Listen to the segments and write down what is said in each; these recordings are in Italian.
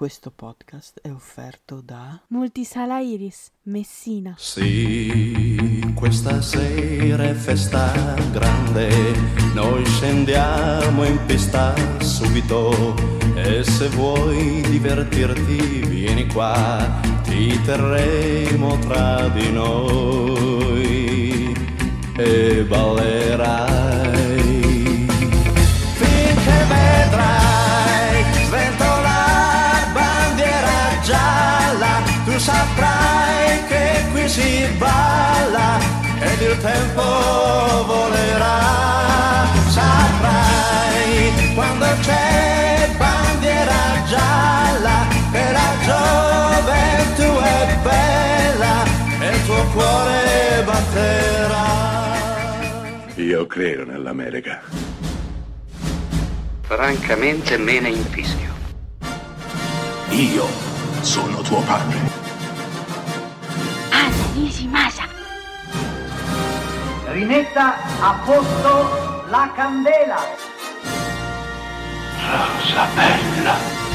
Questo podcast è offerto da Multisala Iris, Messina. Sì, questa sera è festa grande, noi scendiamo in pista subito e se vuoi divertirti vieni qua, ti terremo tra di noi e ballerai finché vedrai sventolare bandiera gialla, tu saprai che qui si balla ed il tempo volerà, saprai quando c'è bandiera gialla che la gioventù è bella e il tuo cuore batterà. Io credo nell'America. Francamente me ne infischio. Io sono tuo padre. Anna Nishimasa. Rimetta a posto la candela. Rosa bella.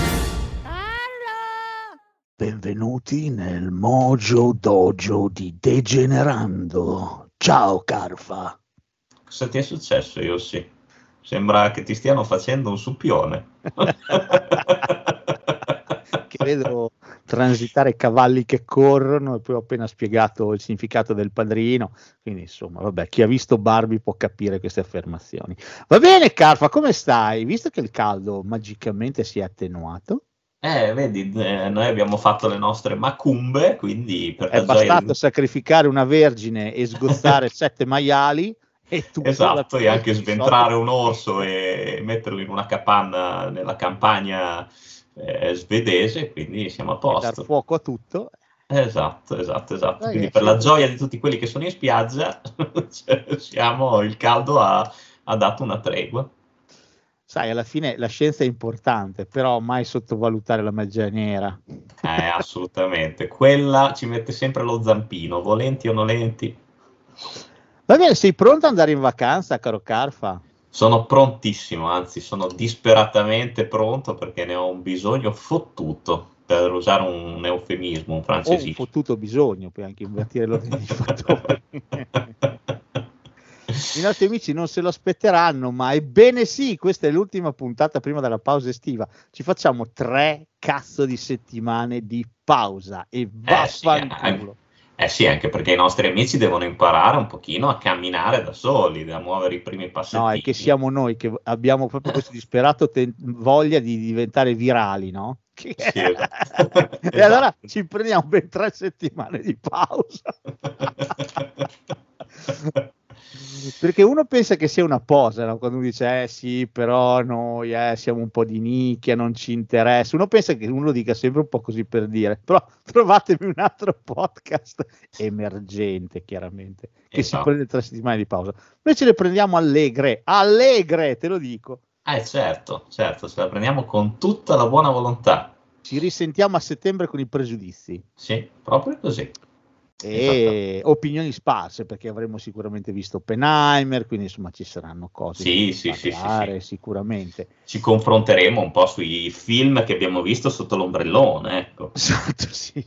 Benvenuti nel Mojo Dojo di Degenerando. Ciao Carfa. Cosa ti è successo, Yossi? Sembra che ti stiano facendo un suppione. Che vedo transitare cavalli che corrono e poi ho appena spiegato il significato del padrino, quindi insomma vabbè, chi ha visto Barbie può capire queste affermazioni. Va bene Carfa, come stai? Visto che il caldo magicamente si è attenuato? Vedi, noi abbiamo fatto le nostre macumbe, quindi per è bastato sacrificare una vergine e sgozzare 7 maiali e tutto. Esatto, e anche sventrare un orso e metterlo in una capanna nella campagna svedese, quindi siamo a posto. Dar fuoco a tutto. Esatto. Quindi per la gioia di tutti quelli che sono in spiaggia, il caldo ha dato una tregua. Sai, alla fine la scienza è importante, però mai sottovalutare la magia nera. Assolutamente, quella ci mette sempre lo zampino, volenti o nolenti. Va bene, sei pronto ad andare in vacanza, caro Carfa? Sono prontissimo, anzi sono disperatamente pronto perché ne ho un bisogno fottuto, per usare un eufemismo, un francesismo. Un fottuto bisogno, puoi anche invertire l'ordine di fattori. I nostri amici non se lo aspetteranno, ma ebbene sì, questa è l'ultima puntata prima della pausa estiva. Ci facciamo 3 di settimane di pausa e vaffanculo. Sì, anche perché i nostri amici devono imparare un pochino a camminare da soli, a muovere i primi passettini. No, è che siamo noi che abbiamo proprio questo disperato voglia di diventare virali, no? Sì, esatto. E allora ci prendiamo ben 3 settimane di pausa. Perché uno pensa che sia una posa, no? Quando uno dice sì, però noi siamo un po' di nicchia, non ci interessa. Uno pensa che uno lo dica sempre un po' così per dire, però trovatemi un altro podcast emergente, chiaramente, che si prende 3 settimane di pausa. Noi ce le prendiamo allegre, te lo dico. Certo, ce la prendiamo con tutta la buona volontà. Ci risentiamo a settembre con i pregiudizi. Sì, proprio così. E opinioni sparse, perché avremo sicuramente visto Oppenheimer, quindi insomma ci saranno cose sì. Sicuramente ci confronteremo un po' sui film che abbiamo visto sotto l'ombrellone, ecco. Esatto, sì,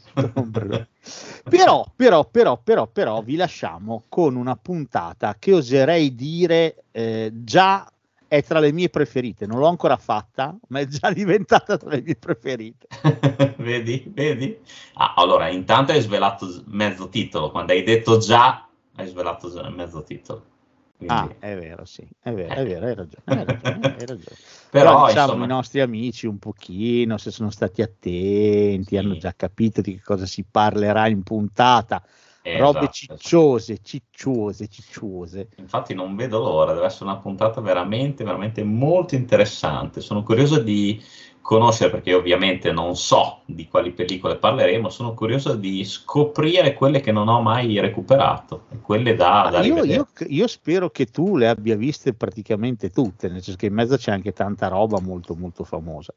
però vi lasciamo con una puntata che oserei dire già è tra le mie preferite, non l'ho ancora fatta, ma è già diventata tra le mie preferite. Vedi? Allora, intanto hai svelato mezzo titolo, quando hai detto già, hai svelato mezzo titolo. Quindi... è vero, sì, hai ragione. Però diciamo, insomma... i nostri amici un pochino, se sono stati attenti, hanno già capito di che cosa si parlerà in puntata. Robe cicciose. Infatti non vedo l'ora, deve essere una puntata veramente molto interessante. Sono curioso di conoscere, perché ovviamente non so di quali pellicole parleremo, sono curioso di scoprire quelle che non ho mai recuperato e quelle da rivedere. Io spero che tu le abbia viste praticamente tutte, nel senso che in mezzo c'è anche tanta roba molto molto famosa.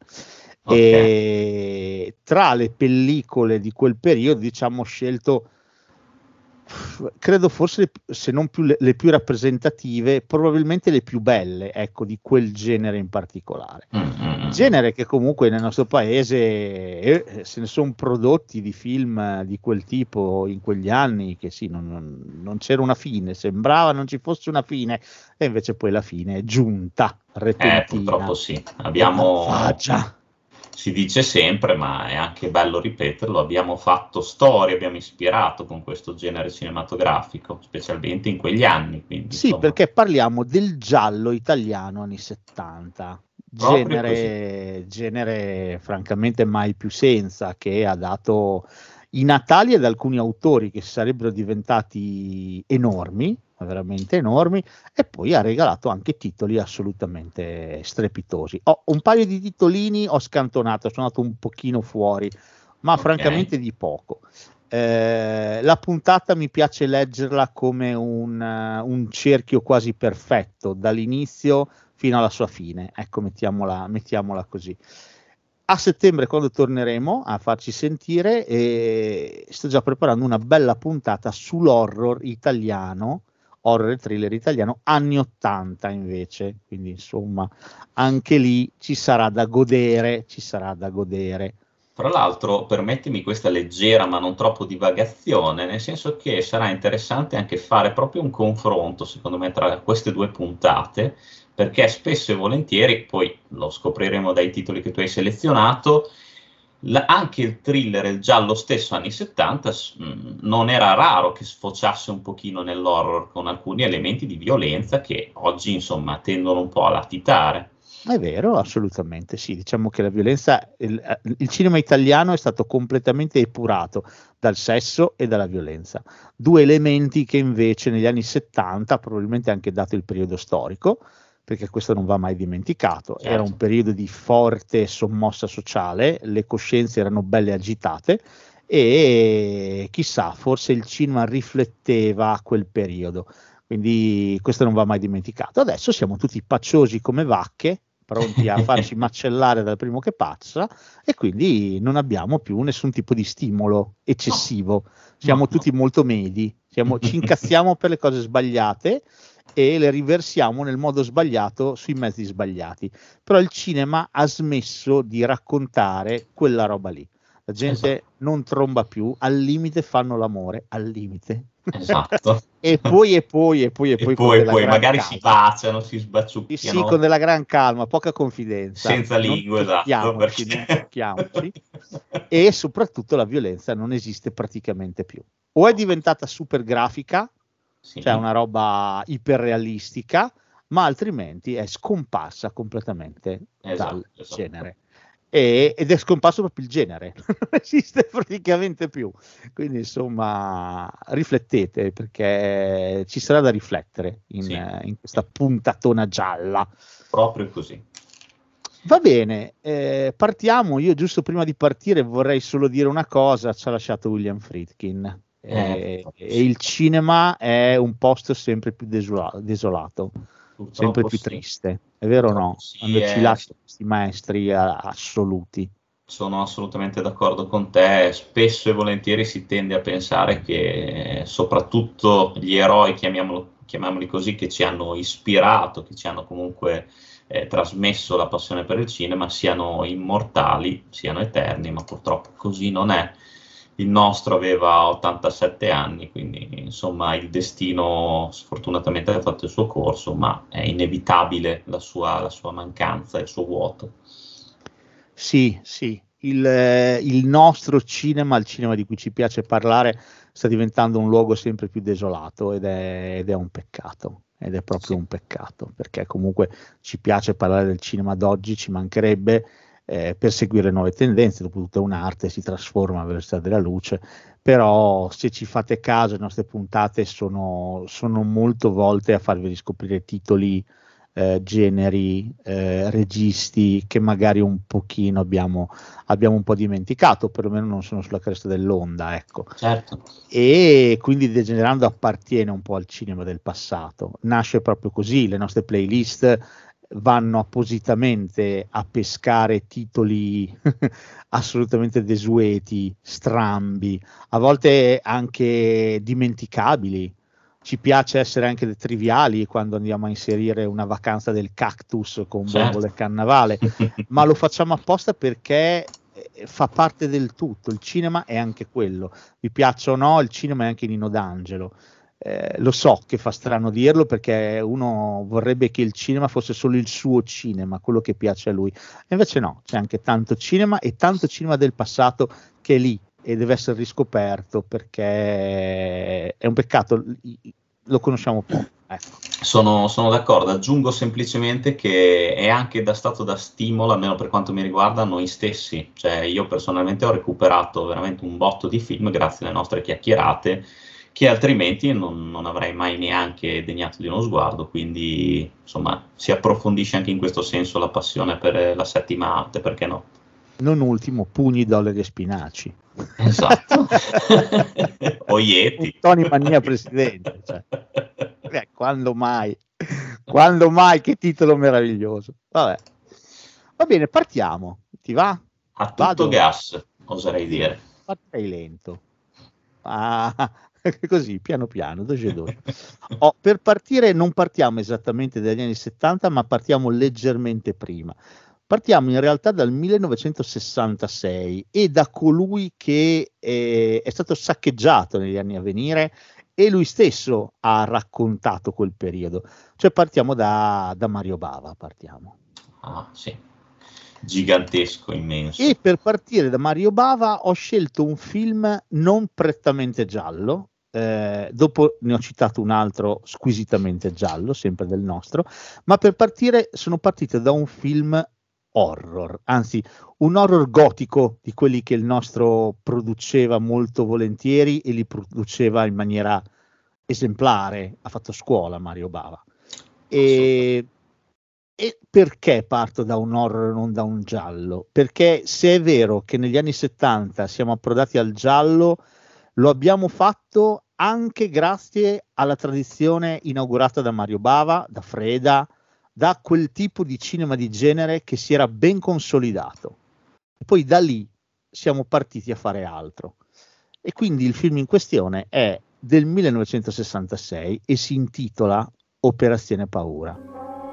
E tra le pellicole di quel periodo, diciamo, ho scelto credo forse se non più le più rappresentative, probabilmente le più belle, ecco, di quel genere in particolare. Genere che comunque nel nostro paese se ne sono prodotti di film di quel tipo in quegli anni che sì, non c'era una fine, sembrava non ci fosse una fine, e invece poi la fine è giunta repentina. Purtroppo sì, abbiamo... Si dice sempre, ma è anche bello ripeterlo, abbiamo fatto storia, abbiamo ispirato con questo genere cinematografico, specialmente in quegli anni. Quindi, sì, insomma, perché parliamo del giallo italiano anni 70, genere francamente mai più senza, che ha dato i natali ad alcuni autori che sarebbero diventati enormi, veramente enormi, e poi ha regalato anche titoli assolutamente strepitosi. Un paio di titolini ho scantonato, sono andato un pochino fuori, ma francamente di poco. La puntata mi piace leggerla come un cerchio quasi perfetto, dall'inizio fino alla sua fine, ecco, mettiamola così. A settembre, quando torneremo a farci sentire, sto già preparando una bella puntata sull'horror italiano, horror e thriller italiano anni 80 invece, quindi insomma anche lì ci sarà da godere. Tra l'altro, permettimi questa leggera ma non troppo divagazione, nel senso che sarà interessante anche fare proprio un confronto, secondo me, tra queste due puntate, perché spesso e volentieri, poi lo scopriremo dai titoli che tu hai selezionato, anche il thriller e il giallo stesso anni 70 non era raro che sfociasse un pochino nell'horror con alcuni elementi di violenza che oggi insomma tendono un po' a latitare. È vero, assolutamente sì, diciamo che la violenza, il cinema italiano è stato completamente epurato dal sesso e dalla violenza, due elementi che invece negli anni 70, probabilmente anche dato il periodo storico, perché questo non va mai dimenticato, certo, era un periodo di forte sommossa sociale, le coscienze erano belle agitate e chissà, forse il cinema rifletteva quel periodo, quindi questo non va mai dimenticato. Adesso siamo tutti pacciosi come vacche, pronti a farci macellare dal primo che passa, e quindi non abbiamo più nessun tipo di stimolo eccessivo, siamo tutti molto medi, ci incazziamo per le cose sbagliate e le riversiamo nel modo sbagliato sui mezzi sbagliati, però il cinema ha smesso di raccontare quella roba lì, la gente non tromba più, al limite fanno l'amore, al limite. Esatto. e poi magari si baciano, si sbaciucchiano. Sì, con della gran calma, poca confidenza. Senza lingue, esatto. Non tocchiamoci. E soprattutto la violenza non esiste praticamente più. O è diventata super grafica, cioè una roba iperrealistica, ma altrimenti è scomparsa completamente dal genere. Ed è scomparso proprio il genere, non esiste praticamente più, quindi insomma riflettete, perché ci sarà da riflettere in questa puntatona gialla. Proprio così. Va bene, partiamo. Io giusto prima di partire vorrei solo dire una cosa: ci ha lasciato William Friedkin e il cinema è un posto sempre più desolato, sempre più triste, è vero o no? Quando ci lasciano questi maestri assoluti. Sono assolutamente d'accordo con te. Spesso e volentieri si tende a pensare che soprattutto gli eroi, chiamiamoli così, che ci hanno ispirato, che ci hanno comunque trasmesso la passione per il cinema, siano immortali, siano eterni, ma purtroppo così non è. Il nostro aveva 87 anni, quindi insomma il destino sfortunatamente ha fatto il suo corso, ma è inevitabile la sua mancanza, il suo vuoto. Sì, il nostro cinema, il cinema di cui ci piace parlare, sta diventando un luogo sempre più desolato ed è un peccato, ed è proprio un peccato, perché comunque ci piace parlare del cinema d'oggi, ci mancherebbe, per seguire nuove tendenze, dopotutto è un'arte, si trasforma alla velocità della luce, però se ci fate caso le nostre puntate sono molto volte a farvi riscoprire titoli, generi, registi che magari un pochino abbiamo un po' dimenticato, perlomeno non sono sulla cresta dell'onda, ecco. Certo. E quindi Degenerando appartiene un po' al cinema del passato, nasce proprio così, le nostre playlist vanno appositamente a pescare titoli assolutamente desueti, strambi, a volte anche dimenticabili. Ci piace essere anche triviali quando andiamo a inserire una vacanza del cactus con bombole e cannavale, ma lo facciamo apposta perché fa parte del tutto. Il cinema è anche quello. Vi piaccia o no, il cinema è anche Nino D'Angelo. Lo so che fa strano dirlo, perché uno vorrebbe che il cinema fosse solo il suo cinema, quello che piace a lui. E invece no, c'è anche tanto cinema, e tanto cinema del passato che è lì e deve essere riscoperto, perché è un peccato, lo conosciamo poco. Ecco. Sono d'accordo, aggiungo semplicemente che è anche stato da stimolo, almeno per quanto mi riguarda, noi stessi. Cioè, io personalmente ho recuperato veramente un botto di film grazie alle nostre chiacchierate, che altrimenti non avrei mai neanche degnato di uno sguardo. Quindi insomma si approfondisce anche in questo senso la passione per la settima arte, perché no? Non ultimo, Pugni, dollari e spinaci. Esatto. O Yeti. Tony Mania presidente, cioè. Quando mai, che titolo meraviglioso. Vabbè. Va bene, partiamo, ti va? A tutto gas, oserei dire. Partirei lento, così piano piano, doce. Per partire non partiamo esattamente dagli anni 70, ma partiamo leggermente prima. Partiamo in realtà dal 1966 e da colui che è stato saccheggiato negli anni a venire, e lui stesso ha raccontato quel periodo. Cioè partiamo da Mario Bava, partiamo. Ah sì, gigantesco, immenso. E per partire da Mario Bava ho scelto un film non prettamente giallo, dopo ne ho citato un altro squisitamente giallo, sempre del nostro, ma per partire sono partito da un film horror, anzi un horror gotico, di quelli che il nostro produceva molto volentieri e li produceva in maniera esemplare. Ha fatto scuola Mario Bava. E perché parto da un horror e non da un giallo? Perché se è vero che negli anni 70 siamo approdati al giallo, lo abbiamo fatto anche grazie alla tradizione inaugurata da Mario Bava, da Freda, da quel tipo di cinema di genere che si era ben consolidato. E poi da lì siamo partiti a fare altro. E quindi il film in questione è del 1966 e si intitola Operazione Paura.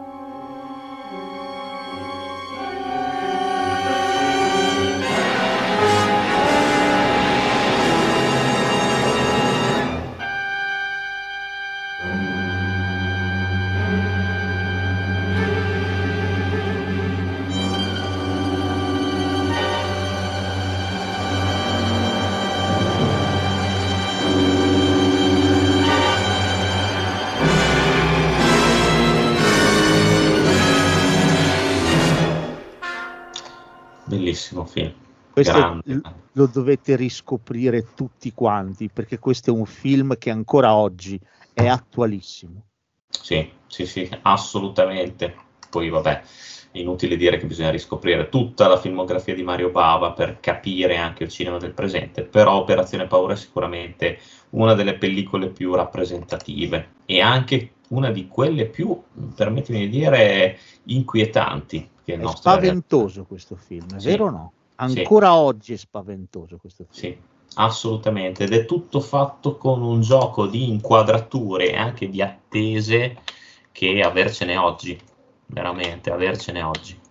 Bellissimo film. Questo lo dovete riscoprire tutti quanti, perché questo è un film che ancora oggi è attualissimo. Sì, assolutamente. Poi vabbè, inutile dire che bisogna riscoprire tutta la filmografia di Mario Bava per capire anche il cinema del presente, però Operazione Paura è sicuramente una delle pellicole più rappresentative e anche una di quelle più, permettimi di dire, inquietanti. Che è spaventoso questo film, è vero o no? Ancora oggi è spaventoso questo film. Sì, assolutamente, ed è tutto fatto con un gioco di inquadrature e anche di attese che avercene oggi, veramente avercene oggi.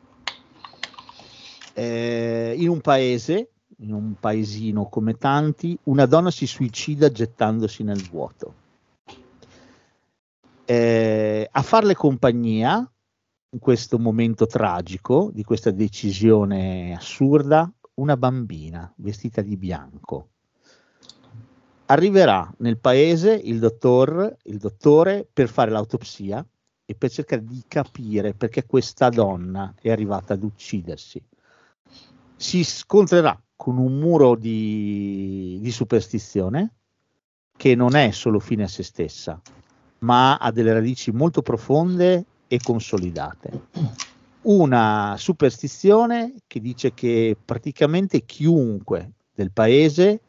In un paesino come tanti, una donna si suicida gettandosi nel vuoto. A farle compagnia in questo momento tragico di questa decisione assurda, una bambina vestita di bianco. Arriverà nel paese il dottore per fare l'autopsia e per cercare di capire perché questa donna è arrivata ad uccidersi. Si scontrerà con un muro di superstizione che non è solo fine a se stessa, ma ha delle radici molto profonde e consolidate. Una superstizione che dice che praticamente chiunque del paese,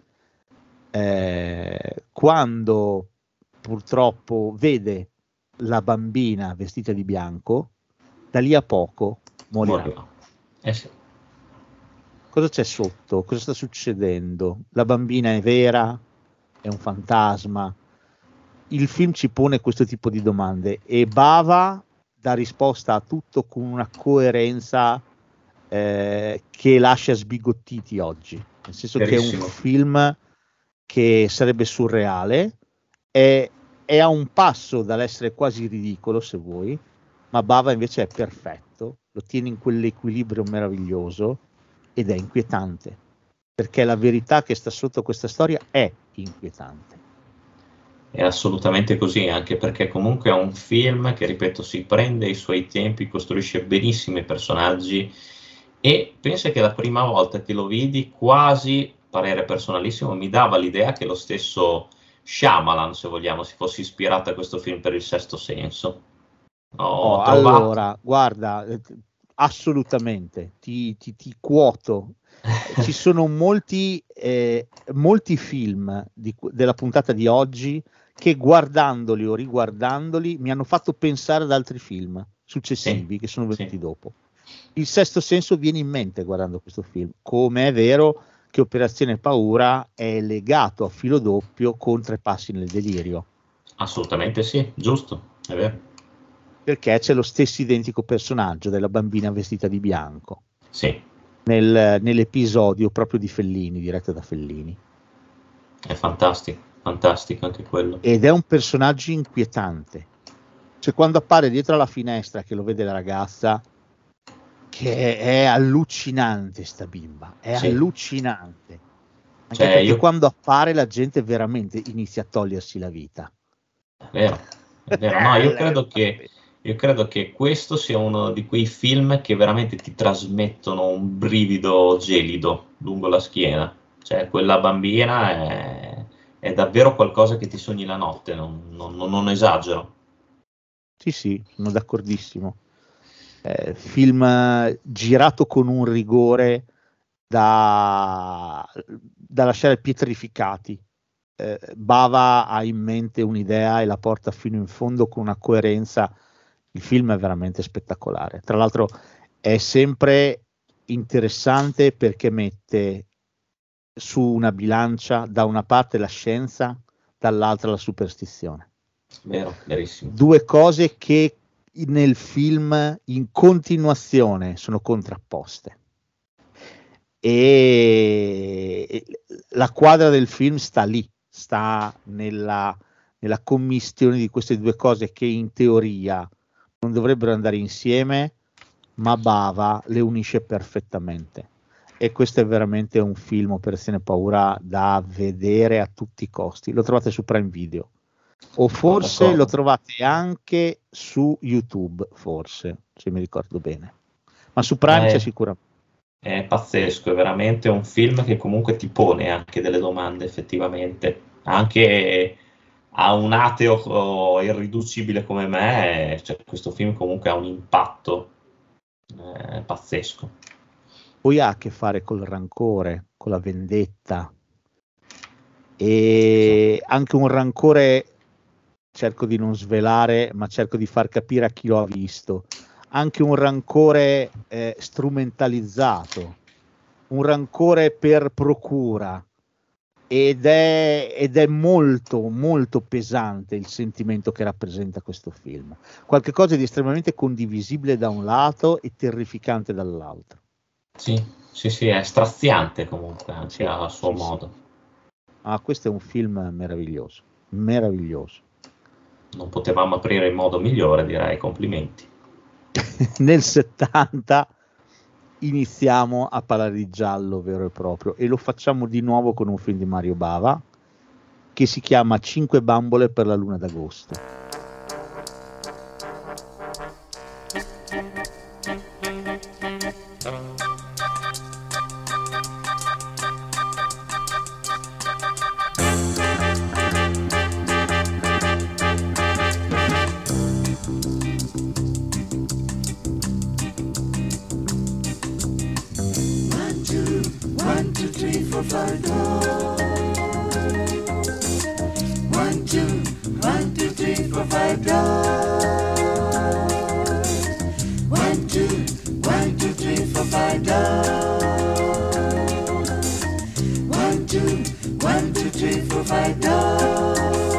quando purtroppo vede la bambina vestita di bianco, da lì a poco morirà. Sì. Cosa c'è sotto? Cosa sta succedendo? La bambina è vera? È un fantasma? Il film ci pone questo tipo di domande e Bava dà risposta a tutto con una coerenza che lascia sbigottiti oggi, nel senso Verissimo. che è un film che sarebbe surreale, è a un passo dall'essere quasi ridicolo, se vuoi, ma Bava invece è perfetto, lo tiene in quell'equilibrio meraviglioso ed è inquietante, perché la verità che sta sotto questa storia è inquietante. È assolutamente così, anche perché comunque è un film che, ripeto, si prende i suoi tempi, costruisce benissimo i personaggi e penso che la prima volta che lo vidi, quasi, parere personalissimo, mi dava l'idea che lo stesso Shyamalan, se vogliamo, si fosse ispirato a questo film per Il Sesto Senso. Ho trovato... Allora, guarda, assolutamente, ti quoto. Ci sono molti film della puntata di oggi che guardandoli o riguardandoli mi hanno fatto pensare ad altri film successivi che sono venuti dopo. Il Sesto Senso viene in mente guardando questo film, come è vero che Operazione Paura è legato a filo doppio con Tre passi nel delirio. Assolutamente sì, giusto, è vero. Perché c'è lo stesso identico personaggio della bambina vestita di bianco. Sì. Nell'episodio proprio di Fellini, diretto da Fellini. È fantastico anche quello. Ed è un personaggio inquietante. Cioè, quando appare dietro alla finestra che lo vede la ragazza, che è allucinante sta bimba, è allucinante. Anche perché quando appare la gente veramente inizia a togliersi la vita. È vero. No, io credo che questo sia uno di quei film che veramente ti trasmettono un brivido gelido lungo la schiena. Cioè, quella bambina è davvero qualcosa che ti sogni la notte, non esagero. Sì, sono d'accordissimo. Film girato con un rigore da lasciare pietrificati. Bava ha in mente un'idea e la porta fino in fondo con una coerenza. Il film è veramente spettacolare. Tra l'altro è sempre interessante perché mette su una bilancia da una parte la scienza, dall'altra la superstizione. Vero, verissimo. Due cose che nel film in continuazione sono contrapposte. E la quadra del film sta lì, sta nella commistione di queste due cose che in teoria non dovrebbero andare insieme, ma Bava le unisce perfettamente. E questo è veramente un film, Operazione Paura, da vedere a tutti i costi. Lo trovate su Prime Video, o forse lo trovate anche su YouTube, forse, se mi ricordo bene, ma su Prime c'è sicuramente. È pazzesco, è veramente un film che comunque ti pone anche delle domande, effettivamente, anche a un ateo irriducibile come me, cioè, questo film comunque ha un impatto pazzesco. Poi ha a che fare col rancore, con la vendetta, e anche un rancore, cerco di non svelare, ma cerco di far capire a chi lo ha visto, anche un rancore strumentalizzato, un rancore per procura, ed è molto molto pesante il sentimento che rappresenta questo film, qualche cosa di estremamente condivisibile da un lato e terrificante dall'altro. Sì, è straziante comunque anche a suo modo. Questo è un film meraviglioso. Non potevamo aprire in modo migliore, direi, complimenti. Nel 70 iniziamo a parlare di giallo vero e proprio, e lo facciamo di nuovo con un film di Mario Bava che si chiama 5 bambole per la luna d'agosto. 1, 2, 3, 4, 5, no.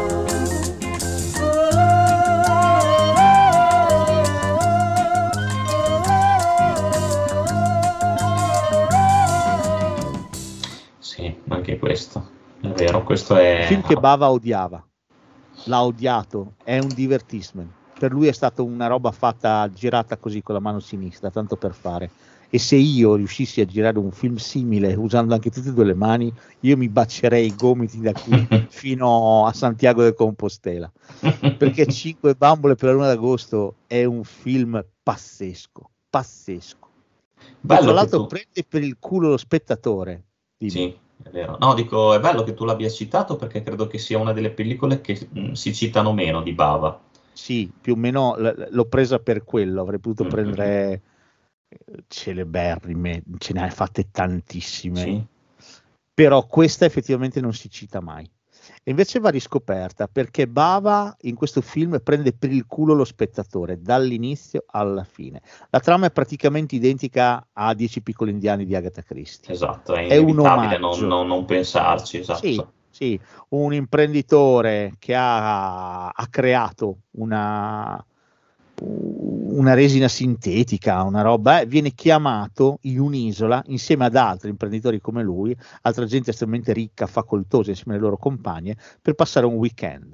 Sì, anche questo è vero, questo è Il film che Bava odiava, l'ha odiato, è un divertissement. Per lui è stata una roba fatta, girata così con la mano sinistra, tanto per fare. E se io riuscissi a girare un film simile usando anche tutte e due le mani, io mi bacerei i gomiti da qui fino a Santiago del Compostela. Perché 5 bambole per la luna d'agosto è un film pazzesco, pazzesco. Bello Tra l'altro che tu- prende per il culo lo spettatore. Dimmi. Sì, è vero. No, dico, è bello che tu l'abbia citato perché credo che sia una delle pellicole che si citano meno di Bava. Sì, più o meno l'ho presa per quello, avrei potuto Mm-hmm. prendere celeberrime, ce ne hai fatte tantissime, Sì. però questa effettivamente non si cita mai. E invece va riscoperta perché Bava in questo film prende per il culo lo spettatore dall'inizio alla fine. La trama è praticamente identica a 10 piccoli indiani di Agatha Christie. Esatto, è È un inevitabile omaggio. non pensarci, esatto. Sì, sì, un imprenditore che ha creato una resina sintetica, una roba, viene chiamato in un'isola insieme ad altri imprenditori come lui, altra gente estremamente ricca, facoltosa insieme alle loro compagne, per passare un weekend.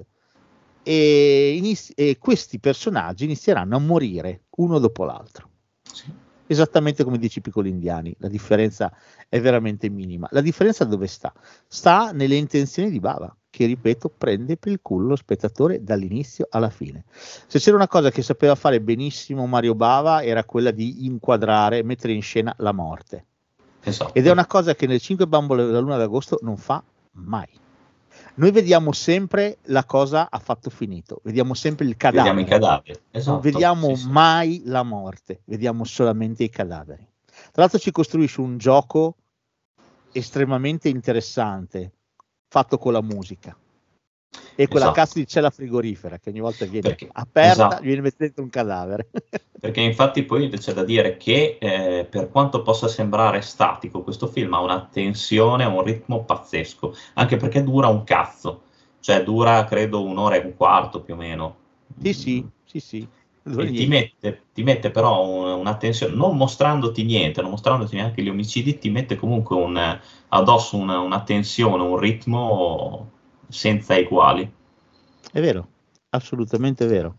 E questi personaggi inizieranno a morire uno dopo l'altro. Sì. Esattamente come 10 piccoli indiani, la differenza è veramente minima. La differenza dove sta? Sta nelle intenzioni di Bava, che ripeto prende per il culo lo spettatore dall'inizio alla fine. Se c'era una cosa che sapeva fare benissimo Mario Bava era quella di inquadrare, mettere in scena la morte. Esatto. Ed è una cosa che nel 5 bambole della luna d'agosto non fa mai. Noi vediamo sempre la cosa a fatto finito, vediamo sempre il cadavere. Vediamo i cadaveri. Esatto. Non vediamo sì. mai la morte, vediamo solamente i cadaveri. Tra l'altro ci costruisce un gioco estremamente interessante, fatto con la musica. E quella Esatto. cazzo di cella frigorifera che ogni volta viene Perché- aperta, esatto. viene messa dentro un cadavere. Perché infatti poi c'è da dire che per quanto possa sembrare statico, questo film ha una tensione, un ritmo pazzesco, anche perché dura un cazzo, cioè dura credo 1 ora e un quarto più o meno. Sì. E ti mette però una tensione, non mostrandoti niente, non mostrandoti neanche gli omicidi, ti mette comunque addosso una tensione, un ritmo senza eguali. È vero, assolutamente vero.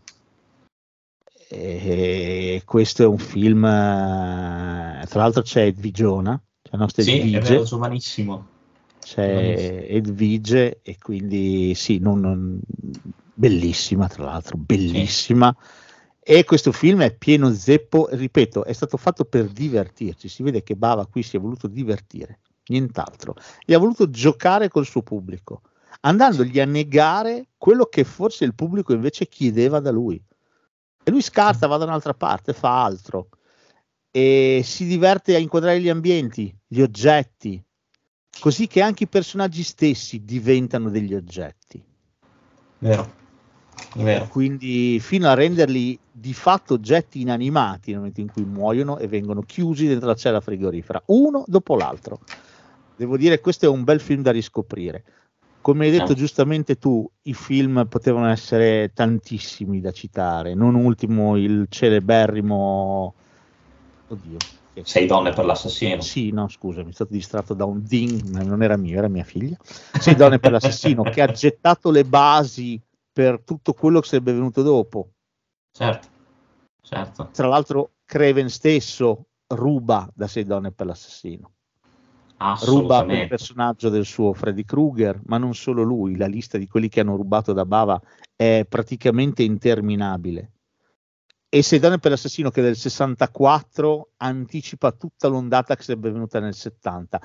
E questo è un film, tra l'altro c'è Edvigiona, c'è la nostra Sì, è Edvige, vero, giovanissimo. c'è Edvige e quindi sì, bellissima tra l'altro, bellissima. E questo film è pieno zeppo, ripeto, è stato fatto per divertirci, si vede che Bava qui si è voluto divertire, nient'altro, e ha voluto giocare col suo pubblico, andandogli a negare quello che forse il pubblico invece chiedeva da lui. E lui scarta, va da un'altra parte, fa altro, e si diverte a inquadrare gli ambienti, gli oggetti, così che anche i personaggi stessi diventano degli oggetti. Vero. Quindi fino a renderli di fatto oggetti inanimati nel momento in cui muoiono e vengono chiusi dentro la cella frigorifera, uno dopo l'altro. Devo dire, questo è un bel film da riscoprire. Come hai detto giustamente tu, i film potevano essere tantissimi da citare, non ultimo il celeberrimo... Oddio. 6 donne per l'assassino. Sì, no, scusa, mi sono stato distratto da un ding, ma non era mio, era mia figlia. 6 donne per l'assassino, che ha gettato le basi per tutto quello che sarebbe venuto dopo. Certo. Tra l'altro Craven stesso ruba da 6 donne per l'assassino. Ruba per il personaggio del suo Freddy Krueger, ma non solo lui, la lista di quelli che hanno rubato da Bava è praticamente interminabile. E 6 donne per l'assassino, che del 64 anticipa tutta l'ondata che sarebbe venuta nel 70.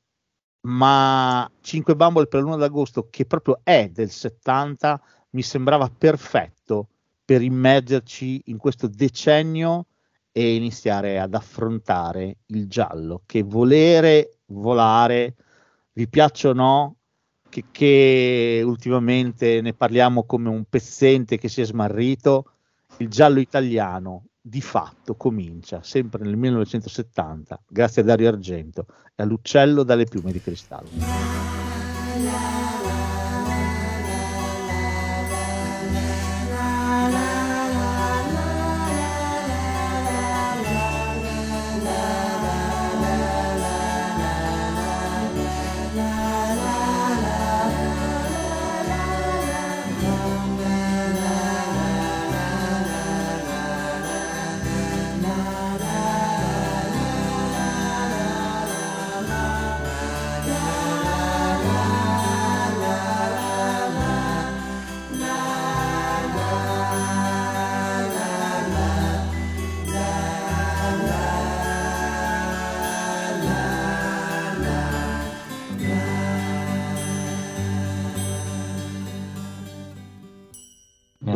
Ma 5 bambole per la luna d'agosto, che proprio è del 70, mi sembrava perfetto per immergerci in questo decennio e iniziare ad affrontare il giallo, che volare, vi piaccia o no, che ultimamente ne parliamo come un pezzente che si è smarrito, il giallo italiano di fatto comincia sempre nel 1970 grazie a Dario Argento e all'Uccello dalle piume di cristallo.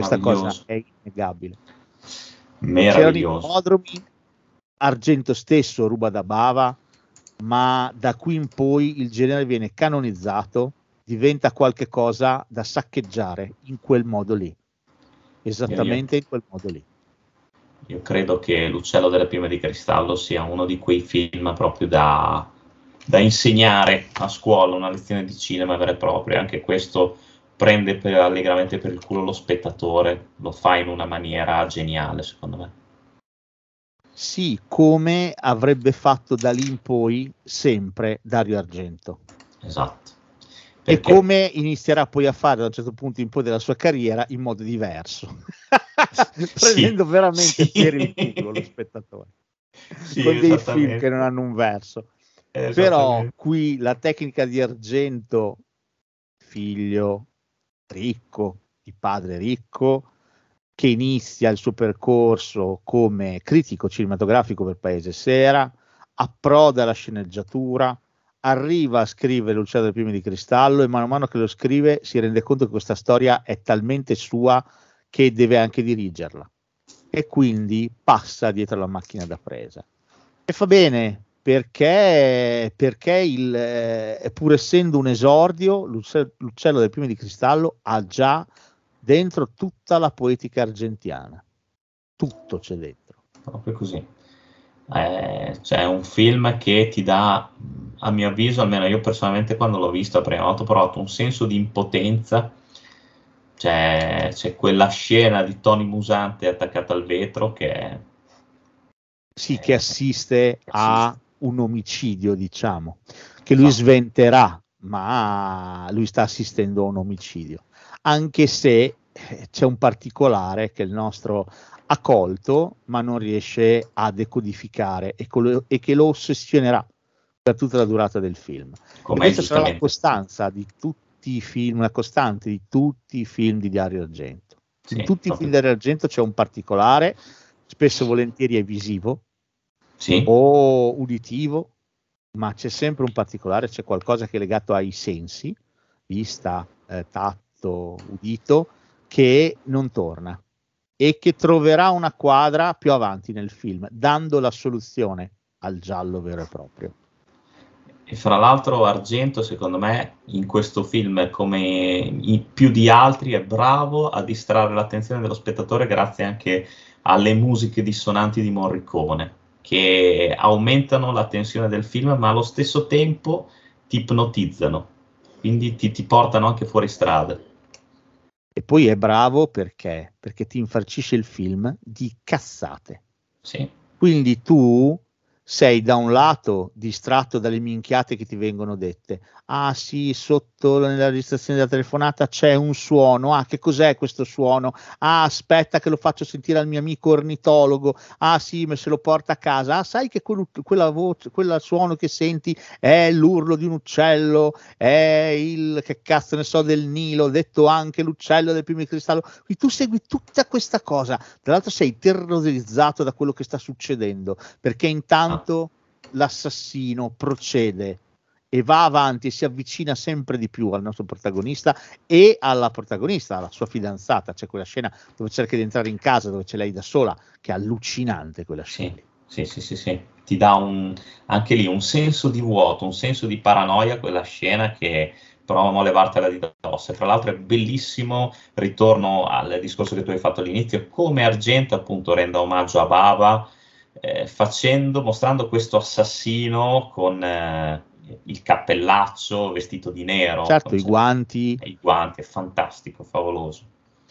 questa cosa Meraviglioso. è innegabile. C'erano i Meraviglioso. ippodromi, Argento stesso ruba da Bava, ma da qui in poi il genere viene canonizzato, diventa qualche cosa da saccheggiare in quel modo lì, esattamente in quel modo lì. Io credo che L'Uccello delle Piume di Cristallo sia uno di quei film proprio da insegnare a scuola, una lezione di cinema vera e propria. Anche questo prende allegramente per il culo lo spettatore, lo fa in una maniera geniale, secondo me. Sì, come avrebbe fatto da lì in poi sempre Dario Argento. Esatto. E Perché- come inizierà poi a fare da un certo punto in poi della sua carriera in modo diverso, prendendo veramente sì. per il culo lo spettatore, Sì, con dei film esattamente. che non hanno un verso. Però Esattamente. qui la tecnica di Argento, figlio ricco, di padre ricco, che inizia il suo percorso come critico cinematografico per Paese Sera, approda alla sceneggiatura, arriva a scrivere L'Uccello delle Piume di Cristallo e man mano che lo scrive si rende conto che questa storia è talmente sua che deve anche dirigerla e quindi passa dietro la macchina da presa. E fa bene perché pur essendo un esordio, L'Uccello delle Piume di Cristallo ha già dentro tutta la poetica argentiana, tutto c'è dentro. Proprio così. C'è un film che ti dà, a mio avviso, almeno io personalmente quando l'ho visto la prima volta, ho provato un senso di impotenza. C'è quella scena di Tony Musante attaccata al vetro che che assiste a un omicidio, diciamo, che lui sventerà, ma lui sta assistendo a un omicidio, anche se c'è un particolare che il nostro ha colto, ma non riesce a decodificare e che lo ossessionerà per tutta la durata del film. Come Questa sarà la giustamente. costanza di tutti i film, la costante di tutti i film di Dario Argento. Sì, In tutti i proprio. film di Dario Argento c'è un particolare, spesso volentieri è visivo Sì, o uditivo, ma c'è sempre un particolare, c'è qualcosa che è legato ai sensi, vista, tatto, udito, che non torna e che troverà una quadra più avanti nel film, dando la soluzione al giallo vero e proprio. e fra l'altro Argento, secondo me, in questo film, come più di altri, è bravo a distrarre l'attenzione dello spettatore grazie anche alle musiche dissonanti di Morricone, che aumentano la tensione del film, ma allo stesso tempo ti ipnotizzano, quindi ti portano anche fuori strada. E poi è bravo perché ti infarcisce il film di cazzate. Sì, Quindi tu sei da un lato distratto dalle minchiate che ti vengono dette. Ah sì, sotto nella registrazione della telefonata c'è un suono. Ah, che cos'è questo suono? Ah, aspetta che lo faccio sentire al mio amico ornitologo. Ah sì, me se lo porta a casa. Ah, sai che quella voce, quel suono che senti è l'urlo di un uccello, è il, che cazzo ne so, del Nilo, detto anche l'uccello del Piume di Cristallo. Quindi tu segui tutta questa cosa. Dall'altro sei terrorizzato da quello che sta succedendo, perché intanto l'assassino procede e va avanti e si avvicina sempre di più al nostro protagonista e alla protagonista, alla sua fidanzata. C'è quella scena dove cerca di entrare in casa, dove c'è lei da sola, che è allucinante quella scena. sì. Ti dà anche lì un senso di vuoto, un senso di paranoia, quella scena che provano a levartela di dosso. E tra l'altro è bellissimo, ritorno al discorso che tu hai fatto all'inizio, come Argento appunto renda omaggio a Bava, mostrando questo assassino con il cappellaccio vestito di nero, certo, i guanti, è fantastico, favoloso.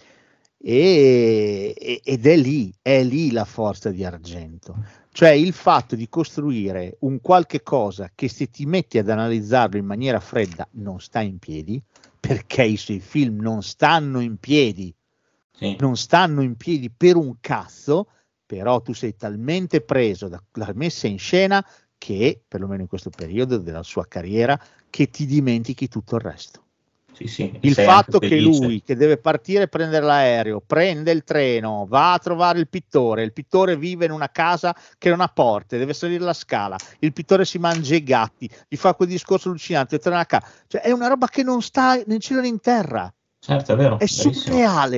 ed è lì la forza di Argento, cioè il fatto di costruire un qualche cosa che se ti metti ad analizzarlo in maniera fredda non sta in piedi, perché i suoi film non stanno in piedi, non stanno in piedi per un cazzo, però tu sei talmente preso dalla messa in scena che, perlomeno in questo periodo della sua carriera, che ti dimentichi tutto il resto. Il fatto che lui, che deve partire e prendere l'aereo, prende il treno, va a trovare il pittore vive in una casa che non ha porte, deve salire la scala, il pittore si mangia i gatti, gli fa quel discorso allucinante, torna a casa. Cioè, è una roba che non sta né in cielo né in terra. Certo, è vero. È surreale.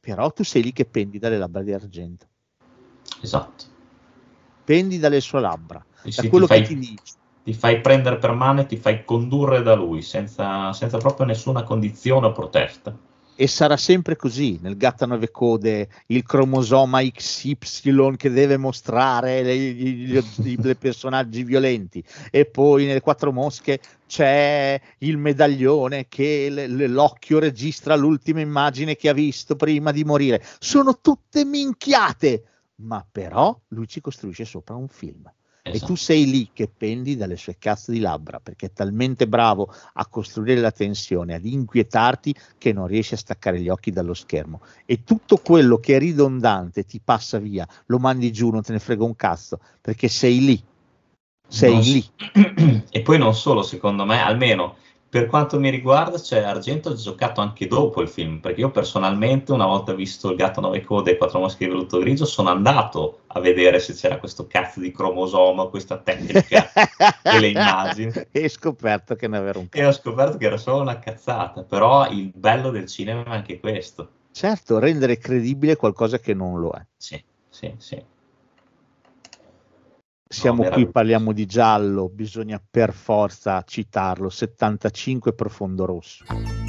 però tu sei lì che pendi dalle labbra di argento. Esatto. Pendi dalle sue labbra, Sì, da quello ti fai, che ti dice. Ti fai prendere per mano e ti fai condurre da lui senza proprio nessuna condizione o protesta. E sarà sempre così nel Gatto a 9 code, il cromosoma XY che deve mostrare i personaggi violenti, e poi nelle Quattro Mosche c'è il medaglione che l'occhio registra l'ultima immagine che ha visto prima di morire. Sono tutte minchiate, ma però lui ci costruisce sopra un film. Esatto. E tu sei lì che pendi dalle sue cazzo di labbra, perché è talmente bravo a costruire la tensione, ad inquietarti, che non riesci a staccare gli occhi dallo schermo. E tutto quello che è ridondante ti passa via, lo mandi giù, non te ne frega un cazzo, perché sei lì. Lì. E poi non solo, secondo me, almeno per quanto mi riguarda, Argento ha giocato anche dopo il film, perché io personalmente, una volta visto Il Gatto a 9 code e Quattro Mosche di velluto grigio, sono andato a vedere se c'era questo cazzo di cromosoma, questa tecnica e le immagini. E ho scoperto che ne aveva un cazzo. E ho scoperto che era solo una cazzata, però il bello del cinema è anche questo. Certo, rendere credibile qualcosa che non lo è. Sì. Siamo qui, parliamo di giallo, bisogna per forza citarlo, 75 Profondo Rosso.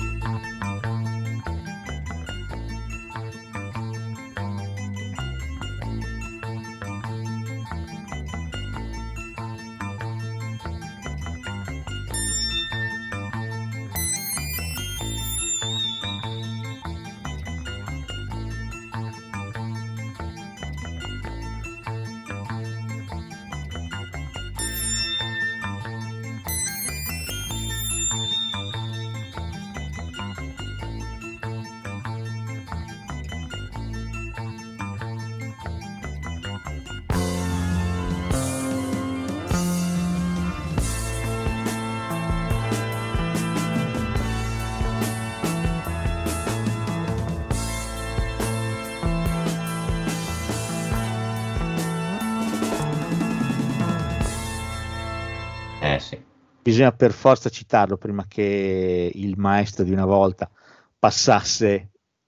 Sì. Bisogna per forza citarlo prima che il maestro di una volta passasse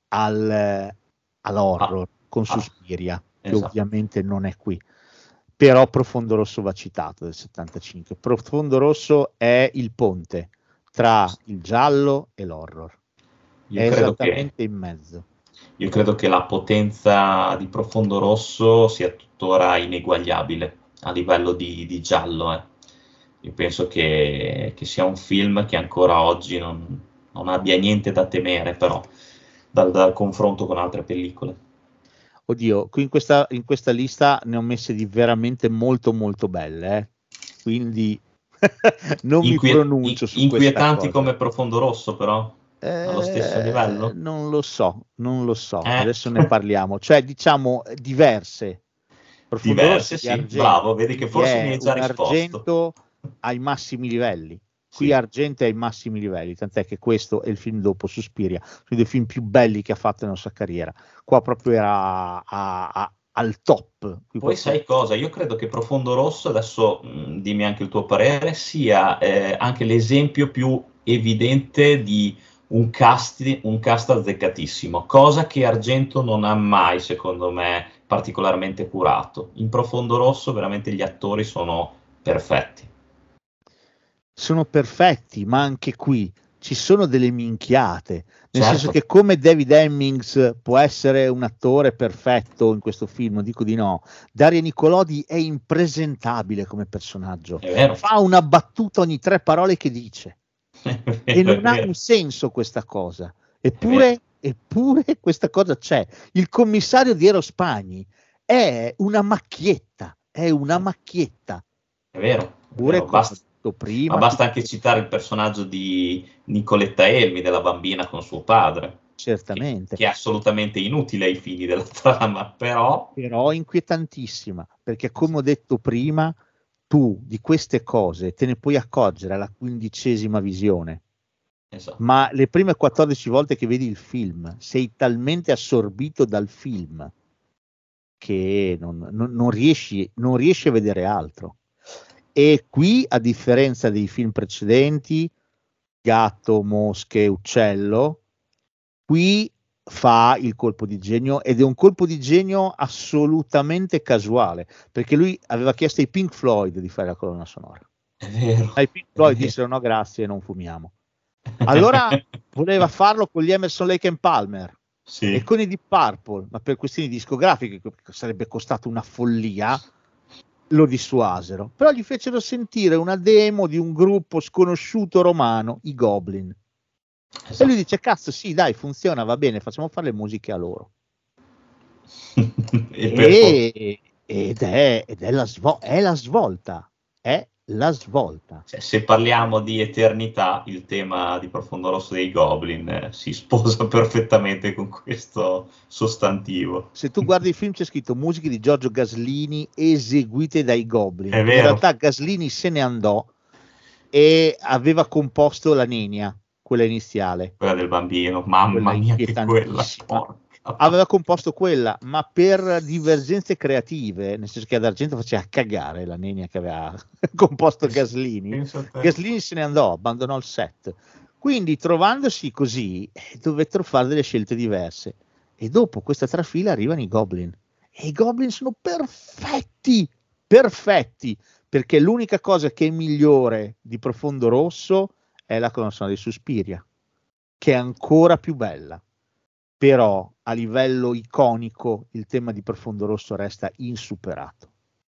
all'horror con Suspiria, che esatto. Ovviamente non è qui. Però Profondo Rosso va citato, del 75. Profondo Rosso è il ponte tra il giallo e l'horror. È esattamente in mezzo. Io credo che la potenza di Profondo Rosso sia tuttora ineguagliabile a livello di giallo. Io penso che sia un film che ancora oggi non abbia niente da temere, però, dal confronto con altre pellicole. Oddio, qui in questa lista ne ho messe di veramente molto molto belle, quindi non mi pronuncio su inquietanti come Profondo Rosso, però allo stesso livello? Non lo so, adesso ne parliamo, cioè diciamo diverse. Diverse, sì, argento, bravo, vedi che forse mi hai già risposto. Argento ai massimi livelli, qui sì. Argento è ai massimi livelli, tant'è che questo è il film dopo Suspiria, uno dei film più belli che ha fatto nella sua carriera. Qua proprio era al top. Qui poi proprio... sai cosa? Io credo che Profondo Rosso, adesso dimmi anche il tuo parere, sia anche l'esempio più evidente di un cast azzeccatissimo, cosa che Argento non ha mai, secondo me, particolarmente curato. In Profondo Rosso veramente gli attori sono perfetti. Sono perfetti, ma anche qui ci sono delle minchiate, nel certo. senso che come David Hemmings può essere un attore perfetto in questo film, dico di no, Daria Nicolodi è impresentabile come personaggio, fa una battuta ogni 3 parole che dice e non ha un senso questa cosa, eppure questa cosa c'è. Il commissario di Eros Spagni è una macchietta, è vero, prima. Basta anche citare il personaggio di Nicoletta Elmi, della bambina con suo padre. Certamente. Che è assolutamente inutile ai fini della trama, però inquietantissima, perché come ho detto prima, tu di queste cose te ne puoi accorgere alla 15ª visione. Esatto. Ma le prime 14 volte che vedi il film sei talmente assorbito dal film che non riesci a vedere altro. E qui, a differenza dei film precedenti, Gatto, Mosche, Uccello, qui fa il colpo di genio, ed è un colpo di genio assolutamente casuale, perché lui aveva chiesto ai Pink Floyd di fare la colonna sonora. È vero. Ai Pink Floyd dissero no grazie, non fumiamo. Allora voleva farlo con gli Emerson, Lake and Palmer e con i Deep Purple, ma per questioni discografiche sarebbe costato una follia, lo dissuasero, però gli fecero sentire una demo di un gruppo sconosciuto romano, i Goblin. Esatto. E lui dice cazzo sì dai funziona, va bene, facciamo fare le musiche a loro. ed è la svolta, è la svolta. Cioè, se parliamo di eternità, il tema di Profondo Rosso dei Goblin si sposa perfettamente con questo sostantivo. Se tu guardi il film c'è scritto musiche di Giorgio Gaslini eseguite dai Goblin. È vero. In realtà Gaslini se ne andò e aveva composto la Nenia, quella iniziale. Quella del bambino, mamma mia che quella. Aveva composto quella, ma per divergenze creative, nel senso che ad Argento faceva cagare la Nenia che aveva composto Gaslini. Gaslini se ne andò, abbandonò il set. Quindi trovandosi così dovettero fare delle scelte diverse. E dopo questa trafila arrivano i Goblin. E i Goblin sono perfetti, perché l'unica cosa che è migliore di Profondo Rosso è la colonna sonora di Suspiria, che è ancora più bella. Però a livello iconico il tema di Profondo Rosso resta insuperato.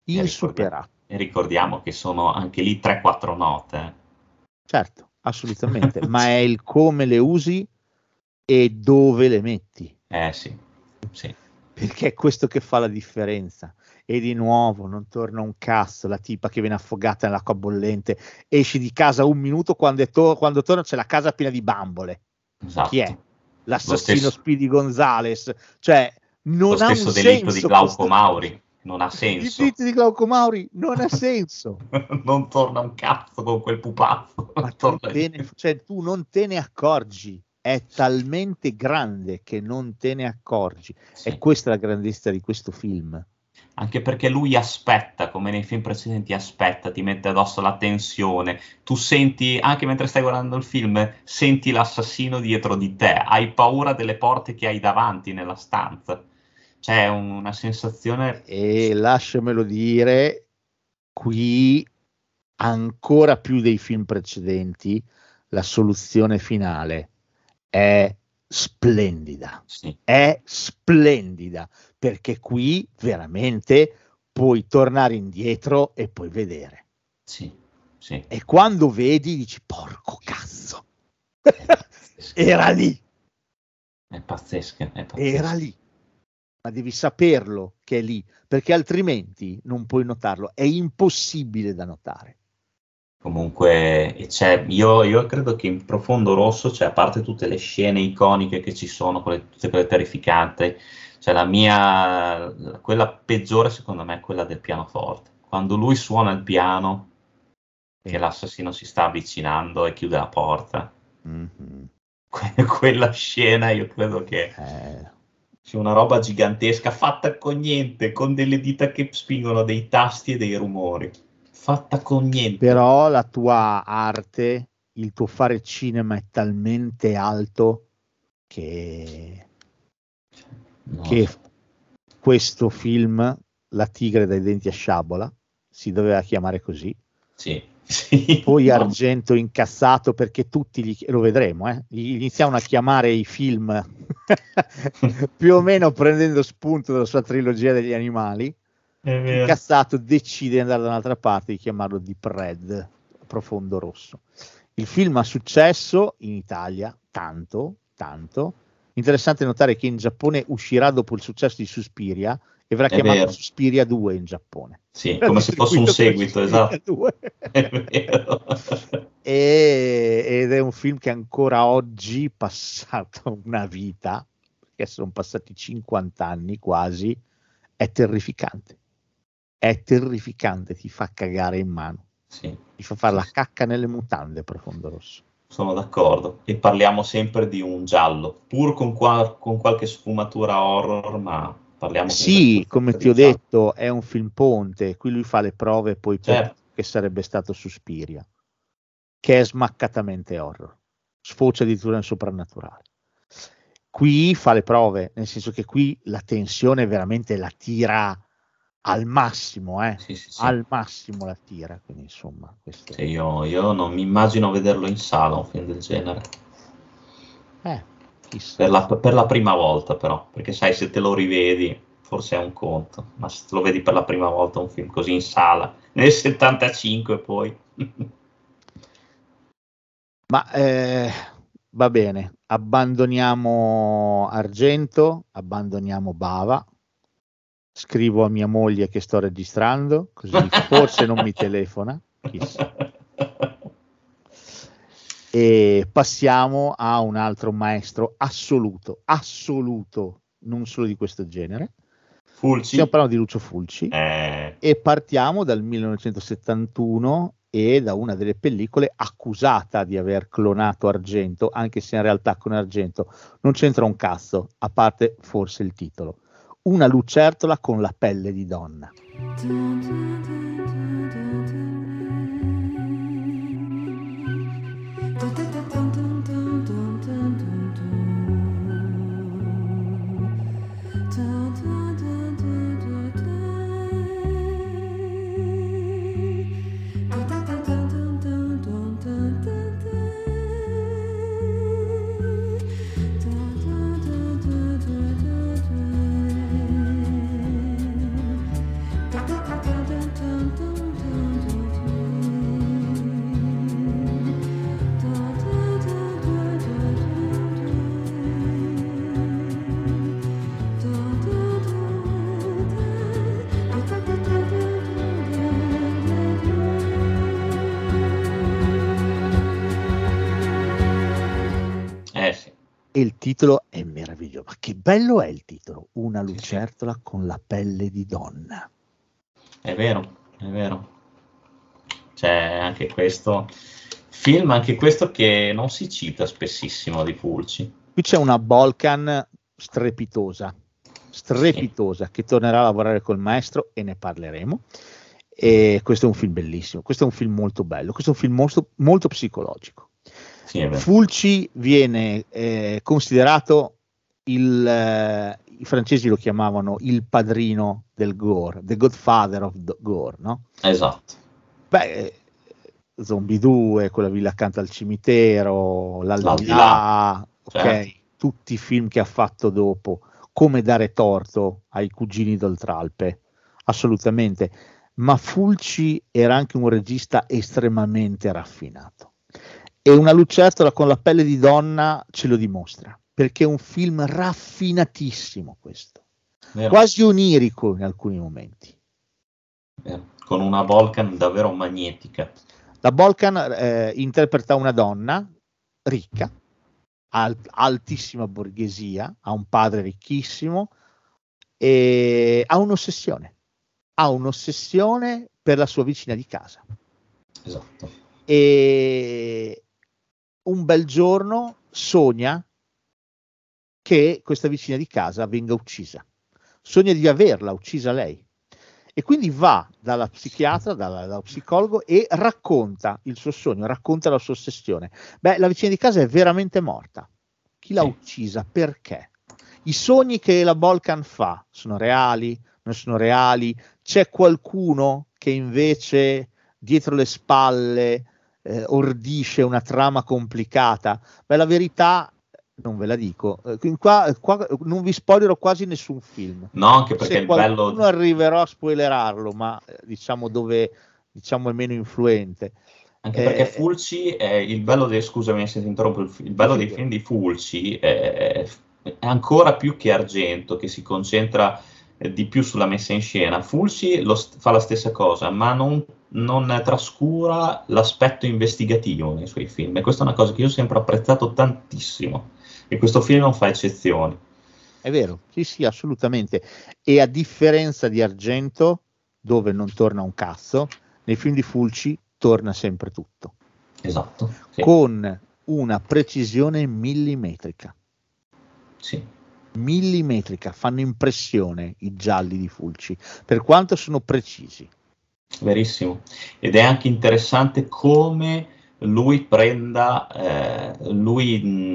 E ricordiamo che sono anche lì 3-4 note. Certo, assolutamente, ma è il come le usi e dove le metti. Sì. Perché è questo che fa la differenza. E di nuovo non torna un cazzo, la tipa che viene affogata nell'acqua bollente, esci di casa un minuto, quando torna c'è la casa piena di bambole. Esatto. Chi è? L'assassino Speedy Gonzales, cioè non ha un senso. Lo stesso delitto di Glauco Mauri non ha senso. Il delitto di Glauco Mauri non ha senso. Non torna un cazzo con quel pupazzo. Ma tu non te ne accorgi, è talmente grande che non te ne accorgi. Sì. E questa è la grandezza di questo film. Anche perché lui aspetta, come nei film precedenti aspetta, ti mette addosso la tensione, tu senti, anche mentre stai guardando il film, senti l'assassino dietro di te, hai paura delle porte che hai davanti nella stanza, c'è una sensazione... E lasciamelo dire, qui ancora più dei film precedenti, la soluzione finale è splendida, sì. È splendida, perché qui veramente puoi tornare indietro e puoi vedere. Sì. E quando vedi dici porco cazzo, era lì. È pazzesca. Era lì, ma devi saperlo che è lì, perché altrimenti non puoi notarlo, è impossibile da notare. Comunque io credo che in Profondo Rosso, cioè, a parte tutte le scene iconiche che ci sono, tutte quelle terrificanti, cioè quella peggiore secondo me è quella del pianoforte, quando lui suona il piano, che l'assassino si sta avvicinando e chiude la porta. Quella scena io credo che sia una roba gigantesca, fatta con niente, con delle dita che spingono dei tasti e dei rumori, fatta con niente. Però la tua arte, il tuo fare cinema è talmente alto che questo film, La tigre dai denti a sciabola, si doveva chiamare così. Sì. Poi Argento incazzato perché tutti lo vedremo, iniziamo a chiamare i film più o meno prendendo spunto dalla sua trilogia degli animali. Incazzato decide di andare da un'altra parte, di chiamarlo Deep Red, Profondo Rosso. Il film ha successo in Italia tanto. Interessante notare che in Giappone uscirà dopo il successo di Suspiria e verrà chiamato Suspiria 2 in Giappone. Sì, come se fosse un seguito, esatto. È vero. Ed è un film che ancora oggi, passato una vita, perché sono passati 50 anni quasi, è terrificante. Ti fa cagare in mano. Sì. Ti fa fare la cacca nelle mutande, Profondo Rosso. Sono d'accordo, e parliamo sempre di un giallo, pur con qualche sfumatura horror, ma parliamo... Sì, come ti ho detto, è un film ponte, qui lui fa le prove poi per che sarebbe stato Suspiria, che è smaccatamente horror, sfocia addirittura in soprannaturale. Qui fa le prove, nel senso che qui la tensione veramente la tira al massimo, Sì. al massimo la tira, quindi insomma questo... Sì, io non mi immagino vederlo in sala un film del genere. Chissà. Per la prima volta però, perché sai, se te lo rivedi forse è un conto, ma se te lo vedi per la prima volta un film così in sala, nel 75 poi... Ma va bene, abbandoniamo Argento, abbandoniamo Bava, scrivo a mia moglie che sto registrando, così forse non mi telefona, chissà. E passiamo a un altro maestro assoluto, non solo di questo genere. Fulci. Stiamo parlando di Lucio Fulci e partiamo dal 1971 e da una delle pellicole accusata di aver clonato Argento, anche se in realtà con Argento non c'entra un cazzo, a parte forse il titolo. Una lucertola con la pelle di donna. E il titolo è meraviglioso. Ma che bello è il titolo! Una lucertola con la pelle di donna. È vero, è vero. C'è anche questo film, anche questo che non si cita spessissimo di Fulci. Qui c'è una Balkan strepitosa, che tornerà a lavorare col maestro e ne parleremo. E questo è un film bellissimo, questo è un film molto bello, questo è un film molto, molto psicologico. Sì, è vero. Fulci viene considerato i francesi lo chiamavano il padrino del gore, the godfather of the gore, no? Esatto. Beh, Zombie 2, quella villa accanto al cimitero, L'Aldilà, ok, certo. Tutti i film che ha fatto dopo, come dare torto ai cugini d'Oltralpe, assolutamente. Ma Fulci era anche un regista estremamente raffinato. E Una lucertola con la pelle di donna ce lo dimostra, perché è un film raffinatissimo questo, Vero. quasi onirico in alcuni momenti. Vero. Con una Balkan davvero magnetica. La Balkan interpreta una donna ricca, altissima borghesia, ha un padre ricchissimo e ha un'ossessione per la sua vicina di casa. Esatto. E un bel giorno sogna che questa vicina di casa venga uccisa, sogna di averla uccisa lei e quindi va dalla psichiatra, dallo psicologo e racconta il suo sogno, racconta la sua ossessione. Beh, la vicina di casa è veramente morta. Chi l'ha uccisa? Perché? I sogni che la Balkan fa sono reali? Non sono reali? C'è qualcuno che invece dietro le spalle ordisce una trama complicata? Beh, la verità non ve la dico, qua non vi spoilerò quasi nessun film, no, anche perché se qualcuno arriverò a spoilerarlo, ma diciamo dove diciamo è meno influente, anche perché Fulci è il bello scusami se ti interrompo, il bello dei film di Fulci è ancora più che Argento, che si concentra di più sulla messa in scena. Fulci fa la stessa cosa, ma non trascura l'aspetto investigativo nei suoi film, e questa è una cosa che io ho sempre apprezzato tantissimo, e questo film non fa eccezioni. È vero, sì, assolutamente. E a differenza di Argento, dove non torna un cazzo, nei film di Fulci torna sempre tutto. Esatto. Sì. Con una precisione millimetrica. Sì. Millimetrica, fanno impressione i gialli di Fulci, per quanto sono precisi. Verissimo. Ed è anche interessante come lui prenda, lui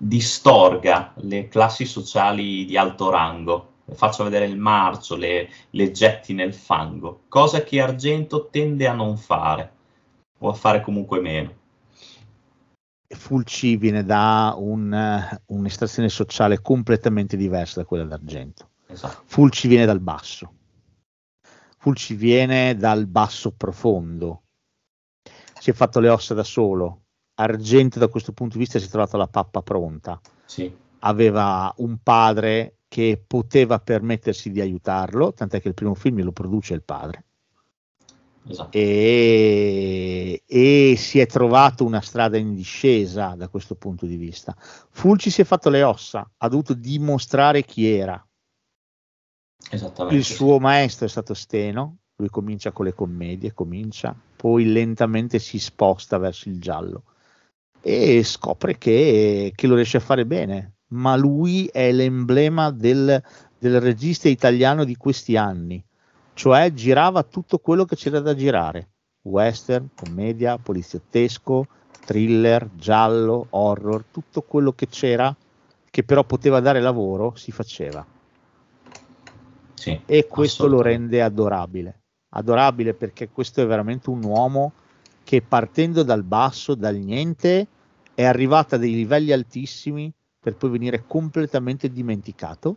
distorga le classi sociali di alto rango, faccia vedere il marcio, le getti nel fango, cosa che Argento tende a non fare, o a fare comunque meno. Fulci viene da un'estrazione sociale completamente diversa da quella d'Argento. Esatto. Fulci viene dal basso. Fulci viene dal basso profondo. Si è fatto le ossa da solo. Argento da questo punto di vista si è trovato la pappa pronta. Sì. Aveva un padre che poteva permettersi di aiutarlo, tant'è che il primo film lo produce il padre. Esatto. E si è trovato una strada in discesa da questo punto di vista. Fulci si è fatto le ossa, ha dovuto dimostrare chi era. Esattamente. Il suo maestro è stato Steno, lui comincia con le commedie, poi lentamente si sposta verso il giallo e scopre che lo riesce a fare bene, ma lui è l'emblema del regista italiano di questi anni, cioè girava tutto quello che c'era da girare: western, commedia, poliziottesco, thriller, giallo, horror, tutto quello che c'era che però poteva dare lavoro si faceva. Sì, e questo lo rende adorabile perché questo è veramente un uomo che, partendo dal basso, dal niente, è arrivato a dei livelli altissimi per poi venire completamente dimenticato,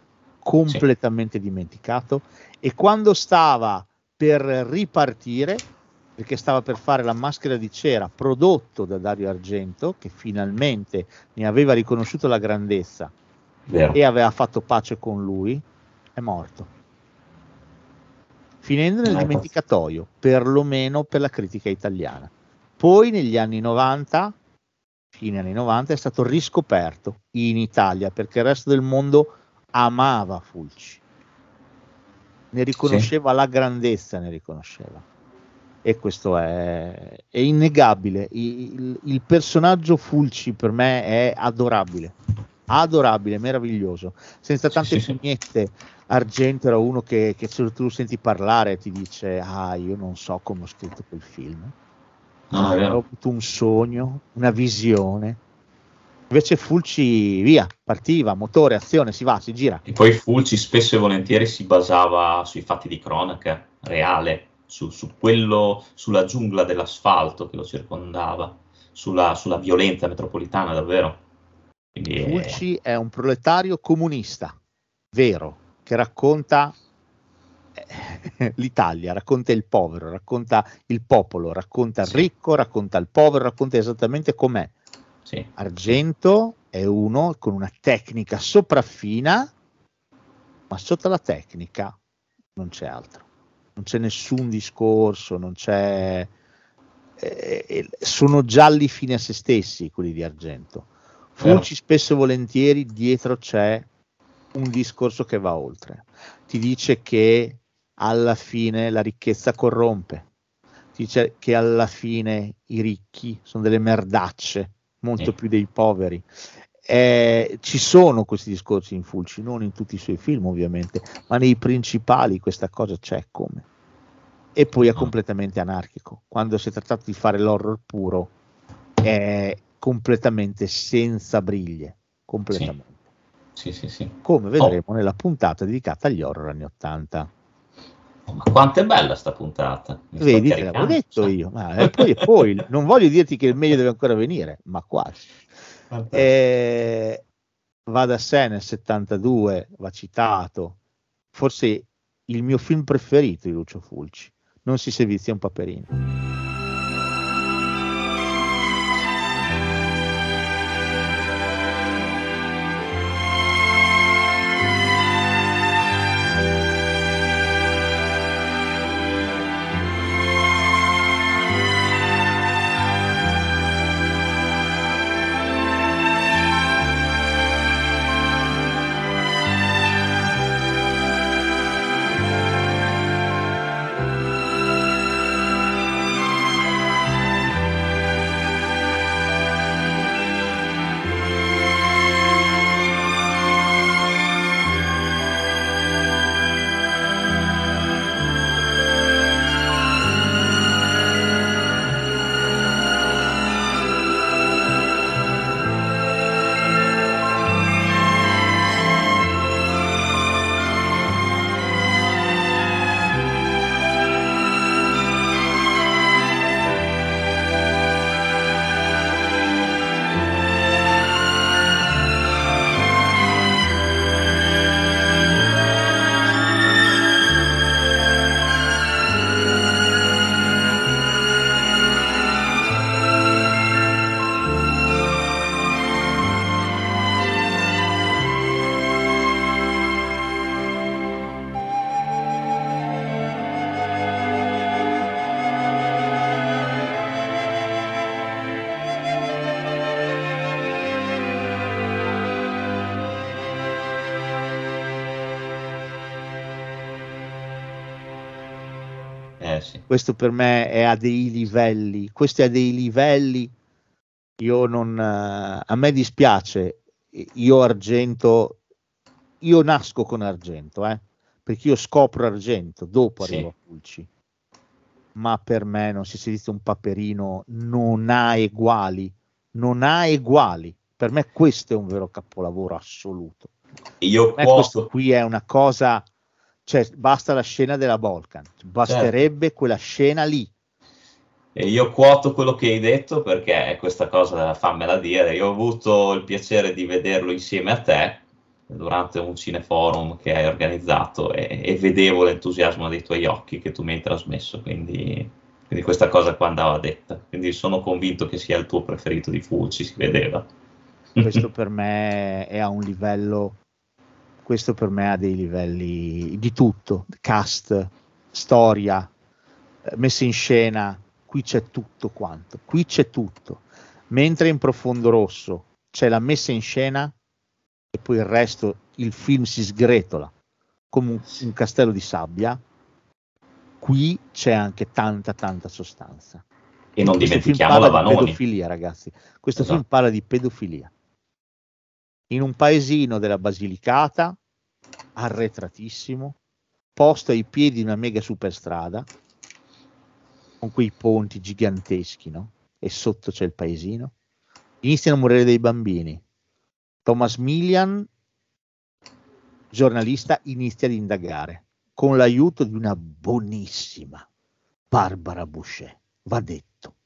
e quando stava per ripartire, perché stava per fare La maschera di cera, prodotto da Dario Argento, che finalmente ne aveva riconosciuto la grandezza, vero, e aveva fatto pace con lui, è morto, finendo nel dimenticatoio, perlomeno per la critica italiana. Poi negli anni 90, fine anni 90, è stato riscoperto in Italia, perché il resto del mondo amava Fulci, ne riconosceva la grandezza, e questo è innegabile. Il personaggio Fulci per me è adorabile, meraviglioso, senza tante pugnette. Argento era uno che se tu lo senti parlare ti dice: io non so come ho scritto quel film, ho avuto un sogno, una visione. Invece Fulci, via, partiva, motore, azione, si va, si gira. E poi Fulci spesso e volentieri si basava sui fatti di cronaca reale, su quello, sulla giungla dell'asfalto che lo circondava, sulla violenza metropolitana, davvero. Quindi Fulci è un proletario comunista, vero, che racconta l'Italia, racconta il povero, racconta il popolo, racconta il ricco, racconta il povero, racconta esattamente com'è. Sì. Argento è uno con una tecnica sopraffina, ma sotto la tecnica non c'è altro, non c'è nessun discorso, non c'è, sono gialli fine a se stessi quelli di Argento. Fulci spesso e volentieri dietro c'è un discorso che va oltre, ti dice che alla fine la ricchezza corrompe, ti dice che alla fine i ricchi sono delle merdacce molto più dei poveri. Ci sono questi discorsi in Fulci, non in tutti i suoi film ovviamente, ma nei principali questa cosa c'è come. E poi è completamente anarchico, quando si è trattato di fare l'horror puro è completamente senza briglie, completamente. Sì. Come vedremo nella puntata dedicata agli horror anni 80. Ma quanto è bella sta puntata! Vedi, te l'avevo detto io, ma poi non voglio dirti che il meglio deve ancora venire, ma quasi. Va da sé, nel 72 va citato, forse il mio film preferito di Lucio Fulci, Non si servizia un paperino. Sì. Questo per me è a dei livelli, questo è a dei livelli, io non, a me dispiace, io Argento, io nasco con Argento, perché io scopro Argento, dopo arrivo a Fulci, ma per me non si è visto un Paperino, non ha eguali, per me questo è un vero capolavoro assoluto. Questo qui è una cosa, cioè basta la scena della Balkan, basterebbe quella scena lì. E io quoto quello che hai detto, perché questa cosa fammela dire, io ho avuto il piacere di vederlo insieme a te durante un cineforum che hai organizzato e vedevo l'entusiasmo dei tuoi occhi che tu mi hai trasmesso, quindi questa cosa qua andava detta, quindi sono convinto che sia il tuo preferito di Fulci, si vedeva. Questo per me è a un livello, questo per me ha dei livelli di tutto, cast, storia, messa in scena, qui c'è tutto quanto, qui c'è tutto, mentre in Profondo Rosso c'è la messa in scena e poi il resto, il film si sgretola come un castello di sabbia, qui c'è anche tanta sostanza. E non dimentichiamo la Vanoni. Pedofilia, ragazzi, questo film parla di pedofilia in un paesino della Basilicata, arretratissimo, posto ai piedi di una mega superstrada con quei ponti giganteschi, no? E sotto c'è il paesino, iniziano a morire dei bambini. Thomas Milian, giornalista, inizia ad indagare con l'aiuto di una buonissima Barbara Boucher, va detto,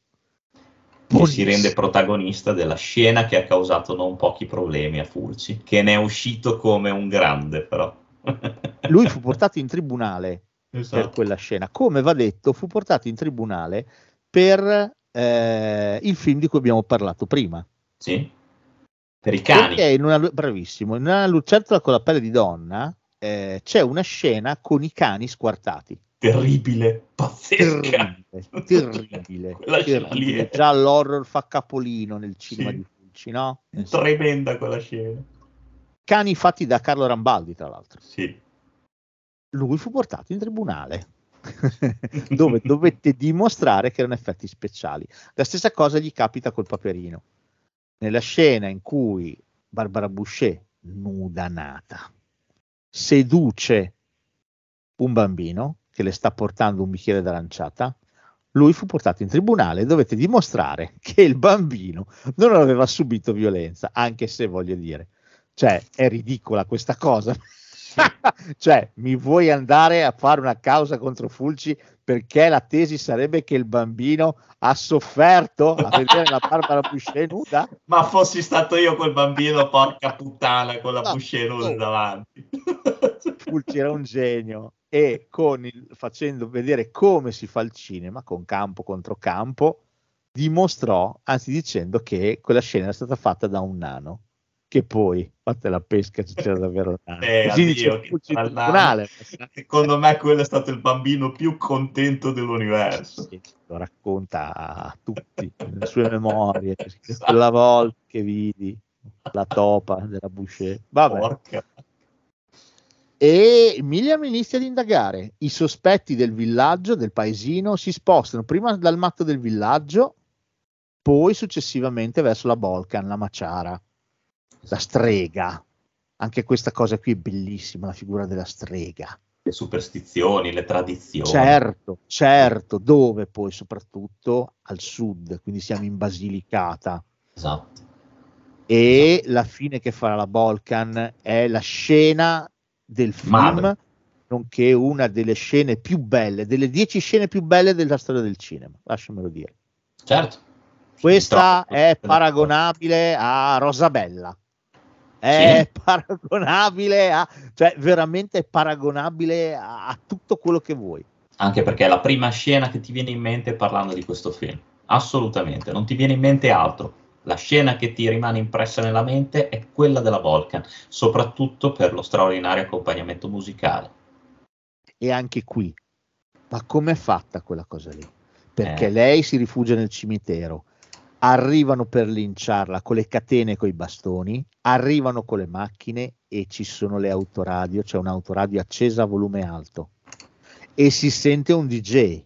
che si rende protagonista della scena che ha causato non pochi problemi a Fulci, che ne è uscito come un grande, però. Lui fu portato in tribunale per quella scena, come va detto, fu portato in tribunale per il film di cui abbiamo parlato prima. Sì, per i cani. Perché bravissimo, in una lucertola con la pelle di donna c'è una scena con i cani squartati. Terribile, pazzesca. Terribile. Già l'horror fa capolino nel cinema di Fulci, no? Tremenda quella scena. Cani fatti da Carlo Rambaldi, tra l'altro. Sì. Lui fu portato in tribunale dove dovette dimostrare che erano effetti speciali. La stessa cosa gli capita col Paperino. Nella scena in cui Barbara Boucher, nuda nata, seduce un bambino che le sta portando un bicchiere d'aranciata, lui fu portato in tribunale e dovette dimostrare che il bambino non aveva subito violenza, anche se voglio dire, cioè è ridicola questa cosa. Cioè, mi vuoi andare a fare una causa contro Fulci perché la tesi sarebbe che il bambino ha sofferto a vedere la Barbara Boucher nuda? Ma fossi stato io quel bambino, porca puttana, con la Boucher nuda davanti. Fulci era un genio e facendo vedere come si fa il cinema con campo contro campo, dimostrò, anzi dicendo che quella scena era stata fatta da un nano, che poi, fatte la pesca, c'era davvero tribunale. Secondo me quello è stato il bambino più contento dell'universo. Sì, lo racconta a tutti nelle sue memorie. Quella volta che vidi la topa della Boucher. Vabbè. Porca. E Milian inizia ad indagare. I sospetti del villaggio, del paesino, si spostano prima dal matto del villaggio, poi successivamente verso la Balkan, la Maciara. La strega, anche questa cosa qui è bellissima, la figura della strega, le superstizioni, le tradizioni, certo, dove poi soprattutto al sud, quindi siamo in Basilicata, esatto, e la fine che farà la Balkan è la scena del film, nonché una delle scene più belle, delle 10 scene più belle della storia del cinema, lasciamelo dire. Certo, questa è paragonabile a Rosabella. È paragonabile cioè veramente è paragonabile a tutto quello che vuoi. Anche perché è la prima scena che ti viene in mente parlando di questo film. Assolutamente, non ti viene in mente altro. La scena che ti rimane impressa nella mente è quella della Balkan, soprattutto per lo straordinario accompagnamento musicale. E anche qui, ma com'è fatta quella cosa lì? Perché lei si rifugia nel cimitero, arrivano per linciarla con le catene e coi bastoni, arrivano con le macchine e ci sono le autoradio, c'è un'autoradio accesa a volume alto e si sente un DJ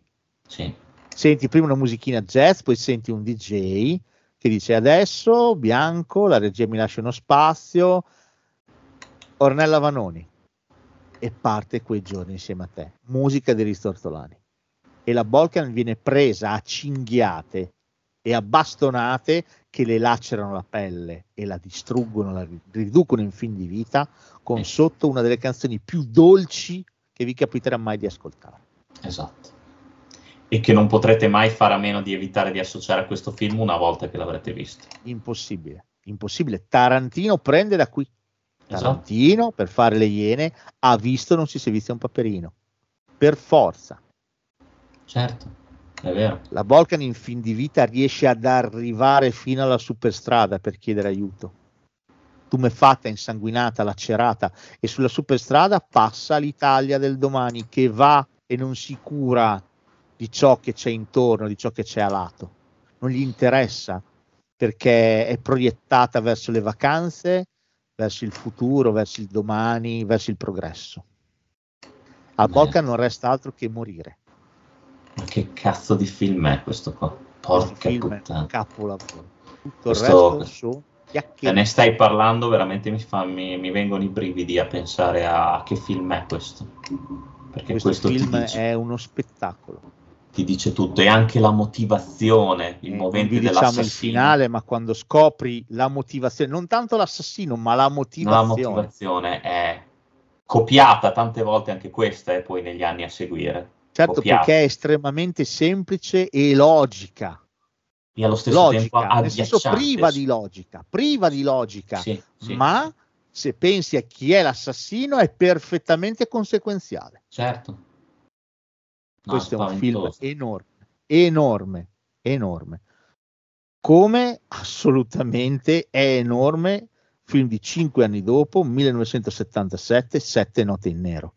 Sì. Senti prima una musichina jazz, poi senti un DJ che dice adesso Bianco, la regia mi lascia uno spazio, Ornella Vanoni, e parte Quei giorni insieme a te, musica di Risto Ortolani, e la Balkan viene presa a cinghiate e a bastonate che le lacerano la pelle e la distruggono, la riducono in fin di vita, con sotto una delle canzoni più dolci che vi capiterà mai di ascoltare. Esatto. E che non potrete mai fare a meno di evitare di associare a questo film una volta che l'avrete visto. Impossibile, impossibile. Tarantino prende da qui. Tarantino, Esatto. per fare Le Iene, ha visto Non si servizia un paperino. Per forza. Certo, è vero. La Balkan in fin di vita riesce ad arrivare fino alla superstrada per chiedere aiuto. Tumefatta, insanguinata, lacerata, e sulla superstrada passa l'Italia del domani che va e non si cura di ciò che c'è intorno, di ciò che c'è a lato. Non gli interessa, perché è proiettata verso le vacanze, verso il futuro, verso il domani, verso il progresso. A Balkan non resta altro che morire. Ma che cazzo di film è questo qua? Porca puttana. È capolavoro. Tutto Questo- il resto sono chiacchiere. Ne stai parlando, veramente mi vengono i brividi a pensare a che film è questo. Perché Questo questo film è uno spettacolo. ti dice tutto, e anche la motivazione, il Non movente vi diciamo dell'assassino. il finale, ma quando scopri la motivazione, non tanto l'assassino, ma la La motivazione. motivazione è copiata tante volte anche questa, e poi negli anni a seguire. Certo, Copiata. perché è estremamente semplice e logica. E allo stesso tempo Logica, nel senso agghiacciante. priva di logica, Sì, sì, ma se pensi a chi è l'assassino è perfettamente conseguenziale. certo. No, Questo è un film spaventoso. enorme. Come assolutamente è enorme, film di 5 anni dopo, 1977, Sette note in nero.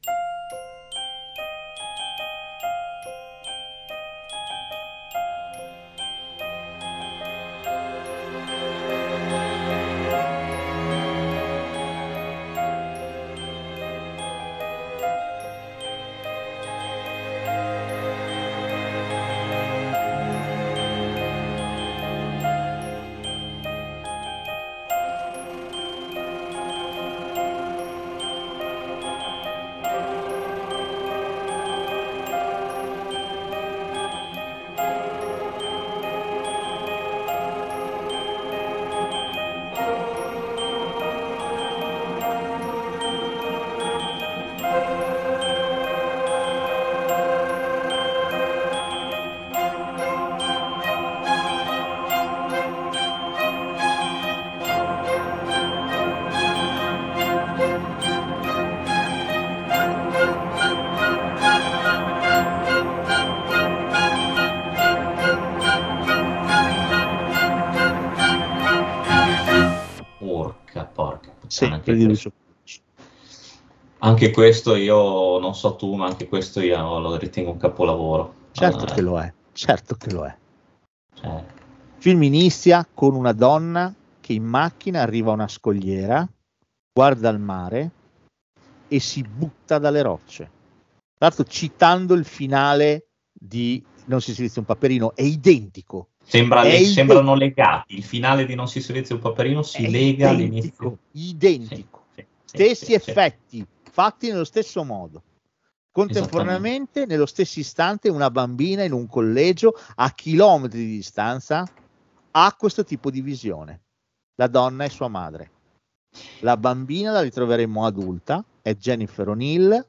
Porca puttana, Sempre di Lucio. anche questo io non so tu, ma anche questo io lo ritengo un capolavoro. Certo che lo è, certo che lo è. Cioè, Il film inizia con una donna che in macchina arriva a una scogliera, guarda il mare e si butta dalle rocce. Tra l'altro citando il finale di Non si servizia un paperino, è identico. sembrano legati. Il finale di Non si servizia un paperino si È lega all'inizio. identico. Sì, Stessi sì, effetti, fatti nello stesso modo. Contemporaneamente, nello stesso istante, una bambina in un collegio a chilometri di distanza ha questo tipo di visione. La donna è sua madre. La bambina la ritroveremo adulta, è Jennifer O'Neill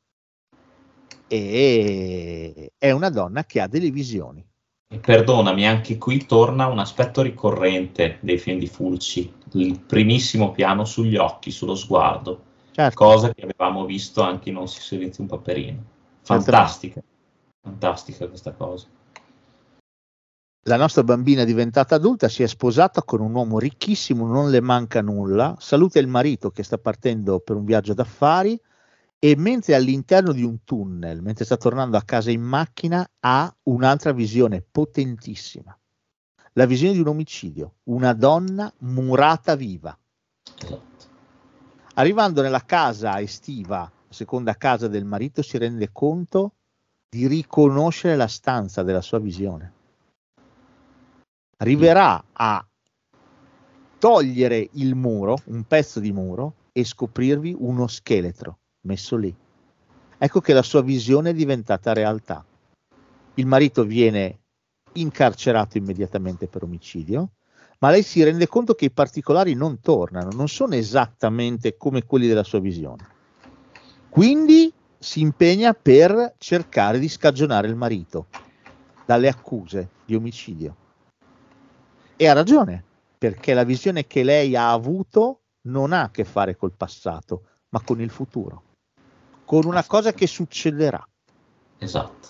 e è una donna che ha delle visioni. E perdonami, anche qui torna un aspetto ricorrente dei film di Fulci, il primissimo piano sugli occhi, sullo sguardo, Certo. cosa che avevamo visto anche in Non si servizia un paperino. Fantastica, fantastica questa cosa. La nostra bambina diventata adulta si è sposata con un uomo ricchissimo, non le manca nulla, saluta il marito che sta partendo per un viaggio d'affari e mentre è all'interno di un tunnel, mentre sta tornando a casa in macchina, ha un'altra visione potentissima. La visione di un omicidio, una donna murata viva. Esatto. Arrivando nella casa estiva, la seconda casa del marito, si rende conto di riconoscere la stanza della sua visione. Arriverà a togliere il muro, un pezzo di muro, e scoprirvi uno scheletro messo lì. Ecco che la sua visione è diventata realtà. Il marito viene incarcerato immediatamente per omicidio, ma lei si rende conto che i particolari non tornano, non sono esattamente come quelli della sua visione. Quindi si impegna per cercare di scagionare il marito dalle accuse di omicidio. E ha ragione, perché la visione che lei ha avuto non ha a che fare col passato, ma con il futuro, con una cosa che succederà. Esatto.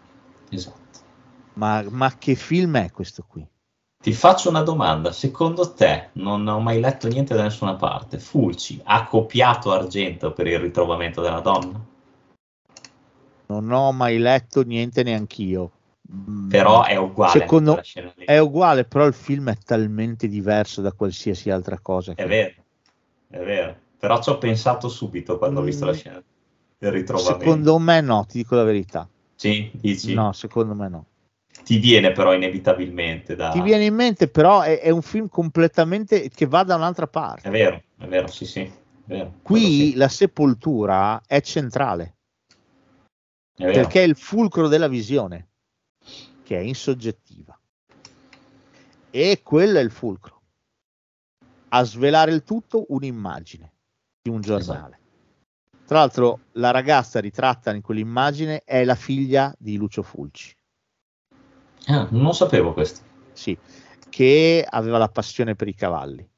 Ma che film è questo qui? Ti faccio una domanda, secondo te, non ho mai letto niente da nessuna parte, Fulci ha copiato Argento per il ritrovamento della donna? Non ho mai letto niente neanch'io. Però è uguale. Secondo è uguale, però il film è talmente diverso da qualsiasi altra cosa. È vero. Però ci ho pensato subito quando ho visto la scena del ritrovamento. Secondo me no, ti dico la verità. Sì, dici? No, secondo me no. Ti viene però inevitabilmente da... Ti viene in mente, però è un film completamente che va da un'altra parte. È vero, sì. È vero, qui sì. La sepoltura è centrale. Perché è il fulcro della visione, che è insoggettiva. E quello è il fulcro. A svelare il tutto un'immagine di un giornale. Esatto. Tra l'altro la ragazza ritratta in quell'immagine è la figlia di Lucio Fulci. Ah, non sapevo questo. Sì, che aveva la passione per i cavalli.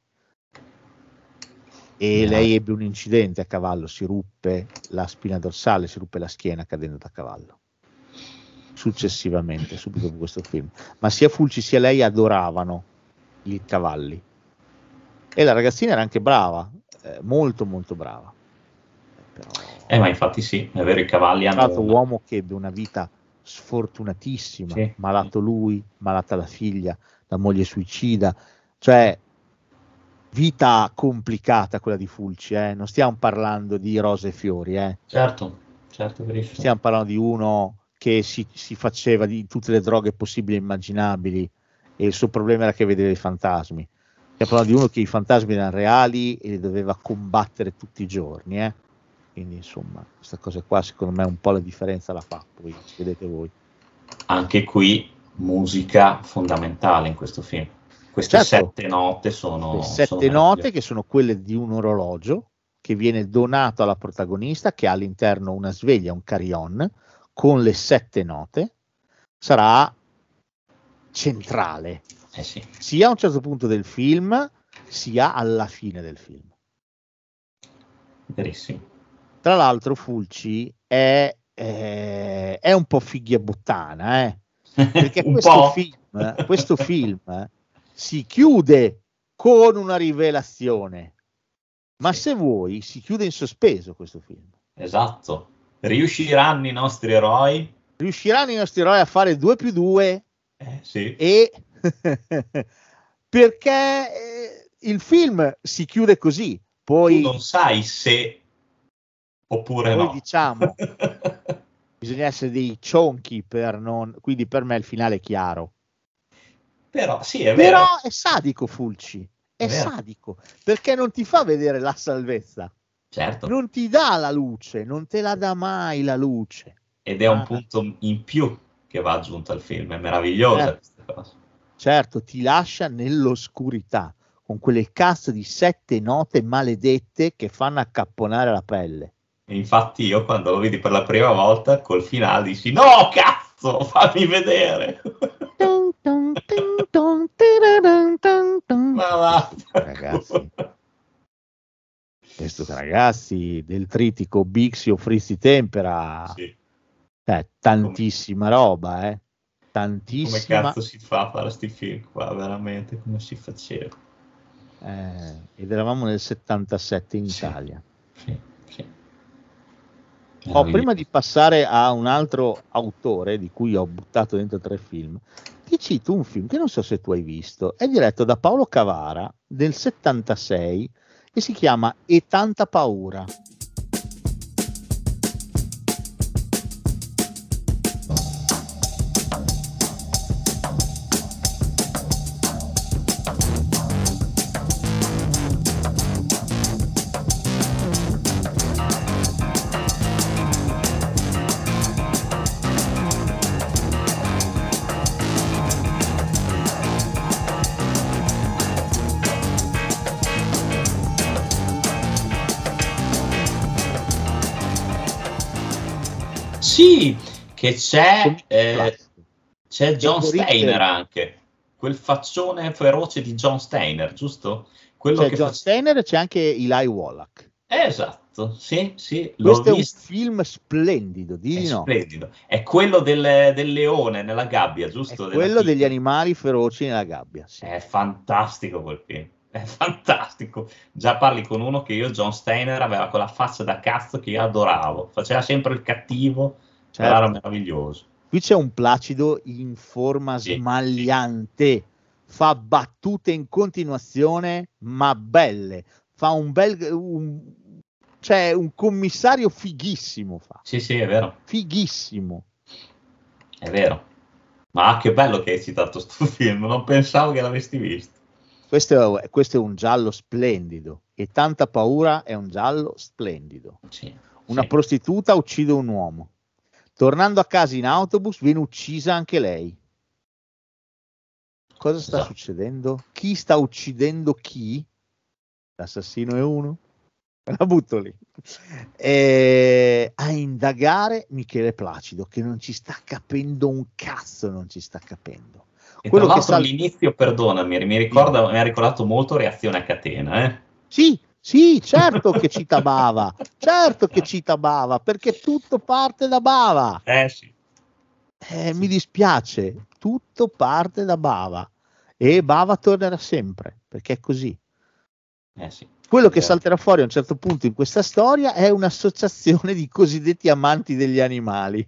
E lei ebbe un incidente a cavallo, si ruppe la spina dorsale, si ruppe la schiena cadendo da cavallo. Successivamente, subito dopo questo film. Ma sia Fulci sia lei adoravano i cavalli. E la ragazzina era anche brava, molto molto brava. Però... ma infatti sì, è vero, i cavalli hanno... Un altro uomo che ebbe una vita sfortunatissima, sì. Malato lui, malata la figlia, la moglie suicida, cioè vita complicata quella di Fulci, non stiamo parlando di rose e fiori, certo, verissimo. Stiamo parlando di uno che si faceva di tutte le droghe possibili e immaginabili e il suo problema era che vedeva i fantasmi. Stiamo parlando di uno che i fantasmi erano reali e li doveva combattere tutti i giorni, Quindi insomma questa cosa qua secondo me un po' la differenza la fa, poi vedete voi. Anche qui musica fondamentale in questo film. Queste 7 note sono... 7 note che sono quelle di un orologio che viene donato alla protagonista, che ha all'interno una sveglia, un carillon, con le 7 note, sarà centrale, sì. Sia a un certo punto del film, sia alla fine del film. Verissimo. Tra l'altro Fulci è un po' figlia buttana, perché questo film si chiude con una rivelazione, ma se vuoi si chiude in sospeso questo film. Esatto. Riusciranno i nostri eroi a fare 2+2? Sì. E perché il film si chiude così, poi tu non sai se oppure poi no. Diciamo bisogna essere dei cionchi quindi per me il finale è chiaro. Però sì, è vero. Però è sadico Fulci, è sadico, perché non ti fa vedere la salvezza. Certo. Non ti dà la luce, non te la dà mai la luce. Ed è un punto in più che va aggiunto al film, è meravigliosa questa cosa. Certo, ti lascia nell'oscurità, con quelle cazzo di 7 note maledette che fanno accapponare la pelle. E infatti io quando lo vedi per la prima volta, col finale dici, no cazzo, fammi vedere. Ma va. Ragazzi, del trittico Bixio Fristi Tempera, sì. Tantissima roba, tantissima. Come cazzo si fa a fare sti film qua, veramente, come si faceva? Ed eravamo nel 77 in Italia. Sì. Prima di passare a un altro autore di cui ho buttato dentro 3 film, ti cito un film che non so se tu hai visto, è diretto da Paolo Cavara del 76 e si chiama E tanta paura. Sì, che c'è John Enrico Steiner anche, quel faccione feroce di John Steiner, giusto? Quello C'è che John Steiner e c'è anche Eli Wallach. Esatto, sì, Questo l'ho è visto. un film splendido, È di no. splendido. È quello del leone nella gabbia, giusto? È Della quello degli tigre. animali feroci nella gabbia. Sì. È fantastico quel film. È fantastico. Già parli con uno che io, John Steiner, aveva quella faccia da cazzo che io adoravo. Faceva sempre il cattivo, però era meraviglioso. Qui c'è un Placido in forma smagliante, fa battute in continuazione, ma belle. Fa un un commissario fighissimo. Fa. Sì, è vero. Fighissimo. È vero. Ma che bello che hai citato sto film, non pensavo che l'avessi visto. Questo è un giallo splendido. E Tanta paura è un giallo splendido. Una prostituta uccide un uomo. Tornando a casa in autobus viene uccisa anche lei. Cosa sta succedendo? Chi sta uccidendo chi? L'assassino è uno? La butto lì. A indagare Michele Placido, che non ci sta capendo un cazzo, non ci sta capendo. E tra l'altro all'inizio, perdonami, mi ha ricordato molto Reazione a catena, Sì, certo che cita Bava, perché tutto parte da Bava. Mi dispiace, tutto parte da Bava e Bava tornerà sempre, perché è così. Quello che salterà fuori a un certo punto in questa storia è un'associazione di cosiddetti amanti degli animali.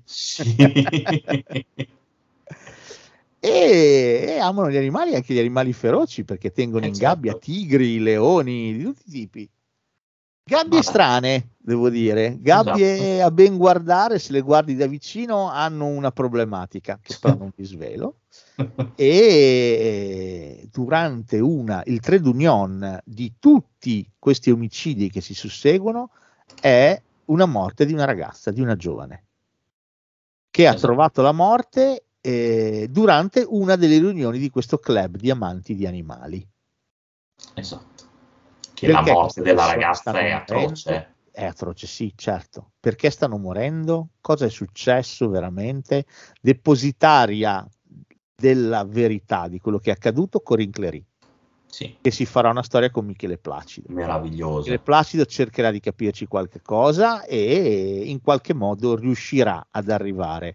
E amano gli animali, anche gli animali feroci, perché tengono in gabbia tigri, leoni, di tutti i tipi. Gabbie strane, devo dire, gabbie a ben guardare, se le guardi da vicino hanno una problematica, che però non vi svelo. E durante il trade union di tutti questi omicidi che si susseguono è una morte di una ragazza, di una giovane, che ha trovato la morte durante una delle riunioni di questo club di amanti di animali. Esatto. Che la morte della ragazza è atroce. È atroce, sì, certo. Perché stanno morendo? Cosa è successo veramente? Depositaria della verità di quello che è accaduto, Corinne Clery, che si farà una storia con Michele Placido. Meraviglioso. Michele Placido cercherà di capirci qualche cosa e in qualche modo riuscirà ad arrivare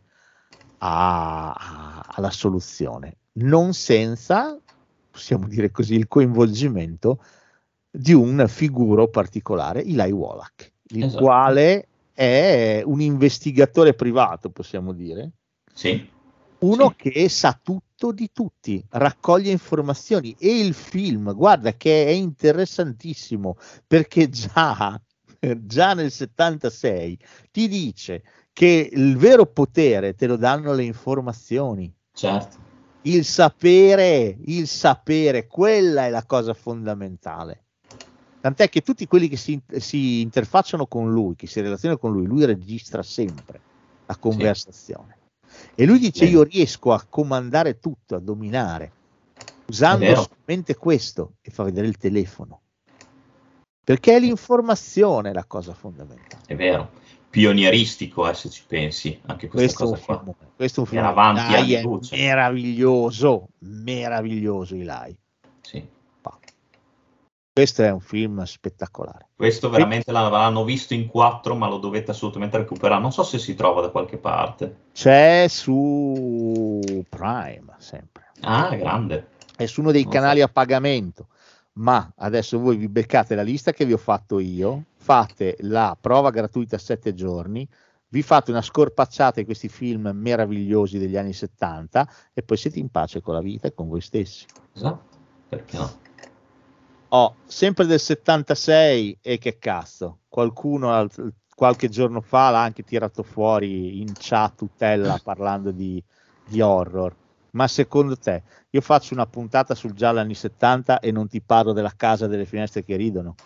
alla soluzione, non senza, possiamo dire così, il coinvolgimento di un figuro particolare, Eli Wallach, il quale è un investigatore privato, possiamo dire. Uno che sa tutto di tutti, raccoglie informazioni, e il film, guarda che è interessantissimo, perché già nel 76 ti dice che il vero potere te lo danno le informazioni. Il sapere, quella è la cosa fondamentale. Tant'è che tutti quelli che si interfacciano con lui, che si relazionano con lui registra sempre la conversazione. E lui dice: io riesco a comandare tutto, a dominare, usando solamente questo, e fa vedere il telefono. Perché è l'informazione la cosa fondamentale. È vero. Pionieristico, se ci pensi, anche questa cosa qua. Questo è un film era avanti anni luce. Meraviglioso, Eli. Questo è un film spettacolare. Questo veramente l'avranno visto in 4, ma lo dovete assolutamente recuperare. Non so se si trova da qualche parte. C'è su Prime, sempre. Ah, grande. È su uno dei canali a pagamento. Ma adesso voi vi beccate la lista che vi ho fatto io, fate la prova gratuita 7 giorni, vi fate una scorpacciata di questi film meravigliosi degli anni 70 e poi siete in pace con la vita e con voi stessi. Esatto, perché no? Sempre del 76, e che cazzo, qualcuno qualche giorno fa l'ha anche tirato fuori in chat Utella parlando di horror. Ma secondo te, io faccio una puntata sul giallo anni 70 e non ti parlo della casa delle finestre che ridono?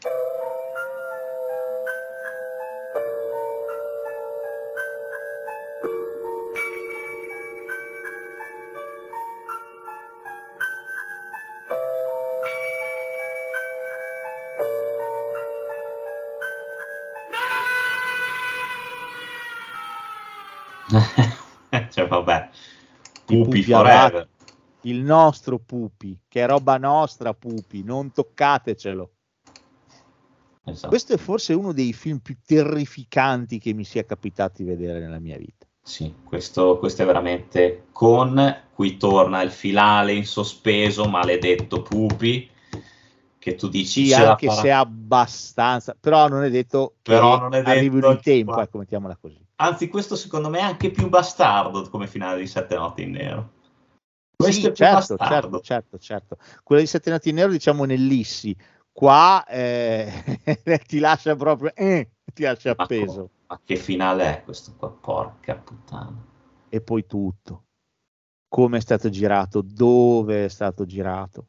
Cioè, vabbè, I Pupi Pupi Avati, forever. il nostro Pupi, che è roba nostra Pupi, non toccatecelo. Esatto. Questo è forse uno dei film più terrificanti che mi sia capitato di vedere nella mia vita. Sì, questo è veramente qui torna il finale in sospeso, maledetto Pupi, che tu dici Sì, ce la anche farà. se è abbastanza, però non è detto che Però non è detto arrivino in che tempo, qua- ecco, mettiamola così. Anzi, questo secondo me è anche più bastardo come finale di Sette Notti in Nero. Questo Sì, è più certo, bastardo. certo. Quella di Sette Nati in Nero, diciamo nell'issi, qua ti lascia proprio, ti lascia appeso. Ma che finale è questo qua? Porca puttana. E poi tutto. Come è stato girato, dove è stato girato.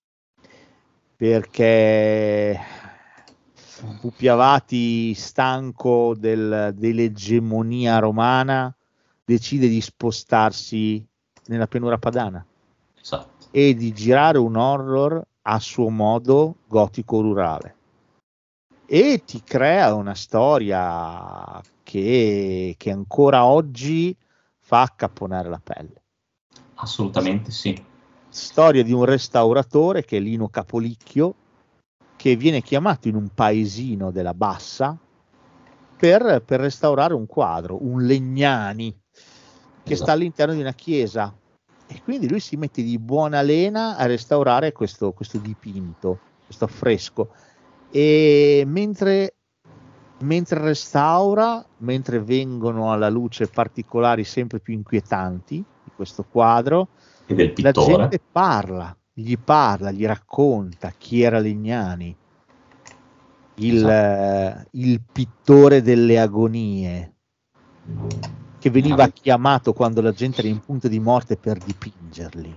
Perché Pupi Avati, stanco dell'egemonia romana, decide di spostarsi nella pianura padana. Esatto. E di girare un horror a suo modo gotico rurale, e ti crea una storia che ancora oggi fa accapponare la pelle. Assolutamente sì. Storia di un restauratore che è Lino Capolicchio, che viene chiamato in un paesino della Bassa per restaurare un quadro, un Legnani, che sta all'interno di una chiesa. E quindi lui si mette di buona lena a restaurare questo dipinto, questo affresco. E mentre restaura, mentre vengono alla luce particolari sempre più inquietanti di questo quadro, E del la pittore. gente gli racconta chi era Legnani, il pittore delle agonie, che veniva chiamato quando la gente era in punto di morte per dipingerli.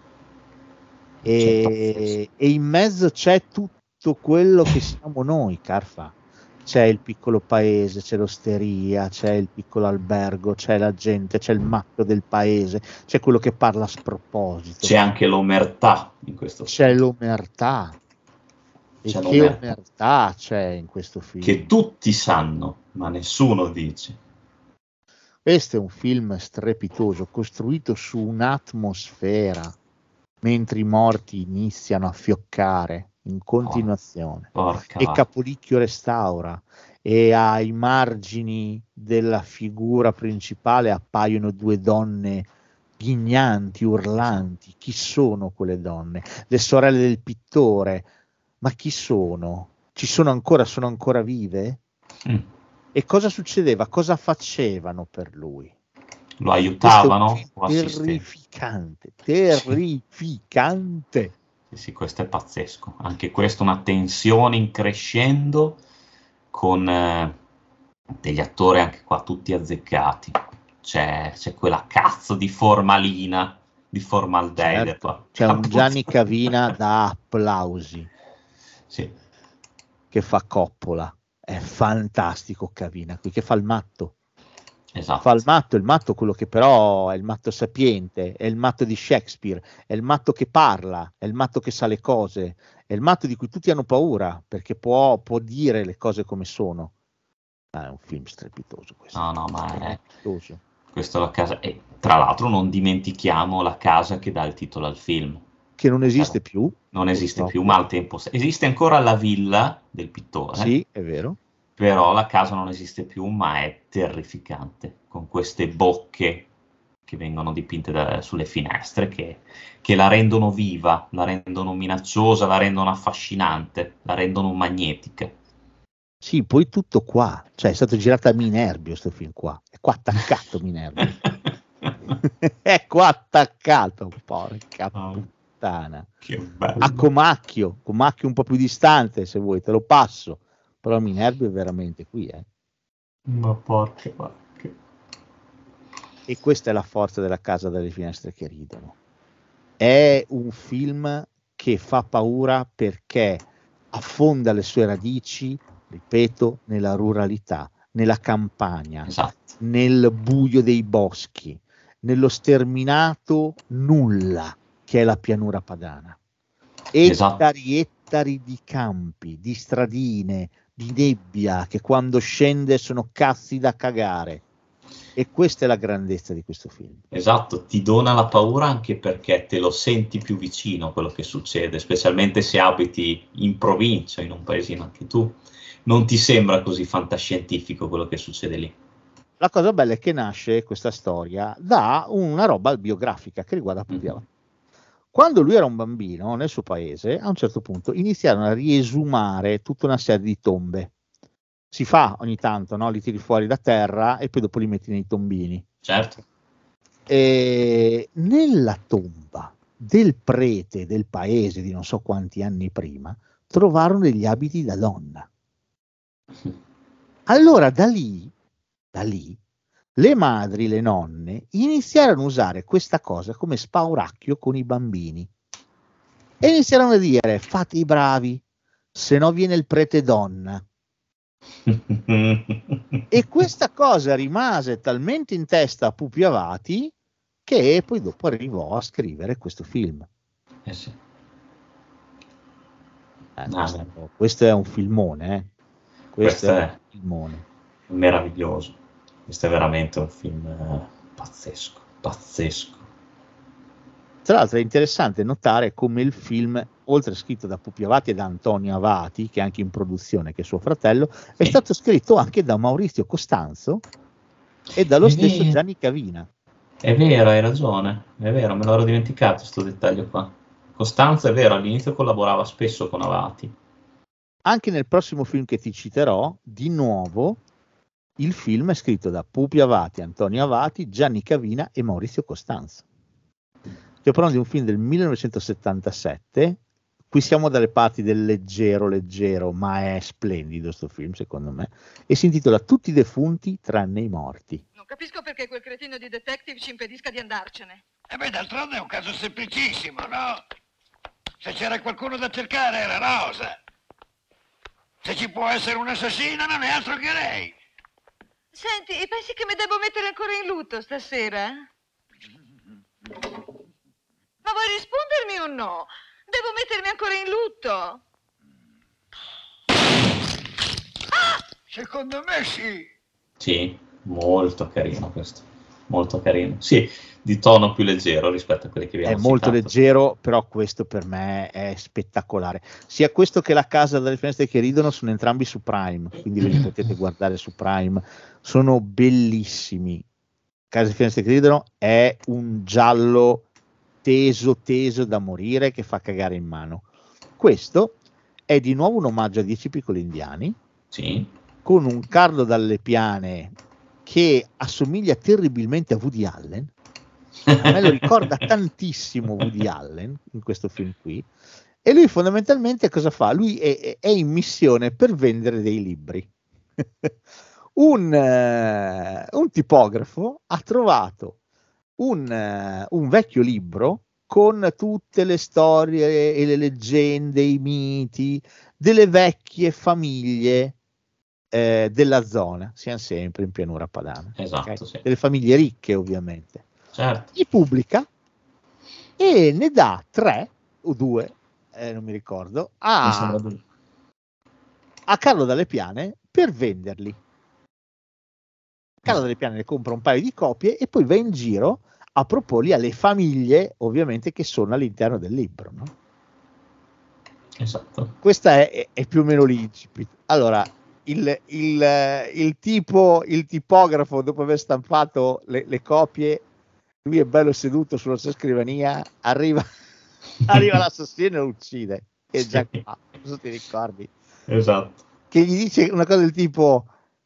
E in mezzo c'è tutto quello che siamo noi, Carfa. C'è il piccolo paese, c'è l'osteria, c'è il piccolo albergo, c'è la gente, c'è il matto del paese, c'è quello che parla a sproposito. C'è anche l'omertà in questo film. C'è l'omertà. E C'è che l'omertà. omertà c'è in questo film. Che tutti sanno, ma nessuno dice. Questo è un film strepitoso, costruito su un'atmosfera, mentre i morti iniziano a fioccare in continuazione. E Capolicchio restaura, e ai margini della figura principale appaiono due donne ghignanti, urlanti. Chi sono quelle donne? Le sorelle del pittore. Ma chi sono? Sono ancora vive? E cosa succedeva? Cosa facevano per lui? Lo aiutavano? Terrificante. Sì, questo è pazzesco. Anche questo una tensione in crescendo con degli attori anche qua tutti azzeccati. C'è quella cazzo di formalina, di formaldeide. Certo. C'è un Gianni Cavina da applausi. Sì. Che fa Coppola. È fantastico Cavina, qui che fa il matto. Esatto. Fa il matto quello che però è il matto sapiente, è il matto di Shakespeare, è il matto che parla, è il matto che sa le cose, è il matto di cui tutti hanno paura, perché può dire le cose come sono. È un film strepitoso questo. No, ma è strepitoso. Questa è la casa, e tra l'altro non dimentichiamo la casa che dà il titolo al film. Che non esiste più. Non esiste più, ma al tempo esiste ancora la villa del pittore. Sì, è vero. Però la casa non esiste più, ma è terrificante, con queste bocche che vengono dipinte sulle finestre, che la rendono viva, la rendono minacciosa, la rendono affascinante, la rendono magnetica. Sì, poi tutto qua, cioè è stato girato a Minerbio sto film qua, è qua attaccato Minerbio. È qua attaccato, porca puttana. Che bello. A Comacchio un po' più distante, se vuoi te lo passo, però Minerbio è veramente qui, Ma porca. E questa è la forza della Casa dalle finestre che ridono. È un film che fa paura perché affonda le sue radici, ripeto, nella ruralità, nella campagna, esatto, nel buio dei boschi, nello sterminato nulla che è la pianura padana. Ettari di campi, di stradine, di nebbia che quando scende sono cazzi da cagare. E questa è la grandezza di questo film. Esatto, ti dona la paura anche perché te lo senti più vicino quello che succede, specialmente se abiti in provincia, in un paesino anche tu. Non ti sembra così fantascientifico quello che succede lì. La cosa bella è che nasce questa storia da una roba biografica che riguarda Pupi Avati. Quando lui era un bambino nel suo paese, a un certo punto iniziarono a riesumare tutta una serie di tombe. Si fa ogni tanto, no? Li tiri fuori da terra e poi dopo li metti nei tombini. Certo. E nella tomba del prete del paese di non so quanti anni prima trovarono degli abiti da donna. Allora da lì le madri, le nonne iniziarono a usare questa cosa come spauracchio con i bambini e iniziarono a dire: fate i bravi, se no viene il prete donna. E questa cosa rimase talmente in testa a Pupi Avati che poi dopo arrivò a scrivere questo film. Sì. Questo è un filmone, Questo è un filmone meraviglioso. Questo è veramente un film pazzesco. Tra l'altro è interessante notare come il film, oltre scritto da Pupi Avati e da Antonio Avati, che è anche in produzione, che è suo fratello, è stato scritto anche da Maurizio Costanzo e dallo stesso Gianni Cavina. È vero, hai ragione, è vero, me l'ero dimenticato questo dettaglio qua. Costanzo, è vero, all'inizio collaborava spesso con Avati. Anche nel prossimo film che ti citerò, di nuovo, il film è scritto da Pupi Avati, Antonio Avati, Gianni Cavina e Maurizio Costanzo. Stiamo parlando di un film del 1977, qui siamo dalle parti del leggero, ma è splendido sto film secondo me, e si intitola Tutti i defunti tranne i morti. Non capisco perché quel cretino di detective ci impedisca di andarcene. D'altronde è un caso semplicissimo, no? Se c'era qualcuno da cercare era Rosa. Se ci può essere un assassino non è altro che lei. Senti, pensi che mi devo mettere ancora in lutto stasera? Ma vuoi rispondermi o no? Devo mettermi ancora in lutto? Secondo me sì. Sì, molto carino questo. Molto carino. Sì, di tono più leggero rispetto a quelli che abbiamo citato. È molto leggero, però questo per me è spettacolare. Sia questo che La casa dalle finestre che ridono sono entrambi su Prime, quindi ve li potete guardare su Prime. Sono bellissimi. Casa dalle finestre che ridono è un giallo teso da morire che fa cagare in mano. Questo è di nuovo un omaggio a 10 piccoli indiani, sì, con un Carlo Dalle Piane che assomiglia terribilmente a Woody Allen. A me lo ricorda tantissimo Woody Allen in questo film qui, e lui fondamentalmente cosa fa? Lui è in missione per vendere dei libri. Un tipografo ha trovato un vecchio libro con tutte le storie e le leggende, i miti delle vecchie famiglie della zona, siamo sempre in pianura padana, esatto, okay? Sì. Delle famiglie ricche ovviamente. Certo. Li pubblica e ne dà 3 o 2, non mi ricordo, a Carlo Dalle Piane per venderli. Carlo Dalle Piane ne compra un paio di copie e poi va in giro a proporli alle famiglie ovviamente che sono all'interno del libro, no? Esatto. Questa è più o meno l'incipit. Allora il tipografo, dopo aver stampato le copie, lui è bello seduto sulla sua scrivania, arriva l'assassino e lo uccide, e già qua, cosa ti ricordi? Esatto. Che gli dice una cosa del tipo,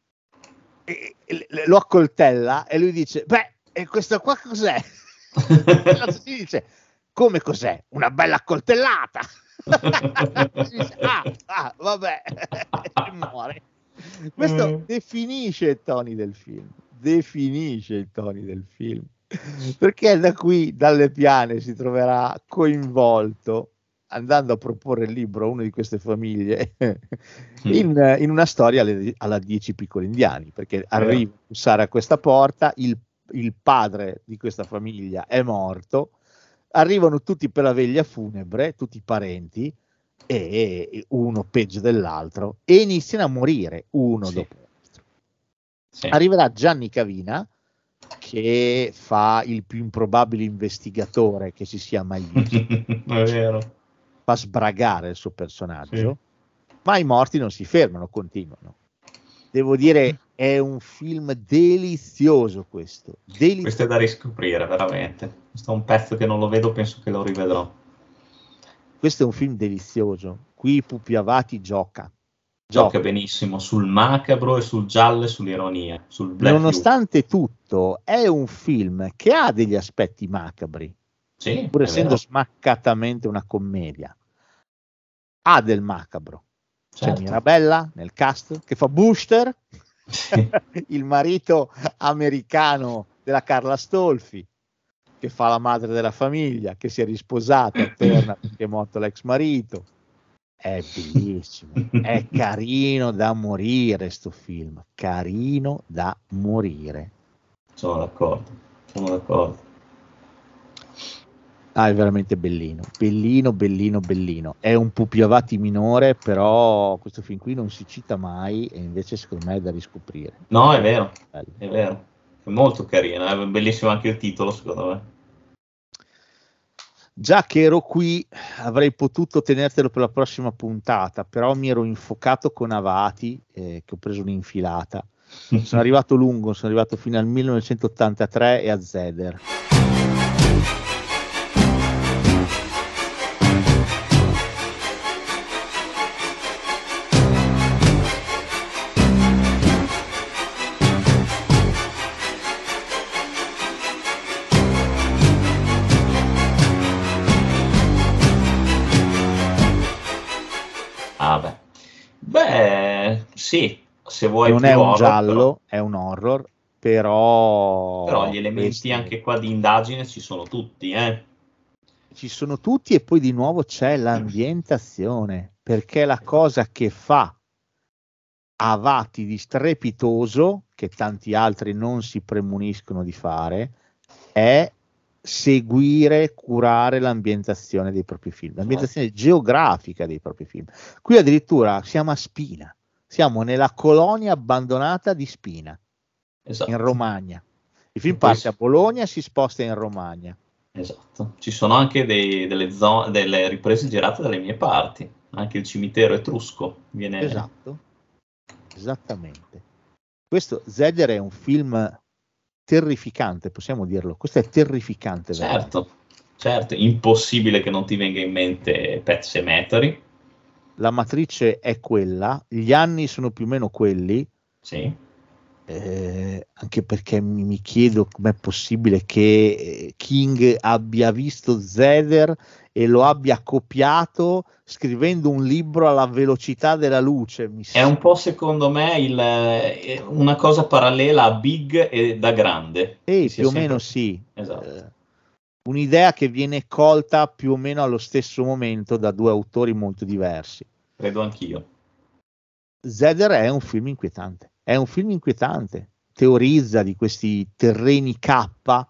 lo accoltella e lui dice: beh, e questo qua cos'è? L'assassino dice: come cos'è? Una bella accoltellata. Dice, vabbè, e muore. Questo definisce i toni del film, perché da qui Dalle Piane si troverà coinvolto andando a proporre il libro a una di queste famiglie in una storia alla 10 piccoli indiani, perché arriva a bussare a questa porta, il padre di questa famiglia è morto, arrivano tutti per la veglia funebre, tutti i parenti, e uno peggio dell'altro, e iniziano a morire uno dopo l'altro. Sì. Arriverà Gianni Cavina che fa il più improbabile investigatore che si sia mai visto. È vero. Fa sbragare il suo personaggio, ma i morti non si fermano, continuano. Devo dire, è un film delizioso questo. Questo è da riscoprire, veramente. Questo è un pezzo che non lo vedo, penso che lo rivedrò. Questo è un film delizioso. Qui Pupi Avati gioca Benissimo sul macabro e sul giallo e sull'ironia, sul black nonostante tutto è un film che ha degli aspetti macabri, sì, pur essendo smaccatamente una commedia, ha del macabro. Certo. C'è Mirabella nel cast che fa Buster, il marito americano della Carla Stolfi, che fa la madre della famiglia, che si è risposata e torna perché è morto l'ex marito. È bellissimo, è carino da morire sto film, carino da morire. Sono d'accordo. È veramente bellino. È un Pupi Avati minore, però questo film qui non si cita mai e invece secondo me è da riscoprire. No, è vero, è molto carino, è bellissimo anche il titolo, secondo me. Già che ero qui avrei potuto tenertelo per la prossima puntata, però mi ero infocato con Avati, che ho preso un'infilata. Sono arrivato lungo, sono arrivato fino al 1983 e a Zeder. Sì, se vuoi. Non è un horror, giallo, però è un horror, però gli elementi anche qua di indagine ci sono tutti, Ci sono tutti, e poi di nuovo c'è l'ambientazione, perché la cosa che fa Avati di strepitoso, che tanti altri non si premuniscono di fare, è seguire, curare l'ambientazione dei propri film, l'ambientazione geografica dei propri film. Qui addirittura siamo a Spina, siamo nella colonia abbandonata di Spina, esatto, in Romagna. Il film parte a Bologna, si sposta in Romagna. Esatto, ci sono anche delle riprese girate dalle mie parti, anche il cimitero etrusco viene. Esatto, esattamente. Questo Zeder è un film terrificante, possiamo dirlo. Questo è terrificante. Certo, impossibile che non ti venga in mente Pet Sematary. La matrice è quella, gli anni sono più o meno quelli. Sì. Anche perché mi chiedo com'è possibile che King abbia visto Zeder e lo abbia copiato scrivendo un libro alla velocità della luce. È un po', secondo me, una cosa parallela a Big e Da Grande. Più o meno sì. Esatto. Un'idea che viene colta più o meno allo stesso momento da due autori molto diversi. Credo anch'io. Zeder è un film inquietante. Teorizza di questi terreni K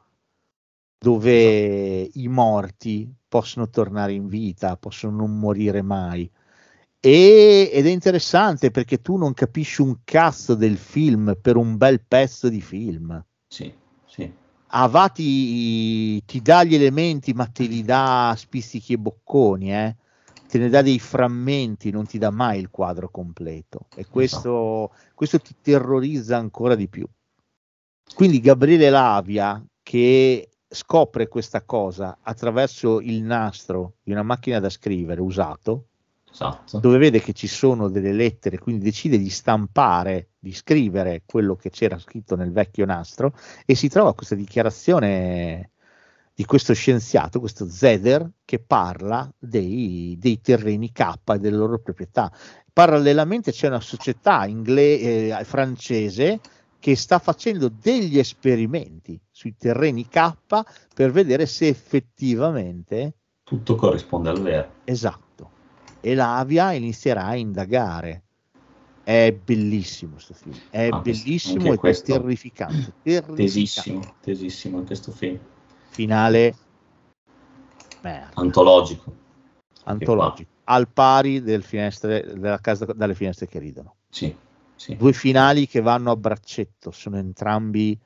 dove i morti possono tornare in vita, possono non morire mai. Ed è interessante perché tu non capisci un cazzo del film per un bel pezzo di film. Sì. Avati ti dà gli elementi, ma te li dà a spizzichi e bocconi, te ne dà dei frammenti, non ti dà mai il quadro completo, e questo ti terrorizza ancora di più. Quindi Gabriele Lavia, che scopre questa cosa attraverso il nastro di una macchina da scrivere usato, esatto, dove vede che ci sono delle lettere, quindi decide di stampare, di scrivere quello che c'era scritto nel vecchio nastro, e si trova questa dichiarazione di questo scienziato, questo Zeder, che parla dei terreni K e delle loro proprietà. Parallelamente c'è una società francese che sta facendo degli esperimenti sui terreni K per vedere se effettivamente tutto corrisponde al vero. Esatto. E Lavia inizierà a indagare. È bellissimo questo film, è bellissimo e è terrificante. Tesissimo anche questo film. Finale antologico, al pari della casa dalle finestre che ridono. Sì. Due finali che vanno a braccetto, sono entrambi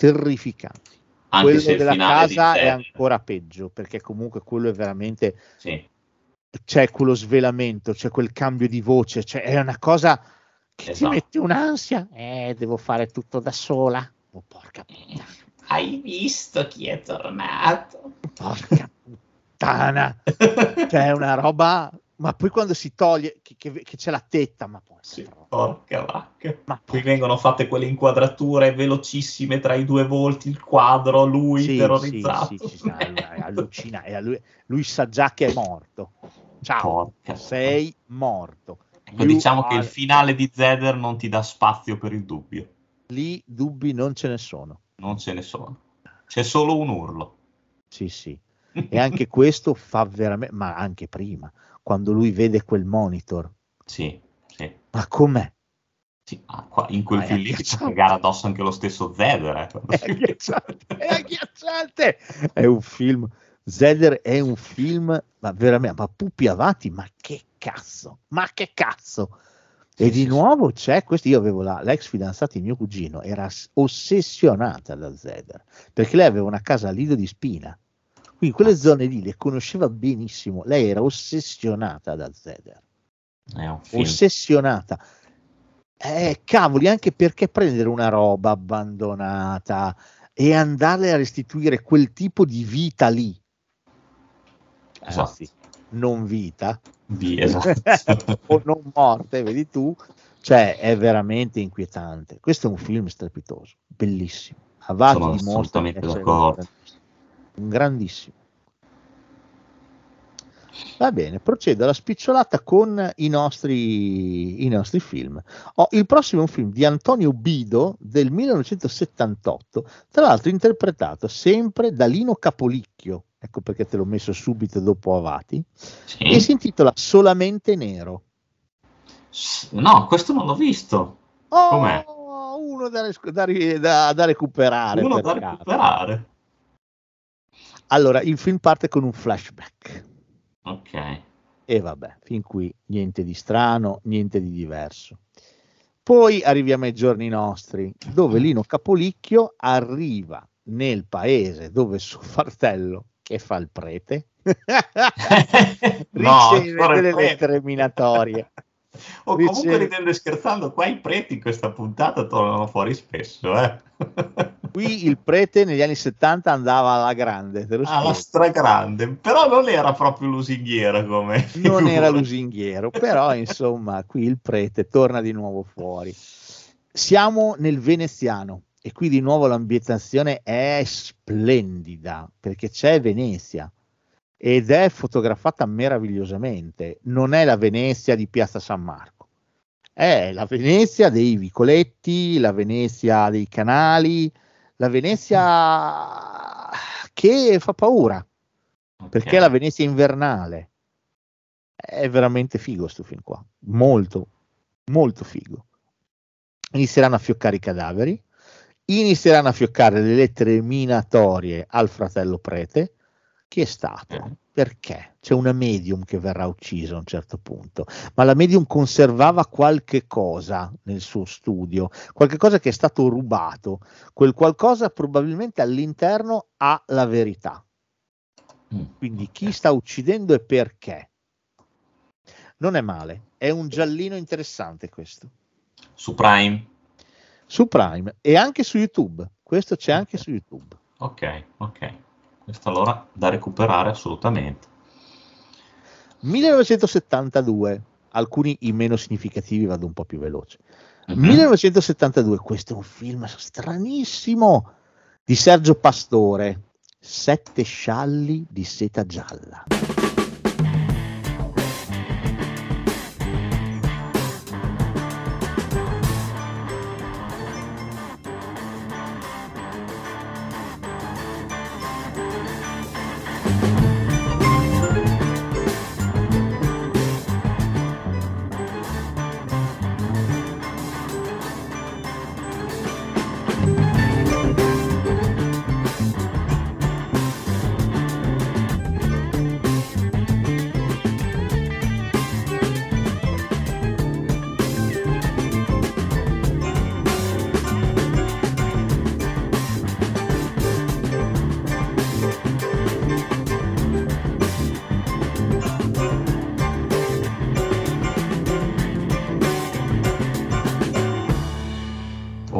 terrificanti. Anche quello se il della finale casa di è Zed, ancora peggio, perché comunque quello è veramente, sì, c'è quello svelamento, c'è quel cambio di voce, cioè è una cosa che ti esatto. mette un'ansia, devo fare tutto da sola, oh porca puttana, Hai visto chi è tornato? porca puttana, c'è una roba, ma poi quando si toglie che c'è la tetta, ma poi Sì, porca vacca. Ma Qui vengono fatte quelle inquadrature velocissime tra i due volti, il quadro, lui sì, terrorizzato. sì, allucina, e lui sa già che è morto. Ciao, Porca. sei morto. Ecco, diciamo che il finale di Zeder non ti dà spazio per il dubbio. Lì dubbi non ce ne sono. Non ce ne sono. C'è solo un urlo. Sì. E anche questo fa veramente, ma anche prima, quando lui vede quel monitor. Sì. Ma com'è? Sì, qua, in quel film lì ci agghiacciante. fa cagare addosso anche lo stesso Zeder. È agghiacciante. È un film. Zeder è un film, ma veramente, ma Pupi Avati, ma che cazzo? E di nuovo c'è questo, io avevo l'ex fidanzata di mio cugino, era ossessionata da Zeder, perché lei aveva una casa a Lido di Spina, quindi quelle zone lì le conosceva benissimo, lei era ossessionata da Zeder, È un film. ossessionata. Cavoli, anche perché prendere una roba abbandonata e andarle a restituire quel tipo di vita lì, Esatto. anzi, non vita, Esatto. o non morte, vedi tu, cioè è veramente inquietante. Questo è un film strepitoso, bellissimo. Avati Sono dimostra di assolutamente essere d'accordo. un grandissimo. Va bene, procedo alla spicciolata con i nostri film. Il prossimo è un film di Antonio Bido del 1978, tra l'altro interpretato sempre da Lino Capolicchio, ecco perché te l'ho messo subito dopo Avati, Sì. e si intitola Solamente Nero. No, questo non l'ho visto. Com'è? Uno da recuperare. Uno per da caso. recuperare. Allora, il film parte con un flashback. Ok. E vabbè, fin qui niente di strano, niente di diverso. Poi arriviamo ai giorni nostri, dove Lino Capolicchio arriva nel paese dove suo fratello, che fa il prete, riceve ancora il delle prete. lettere minatorie. O comunque, Riceve- ridendo e scherzando, qua i preti in questa puntata tornano fuori spesso, Qui il prete negli anni 70 andava alla grande, te lo alla spiego. stragrande, però non era proprio lusinghiera come Non era figura. lusinghiero, però insomma qui il prete torna di nuovo fuori. Siamo nel veneziano e qui di nuovo l'ambientazione è splendida perché c'è Venezia ed è fotografata meravigliosamente. Non è la Venezia di Piazza San Marco, è la Venezia dei vicoletti, la Venezia dei canali, la Venezia che fa paura. Perché la Venezia invernale è veramente figo sto film qua, molto molto figo. Inizieranno a fioccare i cadaveri, inizieranno a fioccare le lettere minatorie al fratello prete. Chi è stato? Perché? C'è una medium che verrà uccisa a un certo punto, ma la medium conservava qualche cosa nel suo studio, qualche cosa che è stato rubato, quel qualcosa probabilmente all'interno ha la verità. Quindi chi sta uccidendo e perché? Non è male, è un giallino interessante questo. Su Prime. Su Prime e anche su YouTube, questo c'è anche su YouTube. Ok. Questo allora da recuperare assolutamente. 1972, alcuni i meno significativi, vado un po' più veloce. 1972, questo è un film stranissimo di Sergio Pastore, 7 scialli di seta gialla.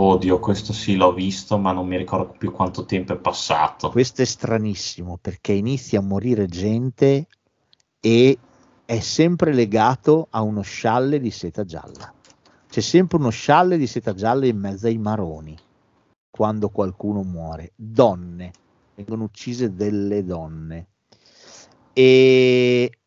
Oddio, questo sì l'ho visto, ma non mi ricordo più quanto tempo è passato. Questo è stranissimo perché inizia a morire gente e è sempre legato a uno scialle di seta gialla. C'è sempre uno scialle di seta gialla in mezzo ai maroni quando qualcuno muore. Donne, vengono uccise delle donne. E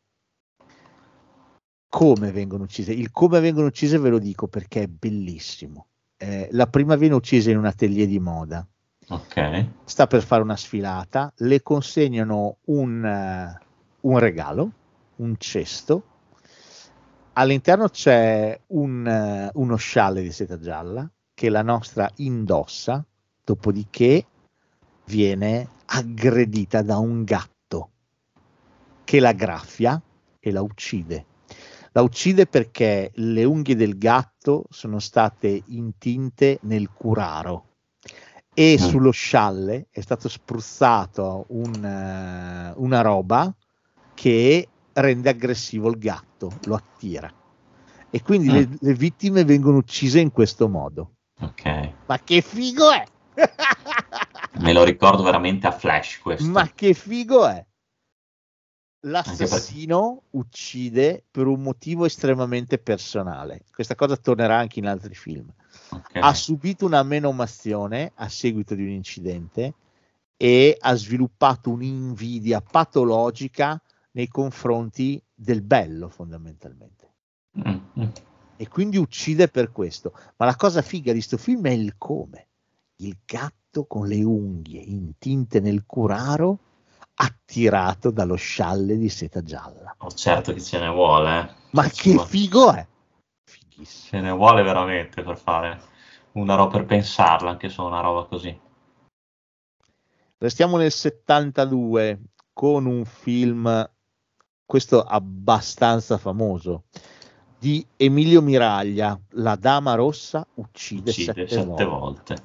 come vengono uccise? Il come vengono uccise ve lo dico perché è bellissimo. La prima viene uccisa in un atelier di moda. Ok. Sta per fare una sfilata, le consegnano un regalo, un cesto. All'interno c'è uno scialle di seta gialla che la nostra indossa, dopodiché viene aggredita da un gatto che la graffia e la uccide. La uccide perché le unghie del gatto sono state intinte nel curaro e sullo scialle è stato spruzzato una roba che rende aggressivo il gatto, lo attira. E quindi le vittime vengono uccise in questo modo. Ok. Ma che figo è! Me lo ricordo veramente a flash questo. Ma che figo è! L'assassino uccide per un motivo estremamente personale. Questa cosa tornerà anche in altri film. Okay. Ha subito una menomazione a seguito di un incidente e ha sviluppato un'invidia patologica nei confronti del bello, fondamentalmente. E quindi uccide per questo. Ma la cosa figa di sto film è il come. Il gatto con le unghie intinte nel curaro attirato dallo scialle di seta gialla. Oh, certo che ce ne vuole. Ma che figo è! Fighissimo. Ce ne vuole veramente per fare una roba, per pensarla anche su una roba così. Restiamo nel 72 con un film, questo abbastanza famoso, di Emilio Miraglia, La Dama Rossa uccide sette volte.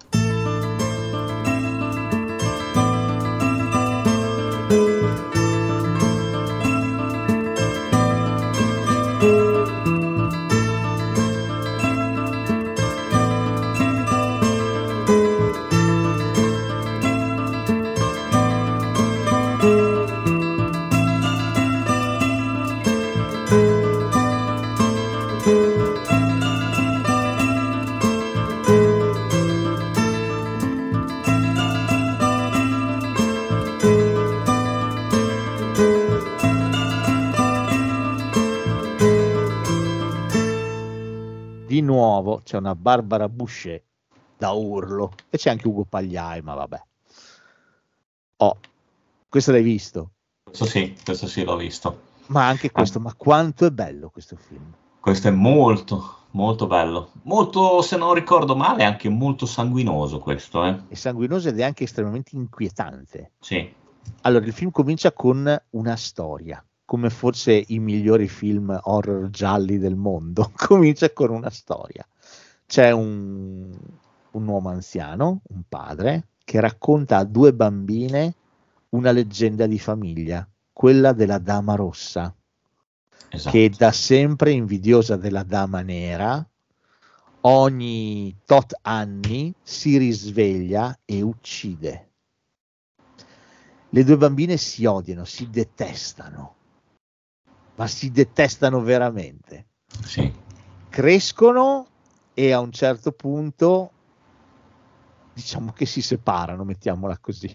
Di nuovo c'è una Barbara Boucher da urlo e c'è anche Ugo Pagliai, ma vabbè. Questo l'hai visto? Questo sì l'ho visto. Ma anche questo, ma quanto è bello questo film. Questo è molto, molto bello. Molto, se non ricordo male, anche molto sanguinoso questo. È sanguinoso ed è anche estremamente inquietante. Sì. Allora, il film comincia con una storia, come forse i migliori film horror gialli del mondo. Comincia con una storia. C'è un uomo anziano, un padre, che racconta a due bambine una leggenda di famiglia, quella della Dama Rossa, esatto, che da sempre invidiosa della Dama Nera, ogni tot anni si risveglia e uccide. Le due bambine si odiano, si detestano, ma si detestano veramente. Sì. Crescono e a un certo punto diciamo che si separano, mettiamola così.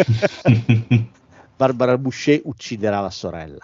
Barbara Boucher ucciderà la sorella,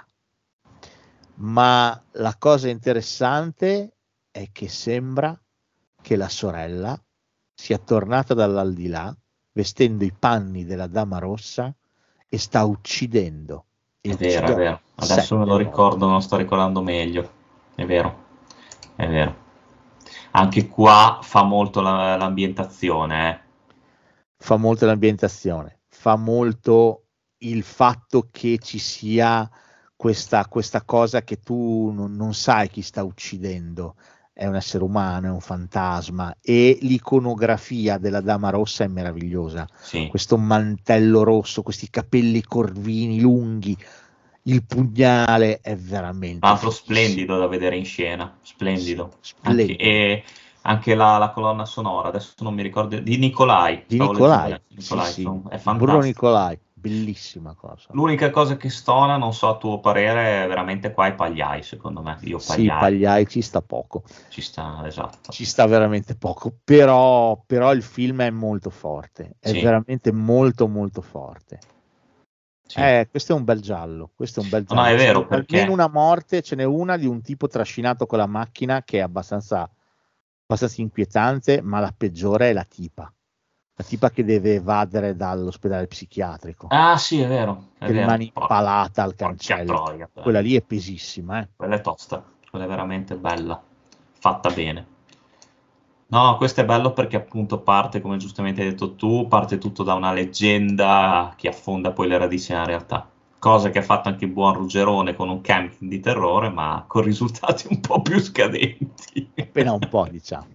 ma la cosa interessante è che sembra che la sorella sia tornata dall'aldilà vestendo i panni della Dama Rossa e sta uccidendo. È vero, è vero. Adesso me lo ricordo, non sto ricordando meglio. È vero, è vero. Anche qua fa molto l'ambientazione. Fa molto l'ambientazione, fa molto il fatto che ci sia questa cosa che tu non sai chi sta uccidendo. È un essere umano, è un fantasma, e l'iconografia della Dama Rossa è meravigliosa. Sì. Questo mantello rosso, questi capelli corvini lunghi, il pugnale è veramente splendido da vedere in scena, splendido. Anche la colonna sonora, adesso non mi ricordo, di Nicolai. Di Stavo Nicolai, leggendo, Nicolai, sì, insomma, è Bruno fantastico. Nicolai, bellissima cosa. L'unica cosa che stona, non so a tuo parere, è veramente qua i Pagliai, secondo me. Io Sì, Pagliai Pagliai ci sta poco, ci sta, esatto. ci sta veramente poco, però il film è molto forte, è Sì. veramente molto molto forte. Sì. Questo è un bel giallo, questo è un bel No, giallo. è vero, C'è perché almeno una morte, ce n'è una di un tipo trascinato con la macchina che è abbastanza inquietante, ma la peggiore è la tipa che deve evadere dall'ospedale psichiatrico, Ah, sì, è vero, è che vero. rimane impalata al Porca cancello. troia, Quella lì è pesissima, eh. quella è tosta, quella è veramente bella, fatta bene. No, questo è bello perché appunto parte, come giustamente hai detto tu, parte tutto da una leggenda che affonda poi le radici nella realtà. Cosa che ha fatto anche il buon Ruggerone con un camping di terrore, ma con risultati un po' più scadenti. Appena un po', diciamo.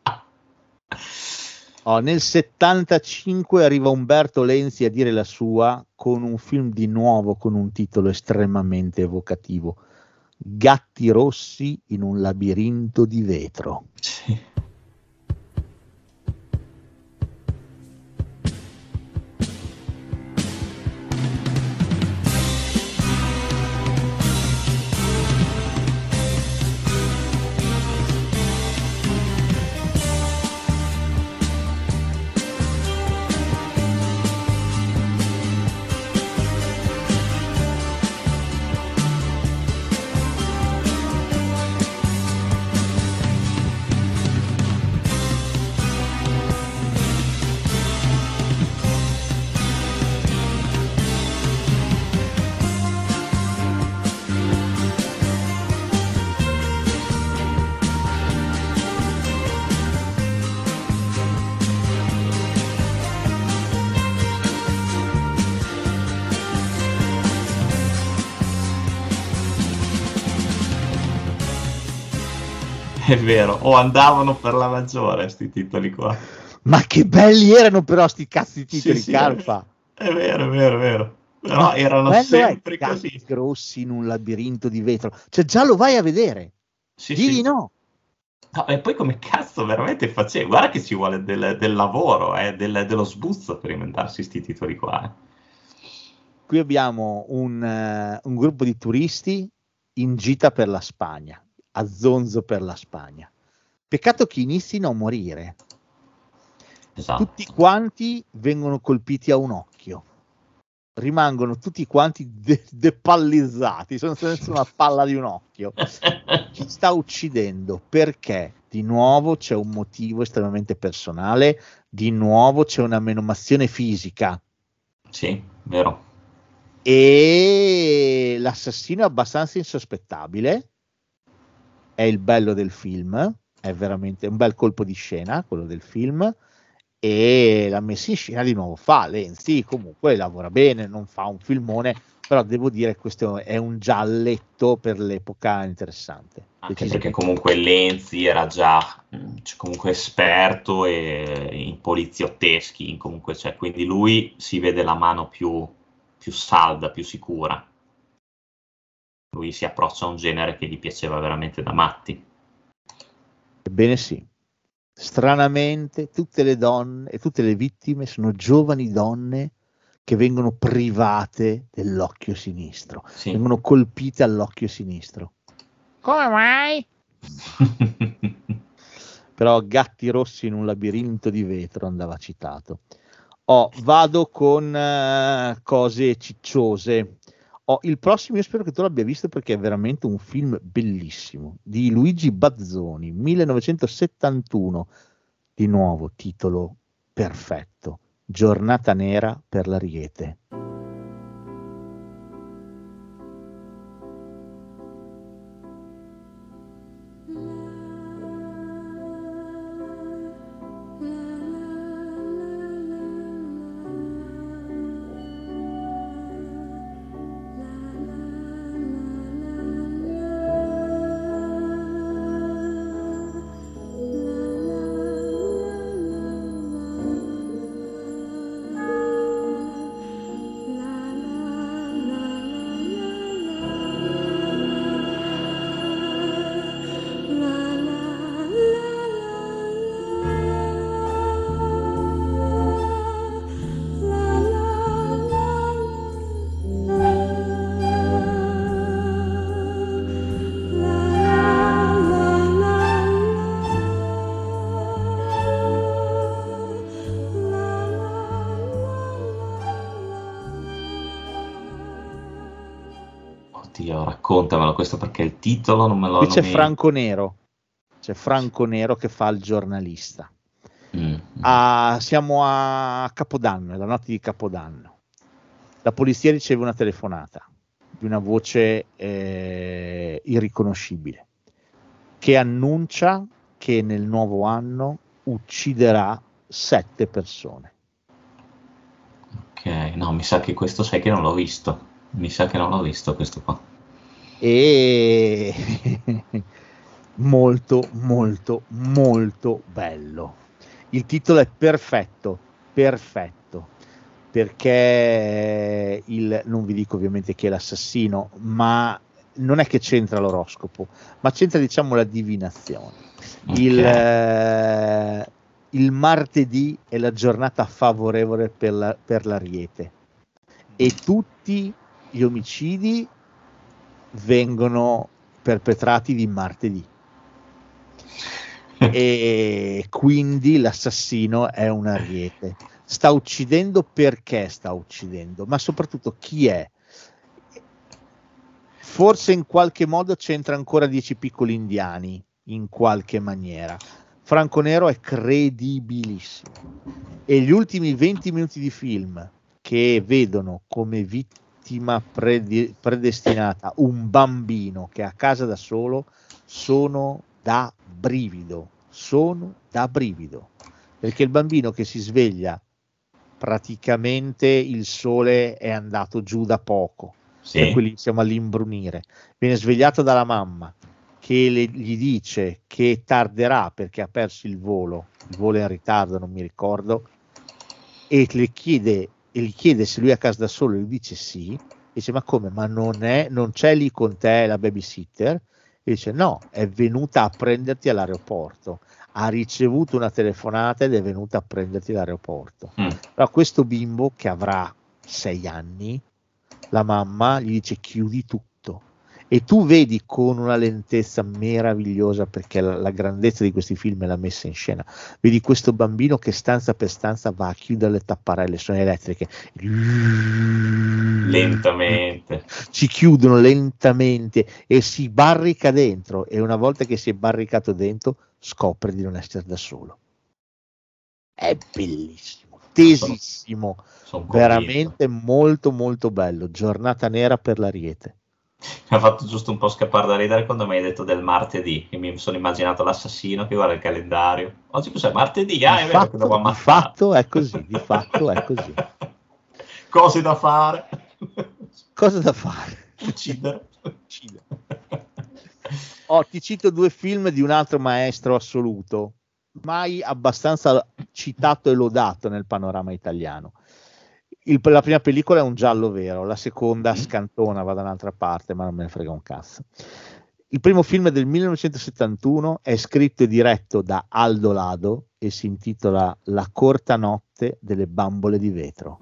Nel 75 arriva Umberto Lenzi a dire la sua con un film di nuovo con un titolo estremamente evocativo: Gatti rossi in un labirinto di vetro. Sì. È vero, o andavano per la maggiore sti titoli qua. Ma che belli erano però sti cazzi di titoli, Sì, Carpa. è vero, è vero, è vero. Però erano Quello sempre è così. Gatti rossi in un labirinto di vetro. Cioè già lo vai a vedere. Sì, Digli sì. no. No, e poi come cazzo veramente facevi? Guarda che ci vuole del lavoro, dello sbuzzo per inventarsi sti titoli qua. Qui abbiamo un gruppo di turisti in gita per la Spagna, a zonzo per la Spagna. Peccato che inizino a morire. Esatto. Tutti quanti vengono colpiti a un occhio. Rimangono tutti quanti depallizzati, sono senza una palla di un occhio. Chi sta uccidendo? Perché? Di nuovo c'è un motivo estremamente personale, di nuovo c'è una menomazione fisica. Sì, vero. E l'assassino è abbastanza insospettabile, è il bello del film, è veramente un bel colpo di scena quello del film, e la messa in scena di nuovo fa Lenzi, comunque lavora bene, non fa un filmone, però devo dire che questo è un gialletto per l'epoca interessante. Anche perché comunque Lenzi era già comunque esperto in poliziotteschi, comunque, cioè, quindi lui si vede la mano più salda, più sicura. Lui si approccia a un genere che gli piaceva veramente da matti. Ebbene sì, stranamente tutte le donne e tutte le vittime sono giovani donne che vengono private dell'occhio sinistro, Sì. vengono colpite all'occhio sinistro. Come mai? Però Gatti rossi in un labirinto di vetro andava citato. Vado con cose cicciose. Il prossimo io spero che tu l'abbia visto perché è veramente un film bellissimo, di Luigi Bazzoni, 1971, di nuovo titolo perfetto, Giornata nera per l'Ariete. Oddio, raccontamelo questo perché il titolo non me lo... Qui c'è Franco Nero, c'è Franco Nero che fa il giornalista. Siamo a Capodanno, è la notte di Capodanno. La polizia riceve una telefonata di una voce irriconoscibile che annuncia che nel nuovo anno ucciderà 7 persone. Ok, no, mi sa che questo sai che non l'ho visto. Mi sa che non l'ho visto questo qua. E molto molto molto bello. Il titolo è perfetto perché non vi dico ovviamente chi è l'assassino, ma non è che c'entra l'oroscopo, ma c'entra diciamo la divinazione. Okay. Il martedì è la giornata favorevole per l'Ariete e tutti gli omicidi vengono perpetrati di martedì e quindi l'assassino è un Ariete. Sta uccidendo perché sta uccidendo, ma soprattutto chi è? Forse in qualche modo c'entra ancora 10 piccoli indiani, in qualche maniera. Franco Nero è credibilissimo e gli ultimi 20 minuti di film che vedono come vittima predestinata un bambino che è a casa da solo sono da brivido, perché il bambino che si sveglia praticamente il sole è andato giù da poco, Sì. per cui siamo all'imbrunire, viene svegliato dalla mamma che gli dice che tarderà perché ha perso il volo è in ritardo, non mi ricordo, e gli chiede se lui è a casa da solo, e lui dice sì, e dice ma come, ma non c'è lì con te la babysitter? E dice no, è venuta a prenderti all'aeroporto, ha ricevuto una telefonata ed è venuta a prenderti all'aeroporto. Però questo bimbo che avrà 6 anni, la mamma gli dice chiudi tutto, e tu vedi con una lentezza meravigliosa, perché la grandezza di questi film è la messa in scena, vedi questo bambino che stanza per stanza va a chiudere le tapparelle, sono elettriche, lentamente ci chiudono lentamente e si barrica dentro, e una volta che si è barricato dentro scopre di non essere da solo. È bellissimo, tesissimo, sono veramente molto molto bello. Giornata nera per l'Ariete. Mi ha fatto giusto un po' scappare da ridere quando mi hai detto del martedì, che mi sono immaginato l'assassino che guarda il calendario. Oggi cos'è? Martedì? È vero che devo ammazzare. Di fatto è così. Cose da fare. Cosa da fare? Uccidere. Ti cito 2 film di un altro maestro assoluto, mai abbastanza citato e lodato nel panorama italiano. La prima pellicola è un giallo vero, la seconda scantona, va da un'altra parte, ma non me ne frega un cazzo. Il primo film è del 1971, è scritto e diretto da Aldo Lado e si intitola La corta notte delle bambole di vetro.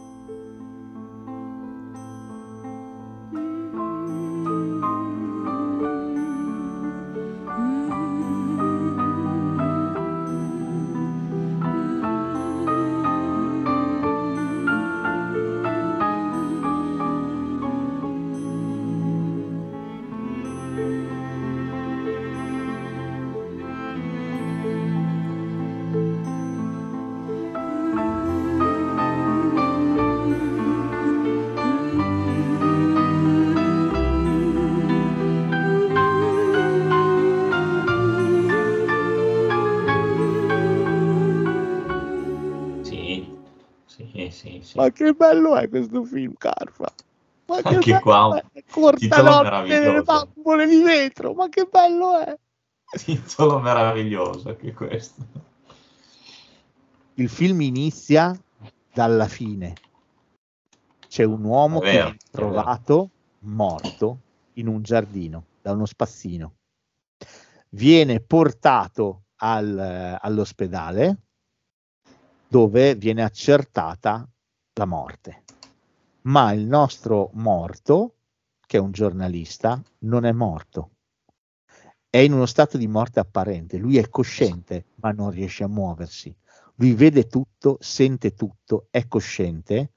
Sì. Ma che bello è questo film, Carfa! Ma che anche bello qua è. Corta titolo notte meraviglioso. delle bambole di vetro, ma che bello è! Titolo meraviglioso anche questo. Il film inizia dalla fine. C'è un uomo che viene trovato morto in un giardino da uno spazzino. Viene portato all'ospedale, dove viene accertata la morte, ma il nostro morto, che è un giornalista, non è morto, è in uno stato di morte apparente. Lui è cosciente ma non riesce a muoversi, lui vede tutto, sente tutto, è cosciente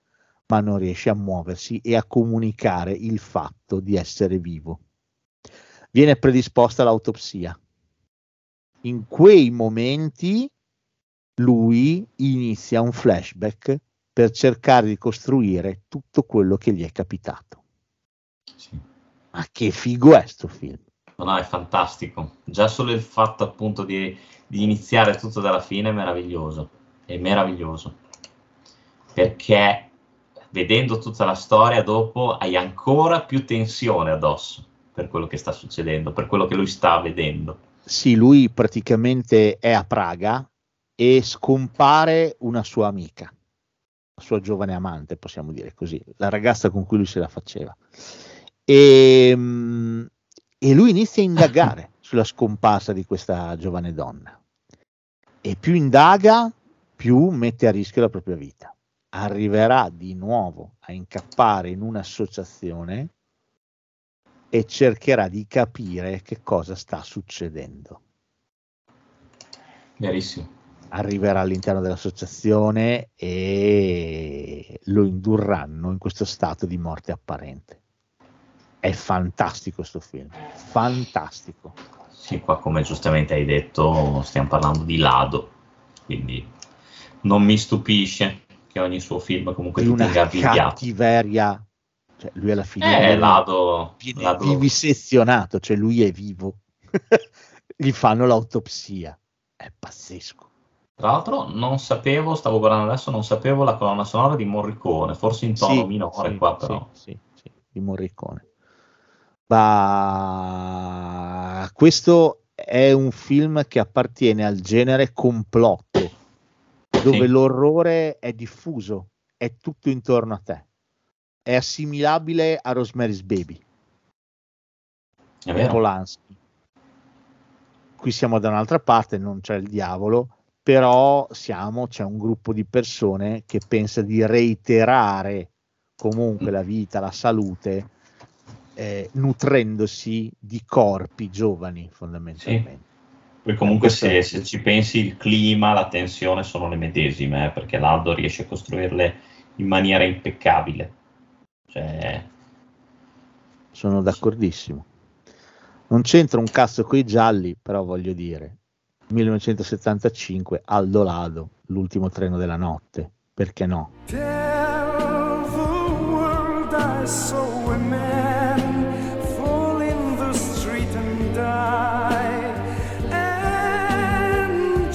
ma non riesce a muoversi e a comunicare il fatto di essere vivo. Viene predisposta l'autopsia. In quei momenti lui inizia un flashback per cercare di costruire tutto quello che gli è capitato. Sì. Ma che figo è sto film? No, è fantastico. Già solo il fatto appunto di iniziare tutto dalla fine è meraviglioso. È meraviglioso. Perché vedendo tutta la storia dopo hai ancora più tensione addosso per quello che sta succedendo, per quello che lui sta vedendo. Sì, lui praticamente è a Praga e scompare una sua amica, la sua giovane amante, possiamo dire così, la ragazza con cui lui se la faceva. E lui inizia a indagare sulla scomparsa di questa giovane donna. E più indaga, più mette a rischio la propria vita. Arriverà di nuovo a incappare in un'associazione e cercherà di capire che cosa sta succedendo. Verissimo. Arriverà all'interno dell'associazione e lo indurranno in questo stato di morte apparente. È fantastico sto film, fantastico. Sì, qua come giustamente hai detto stiamo parlando di Lado, quindi non mi stupisce che ogni suo film comunque Di ti una tenga avvinghiato. cattiveria, cioè lui alla fine Lado vivisezionato, cioè lui è vivo. Gli fanno l'autopsia, è pazzesco. Tra l'altro non sapevo, stavo guardando adesso, non sapevo la colonna sonora di Morricone, forse in tono minore qua però. Sì, di Morricone. Ma questo è un film che appartiene al genere complotto, dove l'orrore è diffuso, è tutto intorno a te. È assimilabile a Rosemary's Baby. È vero. Polanski. Qui siamo da un'altra parte, non c'è il diavolo, però c'è un gruppo di persone che pensa di reiterare comunque la vita, la salute, nutrendosi di corpi giovani fondamentalmente. Sì. Poi comunque se ci pensi il clima, la tensione sono le medesime, perché Lado riesce a costruirle in maniera impeccabile. Sono d'accordissimo. Non c'entra un cazzo coi gialli, però voglio dire, 1975, Aldo Lado, L'ultimo treno della notte, perché no? Tell the world I saw a man fall in the street and die, and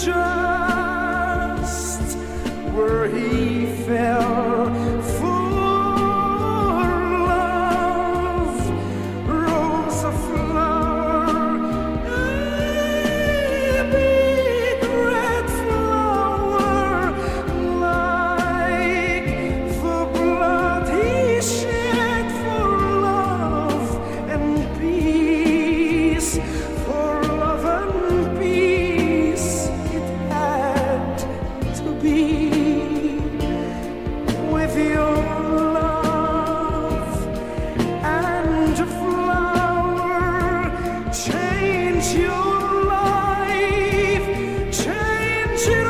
just where he fell for love rose a flower, a big red flower, like the blood he shed for love and peace, for love and peace it had to be. With your love and a flower, change your life, change it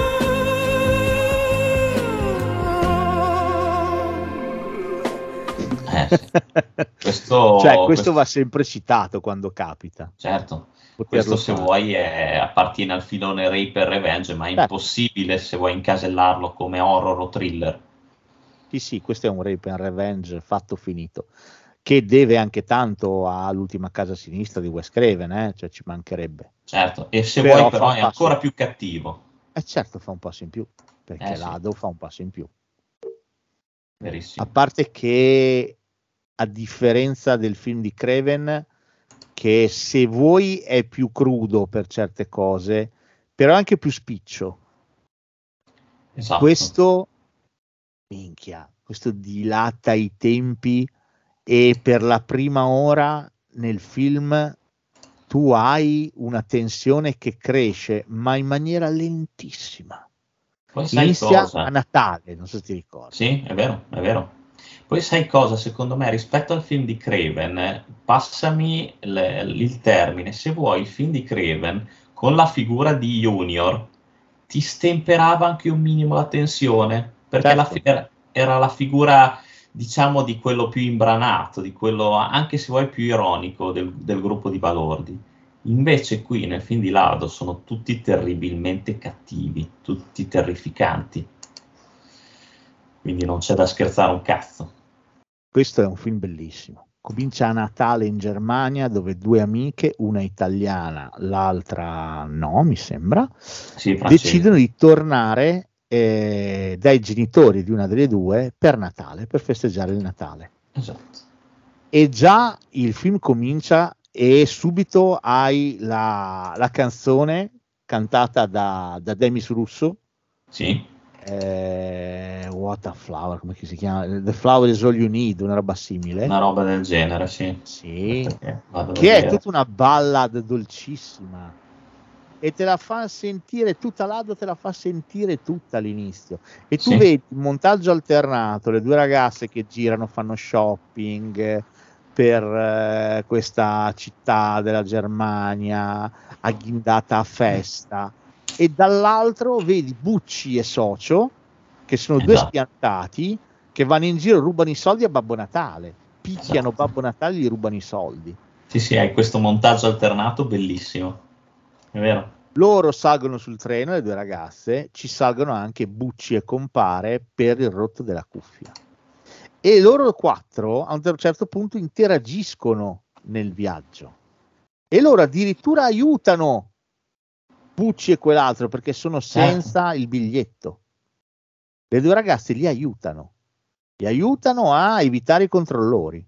all. Questo va sempre citato quando capita. Certo. Poterlo Questo se fare. vuoi appartiene al filone Rape e Revenge, ma è impossibile se vuoi incasellarlo come horror o thriller. Sì, questo è un Rape and Revenge fatto finito, che deve anche tanto all'Ultima casa sinistra di Wes Craven, cioè ci mancherebbe. Certo, e se Però vuoi però fa un è passo- ancora più cattivo. Certo, fa un passo in più, perché Sì. Lado fa un passo in più. Verissimo. A parte che, a differenza del film di Craven, che se vuoi è più crudo per certe cose, però anche più spiccio. Esatto. Questo dilata i tempi e per la prima ora nel film tu hai una tensione che cresce, ma in maniera lentissima. Poi sai Inizia cosa? a Natale, non so se ti ricordi. Sì, è vero, è vero. Poi sai cosa, secondo me, rispetto al film di Craven, passami il termine, se vuoi il film di Craven con la figura di Junior ti stemperava anche un minimo la tensione, perché Certo. era la figura, diciamo, di quello più imbranato, di quello anche se vuoi più ironico del gruppo di balordi. Invece qui nel film di Lardo sono tutti terribilmente cattivi, tutti terrificanti, quindi non c'è da scherzare un cazzo. Questo è un film bellissimo. Comincia a Natale in Germania, dove due amiche, una italiana, l'altra no, mi sembra, Sì, francese. decidono di tornare dai genitori di una delle due per Natale, per festeggiare il Natale. Esatto. E già il film comincia e subito hai la canzone cantata da Demis Russo. Sì. What a Flower, come si chiama? The Flower is All You Need, una roba simile. Una roba del genere, sì. Sì. Vado a Che è vedere. tutta una ballad dolcissima e te la fa sentire tutta, l'Ado te la fa sentire tutta all'inizio, e tu Sì. vedi il montaggio alternato, le due ragazze che girano, fanno shopping per questa città della Germania agghindata a festa, e dall'altro vedi Bucci e Socio, che sono due Esatto. spiantati che vanno in giro, rubano i soldi a Babbo Natale, picchiano Esatto. Babbo Natale e gli rubano i soldi. Sì, hai questo montaggio alternato bellissimo, è vero. Loro salgono sul treno, le due ragazze, ci salgono anche Bucci e compare per il rotto della cuffia. E loro quattro a un certo punto interagiscono nel viaggio. E loro addirittura aiutano Bucci e quell'altro perché sono senza il biglietto. Le due ragazze li aiutano a evitare i controllori.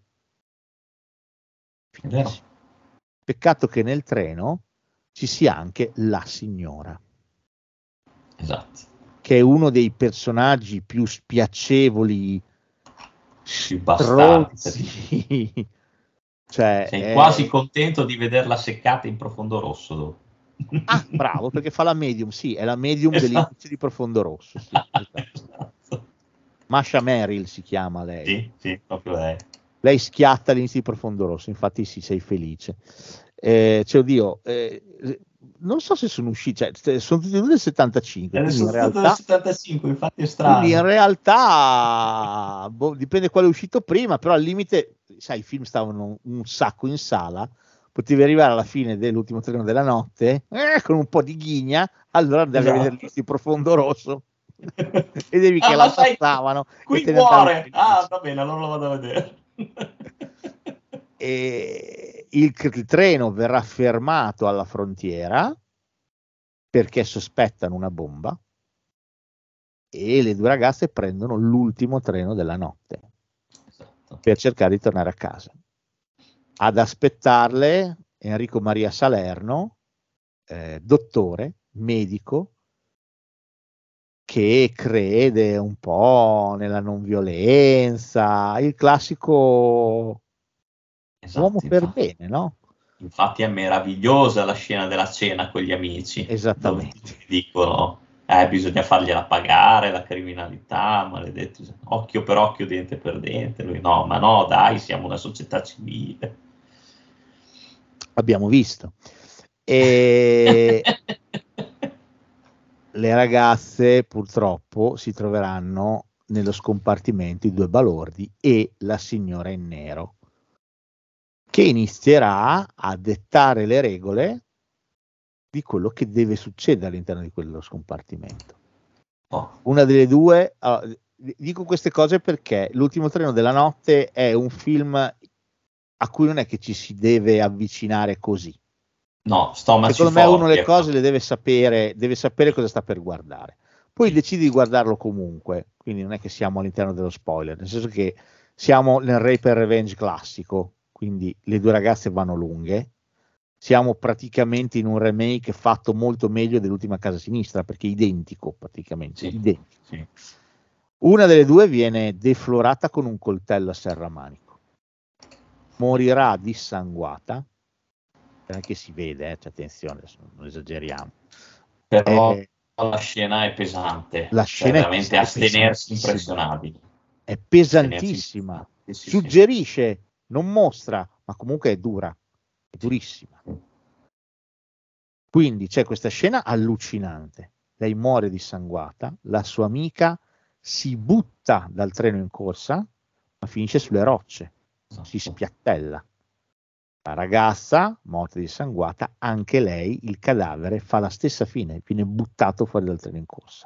È vero. Peccato che nel treno ci sia anche la signora, Esatto. che è uno dei personaggi più spiacevoli, Più bastardi. stronzi. Cioè, Sei quasi contento di vederla seccata in Profondo Rosso dopo. Ah, bravo, perché fa la medium, sì, è la medium Esatto. dell'inizio di Profondo Rosso. Sì, esatto. Masha Merrill si chiama lei. Sì, proprio lei. Lei schiatta all'inizio di Profondo Rosso, infatti sì, sei felice. Cioè, oddio, non so se sono usciti, cioè, sono tutti e due del 75, quindi in realtà, del 75, infatti è strano. quindi in realtà dipende quale è uscito prima, però al limite, sai, i film stavano un sacco in sala, potevi arrivare alla fine dell'ultimo treno della notte con un po' di ghigna, allora andavi a vedere di Profondo Rosso e devi che la passavano. Qui e te ne andavi felice. va bene, allora lo vado a vedere. E il treno verrà fermato alla frontiera perché sospettano una bomba, e le due ragazze prendono l'ultimo treno della notte per cercare di tornare a casa. Ad aspettarle Enrico Maria Salerno, dottore, medico, che crede un po' nella non violenza, il classico uomo per bene, no? Infatti è meravigliosa la scena della cena con gli amici. Esattamente. Dove tutti dicono bisogna fargliela pagare la criminalità, maledetti, occhio per occhio, dente per dente. Lui no, ma no, dai, siamo una società civile. Abbiamo visto. E le ragazze purtroppo si troveranno nello scompartimento i due balordi e la signora in nero, che inizierà a dettare le regole di quello che deve succedere all'interno di quello scompartimento. Una delle due, dico queste cose perché L'ultimo treno della notte è un film a cui non è che ci si deve avvicinare così. No, stomaci secondo me forti, uno le cose le deve sapere cosa sta per guardare. Poi decidi di guardarlo comunque, quindi non è che siamo all'interno dello spoiler, nel senso che siamo nel Rape and Revenge classico, quindi le due ragazze vanno lunghe, siamo praticamente in un remake fatto molto meglio dell'Ultima Casa Sinistra, perché è identico praticamente, Sì, identico. sì. Una delle due viene deflorata con un coltello a serramanico, morirà dissanguata, anche si vede, attenzione, adesso non esageriamo, però la scena è pesante, la scena è veramente astenersi impressionabile, è pesantissima, sì, suggerisce, non mostra, ma comunque è dura, è durissima. Quindi c'è questa scena allucinante, lei muore dissanguata, la sua amica si butta dal treno in corsa, ma finisce sulle rocce, si spiattella. La ragazza, morta dissanguata, anche lei, il cadavere, fa la stessa fine, viene buttato fuori dal treno in corsa.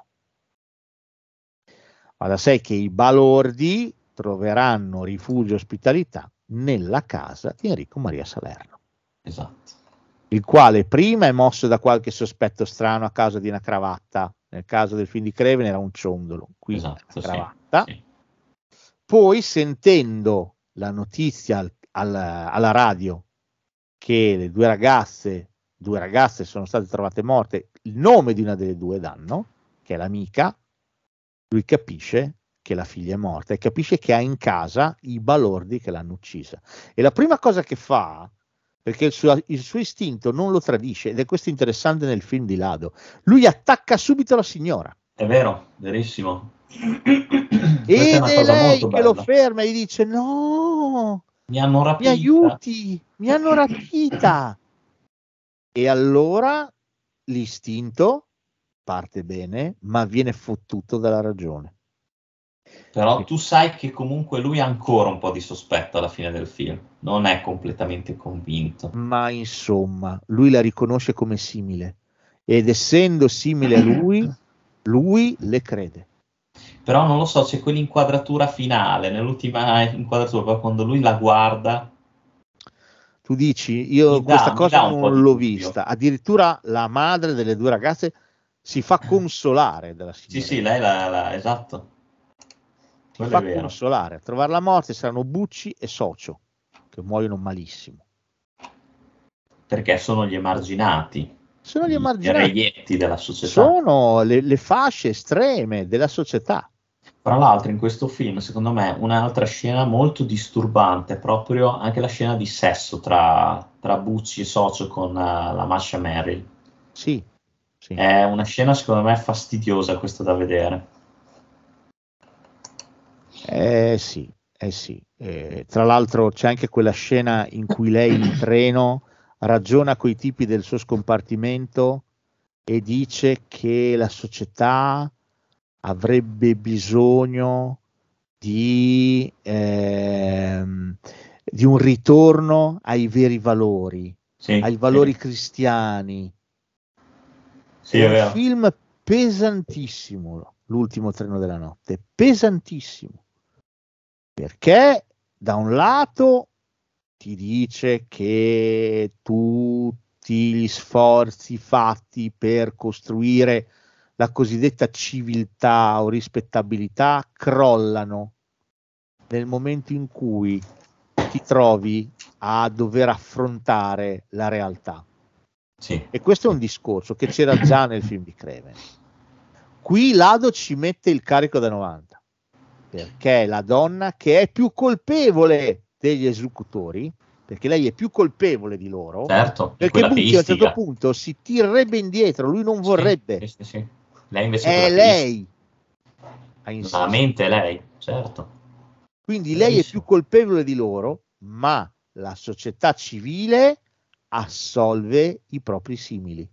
Ma da sé che i balordi troveranno rifugio e ospitalità nella casa di Enrico Maria Salerno. Esatto. Il quale prima è mosso da qualche sospetto strano a causa di una cravatta. Nel caso del film di Craven era un ciondolo, qui una cravatta. Sì. Poi, sentendo la notizia alla radio che le due ragazze sono state trovate morte, il nome di una delle due danno, che è l'amica, lui capisce che la figlia è morta e capisce che ha in casa i balordi che l'hanno uccisa. E la prima cosa che fa, perché il suo istinto non lo tradisce, ed è questo interessante nel film di Lado, lui attacca subito la signora. È vero, verissimo. Ed è lei che lo ferma e gli dice: no, mi hanno rapita. Mi aiuti, mi hanno rapita. E allora l'istinto parte bene, ma viene fottuto dalla ragione. Però tu sai che comunque lui ha ancora un po' di sospetto alla fine del film, non è completamente convinto. Ma insomma, lui la riconosce come simile, ed essendo simile a lui le crede. Però non lo so, c'è quell'inquadratura finale, nell'ultima inquadratura, quando lui la guarda. Tu dici, io questa cosa non l'ho vista. Addirittura la madre delle due ragazze si fa consolare dalla signora. Sì, lei esatto. Si fa consolare. A trovare la morte saranno Bucci e Socio, che muoiono malissimo. Perché sono gli emarginati. Sono gli emarginati. I reietti della società. Sono le fasce estreme della società. Tra l'altro in questo film, secondo me, un'altra scena molto disturbante, proprio anche la scena di sesso tra Bucci e Socio con la Masha Merrill. Sì. È una scena, secondo me, fastidiosa questa da vedere. Sì. Tra l'altro c'è anche quella scena in cui lei in treno ragiona coi tipi del suo scompartimento e dice che la società avrebbe bisogno di un ritorno ai veri valori, ai valori cristiani. Sì, è un film pesantissimo, L'ultimo treno della notte, pesantissimo, perché da un lato ti dice che tutti gli sforzi fatti per costruire la cosiddetta civiltà o rispettabilità crollano nel momento in cui ti trovi a dover affrontare la realtà. Sì. E questo è un discorso che c'era già nel film di Craven. Qui Lado ci mette il carico da 90, perché è la donna che è più colpevole degli esecutori, perché lei è più colpevole di loro, certo, perché Bucci a un certo punto si tirerebbe indietro, lui non vorrebbe. Sì. Lei invece è lei la mente è lei, certo. Quindi lei è più colpevole di loro, ma la società civile assolve i propri simili.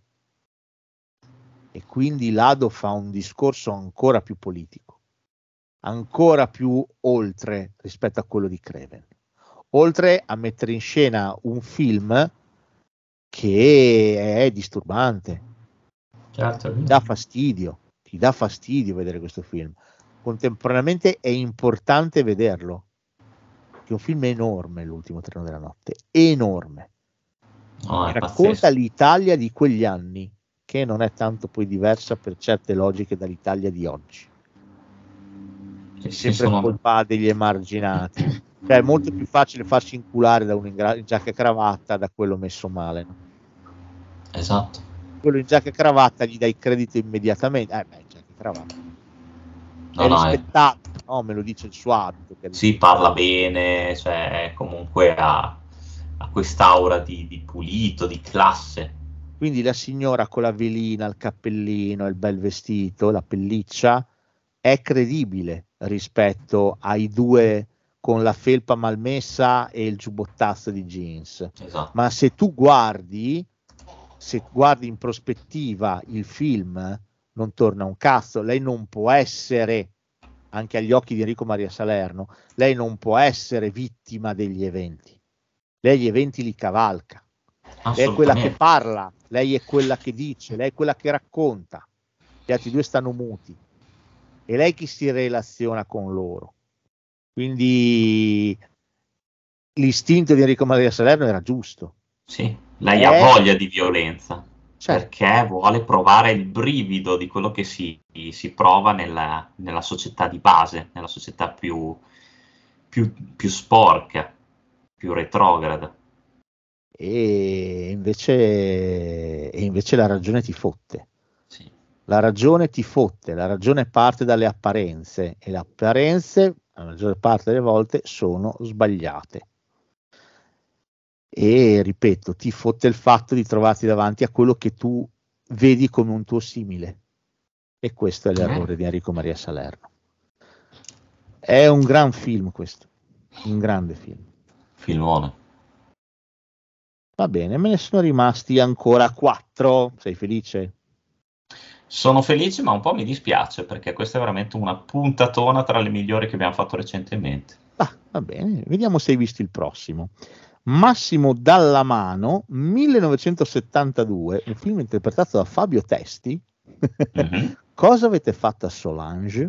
E quindi Lado fa un discorso ancora più politico, ancora più oltre rispetto a quello di Craven, oltre a mettere in scena un film che è disturbante, certo. ti dà fastidio vedere questo film. Contemporaneamente è importante vederlo, che è un film enorme, L'ultimo treno della notte, enorme. Racconta l'Italia di quegli anni, che non è tanto poi diversa per certe logiche dall'Italia di oggi. È sempre colpa degli emarginati, cioè è molto più facile farsi inculare da uno in giacca e cravatta da quello messo male, no? Esatto. Quello in giacca e cravatta gli dai credito immediatamente, giacca e cravatta è rispettato, no? Me lo dice il suo abito, sì, parla bene, cioè comunque ha quest'aura di pulito, di classe. Quindi la signora con la velina, il cappellino, il bel vestito, la pelliccia è credibile rispetto ai due con la felpa malmessa e il giubbottazzo di jeans. Esatto. Ma se tu guardi in prospettiva il film, non torna un cazzo. Lei non può essere anche agli occhi di Enrico Maria Salerno, lei non può essere vittima degli eventi. Lei gli eventi li cavalca. Lei è quella che parla, lei è quella che dice, lei è quella che racconta. Gli altri due stanno muti. E lei chi si relaziona con loro. Quindi l'istinto di Enrico Maria Salerno era giusto. Sì, lei ha voglia di violenza. Certo. Perché vuole provare il brivido di quello che si prova nella società di base, nella società più sporca, più retrograda. E invece la ragione ti fotte. Sì. La ragione ti fotte, la ragione parte dalle apparenze e le apparenze, la maggior parte delle volte, sono sbagliate. E ripeto, ti fotte il fatto di trovarti davanti a quello che tu vedi come un tuo simile, e questo è l'errore di Enrico Maria Salerno. È un gran film questo, un grande film. Filmone. Va bene, me ne sono rimasti ancora 4. Sei felice? Sono felice, ma un po' mi dispiace, perché questa è veramente una puntatona tra le migliori che abbiamo fatto recentemente. Va bene, vediamo se hai visto il prossimo. Massimo Dallamano, 1972, un film interpretato da Fabio Testi. Mm-hmm. Cosa avete fatto a Solange?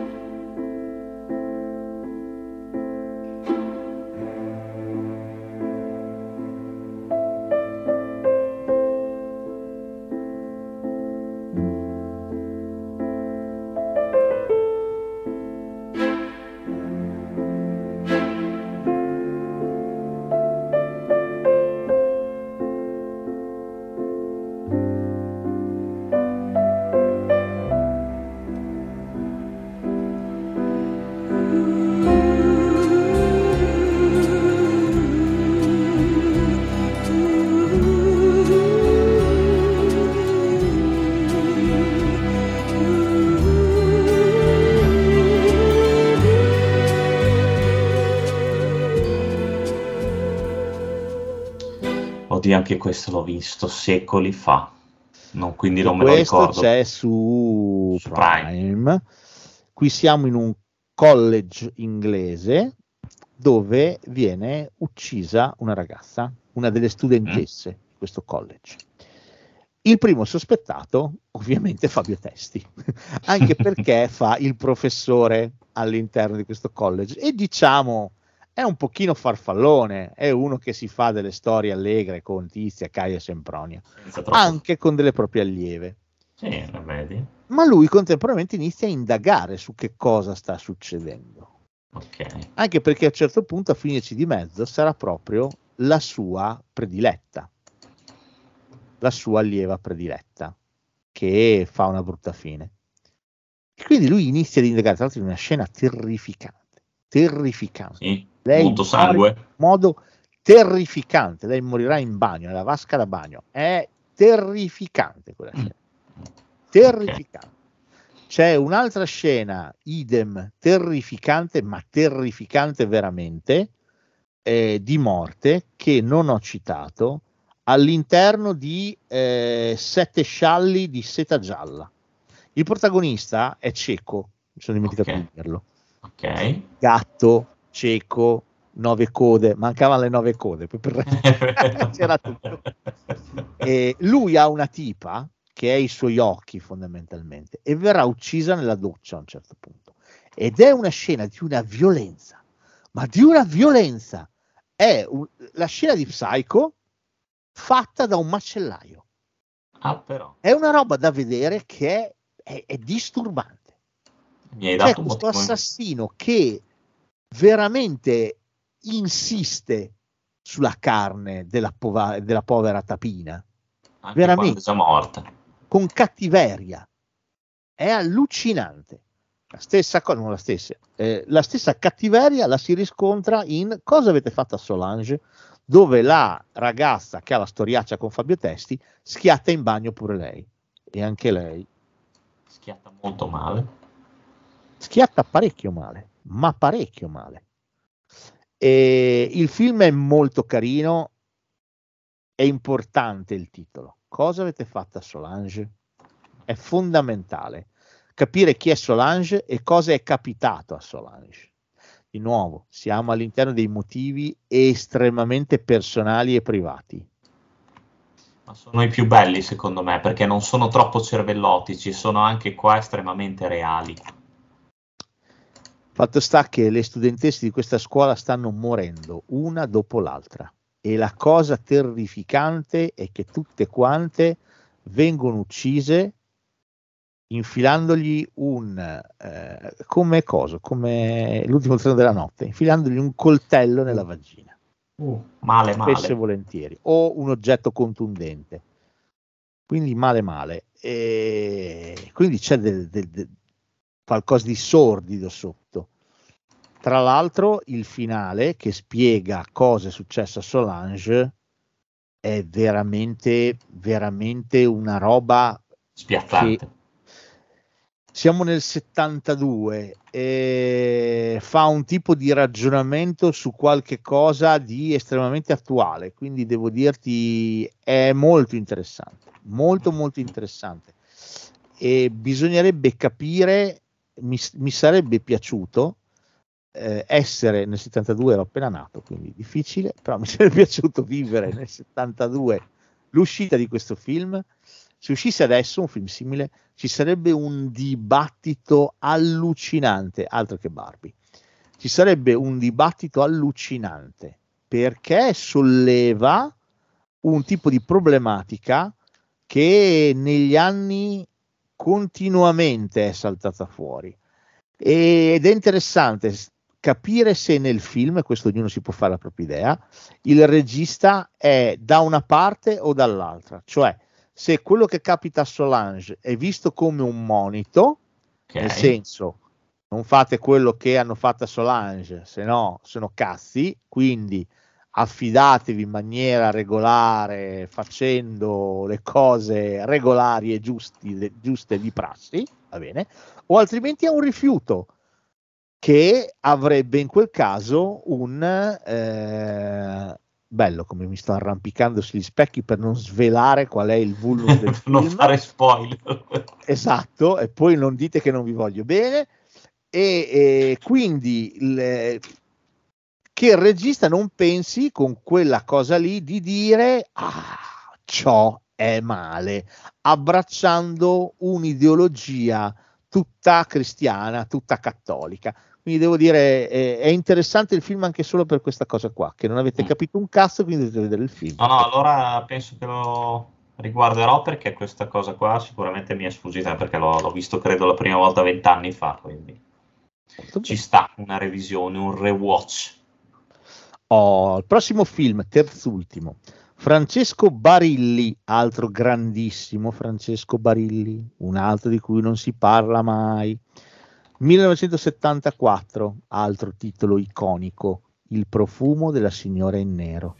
Anche questo l'ho visto secoli fa, quindi non me lo ricordo. Questo c'è su Prime. Qui siamo in un college inglese dove viene uccisa una ragazza, una delle studentesse di questo college. Il primo sospettato ovviamente è Fabio Testi, anche perché fa il professore all'interno di questo college e diciamo è un pochino farfallone, è uno che si fa delle storie allegre con Tizia, Caia e Sempronia, anche con delle proprie allieve. Sì, vedi. Ma lui contemporaneamente inizia a indagare su che cosa sta succedendo. Okay. Anche perché a un certo punto a finirci di mezzo sarà proprio la sua prediletta, la sua allieva prediletta, che fa una brutta fine. E quindi lui inizia ad indagare, tra l'altro in una scena terrificante. Sì, lei molto sangue. In modo terrificante, lei morirà in bagno, nella vasca da bagno. È terrificante quella scena. Terrificante. Okay. C'è un'altra scena, idem, terrificante, ma terrificante veramente, di morte, che non ho citato, all'interno di 7 scialli di seta gialla. Il protagonista è cieco, mi sono dimenticato di dirlo. Ok. Gatto, cieco, 9 code, mancavano le 9 code, poi per c'era tutto. E lui ha una tipa che è i suoi occhi fondamentalmente e verrà uccisa nella doccia a un certo punto. Ed è una scena di una violenza, ma di una violenza. È la scena di Psycho fatta da un macellaio. Ah, però. È una roba da vedere che è disturbante. C'è questo assassino che veramente insiste sulla carne della povera tapina, anche veramente già morta, con cattiveria. È allucinante. La stessa cosa, non la stessa, la stessa cattiveria la si riscontra in Cosa avete fatto a Solange, dove la ragazza che ha la storiaccia con Fabio Testi schiatta in bagno pure lei, e anche lei schiatta molto male. Schiatta parecchio male, ma parecchio male. E il film è molto carino, è importante il titolo. Cosa avete fatto a Solange? È fondamentale. capire chi è Solange e cosa è capitato a Solange. Di nuovo, siamo all'interno dei motivi estremamente personali e privati. Ma sono i più belli secondo me, perché non sono troppo cervellotici, sono anche qua estremamente reali. Fatto sta che le studentesse di questa scuola stanno morendo una dopo l'altra e la cosa terrificante è che tutte quante vengono uccise infilandogli come l'ultimo treno della notte, infilandogli un coltello nella vagina. Male. Spesso e volentieri, o un oggetto contundente. Quindi male. E quindi c'è qualcosa di sordido sotto. Tra l'altro il finale che spiega cosa è successo a Solange è veramente una roba spiazzante. Siamo nel 72 e fa un tipo di ragionamento su qualche cosa di estremamente attuale, quindi devo dirti è molto interessante, molto interessante, e bisognerebbe capire, mi sarebbe piaciuto essere nel 72, ero appena nato, quindi difficile, però mi sarebbe piaciuto vivere nel 72 l'uscita di questo film. Se uscisse adesso un film simile, ci sarebbe un dibattito allucinante, altro che Barbie. Ci sarebbe un dibattito allucinante perché solleva un tipo di problematica che negli anni continuamente è saltata fuori. Ed è interessante capire se nel film, questo ognuno si può fare la propria idea, il regista è da una parte o dall'altra, cioè se quello che capita a Solange è visto come un monito, nel senso non fate quello che hanno fatto a Solange, se no sono cazzi, quindi affidatevi in maniera regolare facendo le cose regolari e giuste di prassi, va bene, o altrimenti è un rifiuto che avrebbe in quel caso un bello come mi sto arrampicando sugli specchi per non svelare qual è il vulnus del film. Non fare spoiler. Esatto, e poi non dite che non vi voglio bene, e quindi che il regista non pensi con quella cosa lì di dire ciò è male, abbracciando un'ideologia tutta cristiana, tutta cattolica. Quindi devo dire, è interessante il film anche solo per questa cosa qua, che non avete capito un cazzo, quindi dovete vedere il film. No, allora penso che lo riguarderò, perché questa cosa qua sicuramente mi è sfuggita, perché l'ho visto credo la prima volta 20 anni fa, quindi ci sta una revisione, un rewatch. Il prossimo film, terzultimo, Francesco Barilli, altro grandissimo Francesco Barilli, un altro di cui non si parla mai. 1974, altro titolo iconico, Il profumo della signora in nero.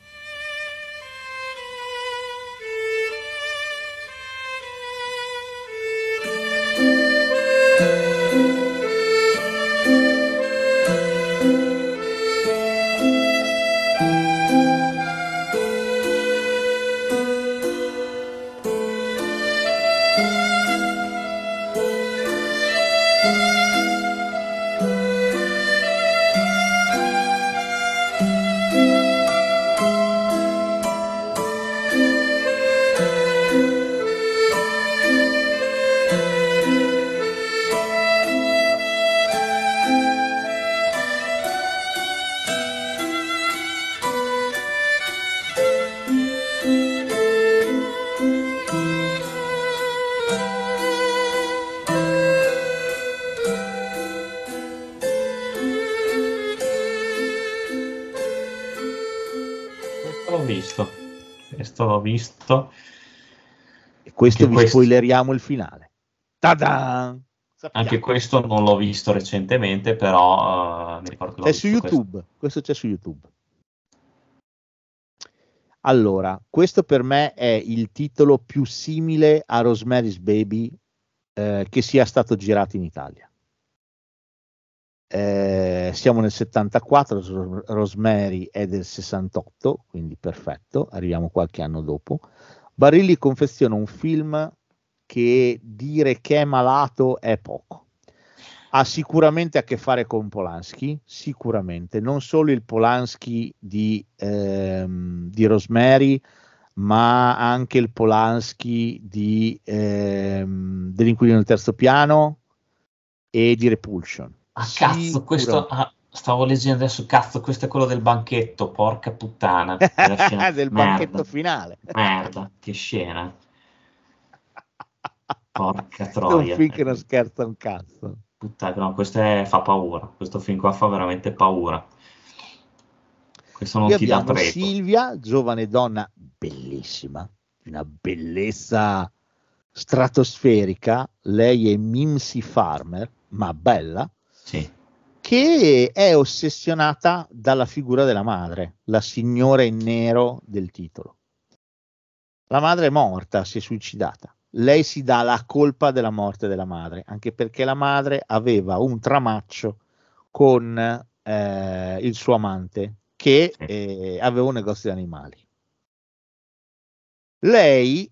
Questo l'ho visto. E questo vi spoileriamo il finale. Ta-da! Anche questo non l'ho visto recentemente, però mi ricordo che l'ho visto su YouTube. Questo c'è su YouTube. Allora, questo per me è il titolo più simile a Rosemary's Baby che sia stato girato in Italia. Siamo nel 74, Rosemary è del 68, quindi perfetto, arriviamo qualche anno dopo. Barilli confeziona un film che dire che è malato è poco. Ha sicuramente a che fare con Polanski, sicuramente, non solo il Polanski di Rosemary, ma anche il Polanski di dell'Inquilino del terzo piano e di Repulsion. Cazzo, questo stavo leggendo adesso, cazzo, questo è quello del banchetto, porca puttana. Del banchetto finale. Merda, che scena. Porca È un troia. film che non scherza un cazzo. Puttana, no, fa paura. Questo film qua fa veramente paura. Questo non Qui ti dà abbiamo tregua. Silvia, giovane donna bellissima, di una bellezza stratosferica. Lei è Mimsy Farmer, ma bella, Sì. che è ossessionata dalla figura della madre, la signora in nero del titolo. La madre è morta, si è suicidata. Lei si dà la colpa della morte della madre, anche perché la madre aveva un tramaccio con il suo amante, che aveva un negozio di animali. Lei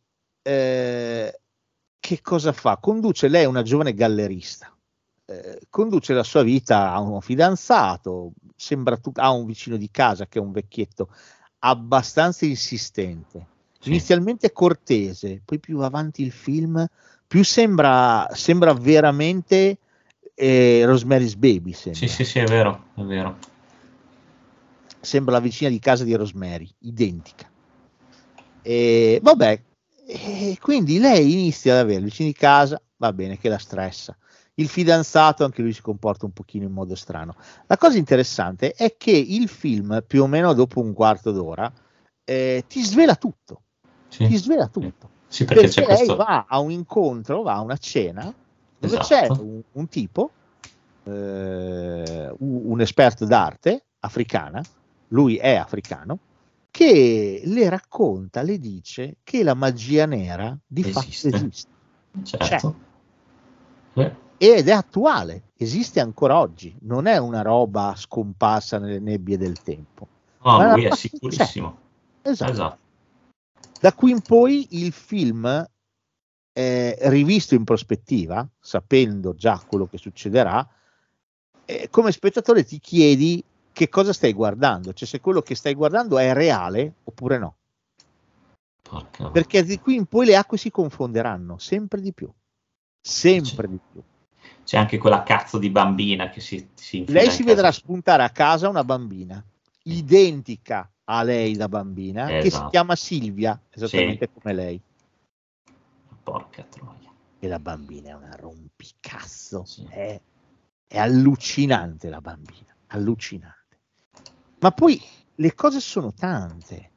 che cosa fa? Lei è una giovane gallerista, conduce la sua vita, ha uno fidanzato, ha un vicino di casa che è un vecchietto abbastanza insistente, inizialmente cortese, poi più avanti il film più sembra veramente Rosemary's Baby. Sembra. Sì, è vero, è vero. Sembra la vicina di casa di Rosemary, identica. E vabbè, quindi lei inizia ad avere vicini di casa, va bene, che la stressa. Il fidanzato, anche lui si comporta un pochino in modo strano. La cosa interessante è che il film, più o meno dopo un quarto d'ora, ti svela tutto. Sì. Ti svela tutto. Sì, perché c'è lei questo... va a un incontro, va a una cena, dove Esatto. c'è un tipo, un esperto d'arte africana, lui è africano, che le racconta, le dice che la magia nera di fatto esiste. Certo. Ed è attuale, esiste ancora oggi, non è una roba scomparsa nelle nebbie del tempo. No, lui è sicurissimo. Esatto. Da qui in poi il film, rivisto in prospettiva, sapendo già quello che succederà, come spettatore ti chiedi che cosa stai guardando, cioè se quello che stai guardando è reale oppure no. Perché di qui in poi le acque si confonderanno sempre di più. Sempre di più. C'è anche quella cazzo di bambina che si lei si vedrà spuntare a casa una bambina identica a lei da bambina, che si chiama Silvia, esattamente come lei. Porca troia. E la bambina è una rompicazzo. È allucinante la bambina, allucinante. Ma poi le cose sono tante.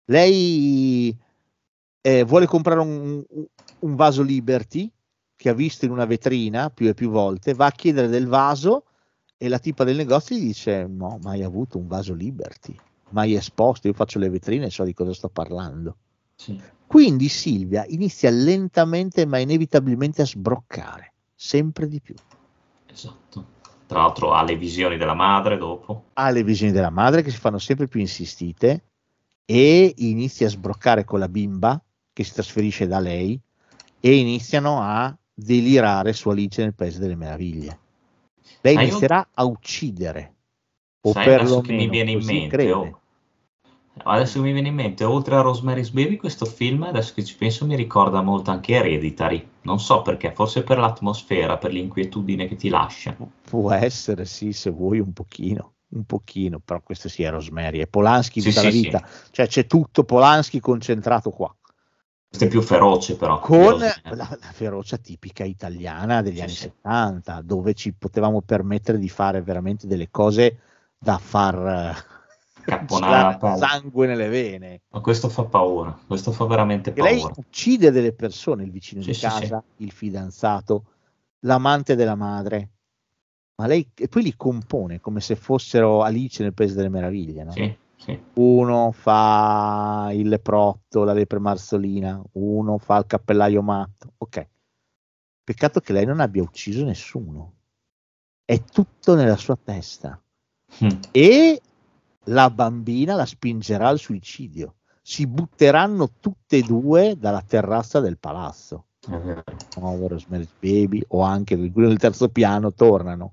Lei vuole comprare un vaso Liberty che ha visto in una vetrina più e più volte, va a chiedere del vaso e la tipa del negozio gli dice: no, mai avuto un vaso Liberty, mai esposto, io faccio le vetrine e so di cosa sto parlando. Sì. Quindi Silvia inizia lentamente ma inevitabilmente a sbroccare sempre di più. Esatto. Tra l'altro ha le visioni della madre dopo. Ha le visioni della madre che si fanno sempre più insistite e inizia a sbroccare con la bimba che si trasferisce da lei e iniziano a delirare su Alice nel Paese delle Meraviglie. Lei inizierà a uccidere, o adesso che mi perlomeno viene in così mente, crede. Adesso mi viene in mente, oltre a Rosemary's Baby, questo film, adesso che ci penso, mi ricorda molto anche Hereditary. Non so perché, forse per l'atmosfera, per l'inquietudine che ti lascia. Può essere, sì, se vuoi un pochino, però questo sì è Rosemary, è Polanski tutta la vita. Cioè c'è tutto Polanski concentrato qua. Questo è più feroce però. Con la ferocia tipica italiana degli anni 70, dove ci potevamo permettere di fare veramente delle cose da far sangue nelle vene. Ma questo fa paura, questo fa veramente paura. Lei uccide delle persone, il vicino di casa, il fidanzato, l'amante della madre, ma lei e poi li compone come se fossero Alice nel Paese delle Meraviglie, no? Sì. Uno fa il leprotto, la lepre marzolina, uno fa il cappellaio matto. Ok, peccato che lei non abbia ucciso nessuno, è tutto nella sua testa. E la bambina la spingerà al suicidio, si butteranno tutte e due dalla terrazza del palazzo. È vero. Rosemary's Baby, o anche quello del terzo piano, tornano.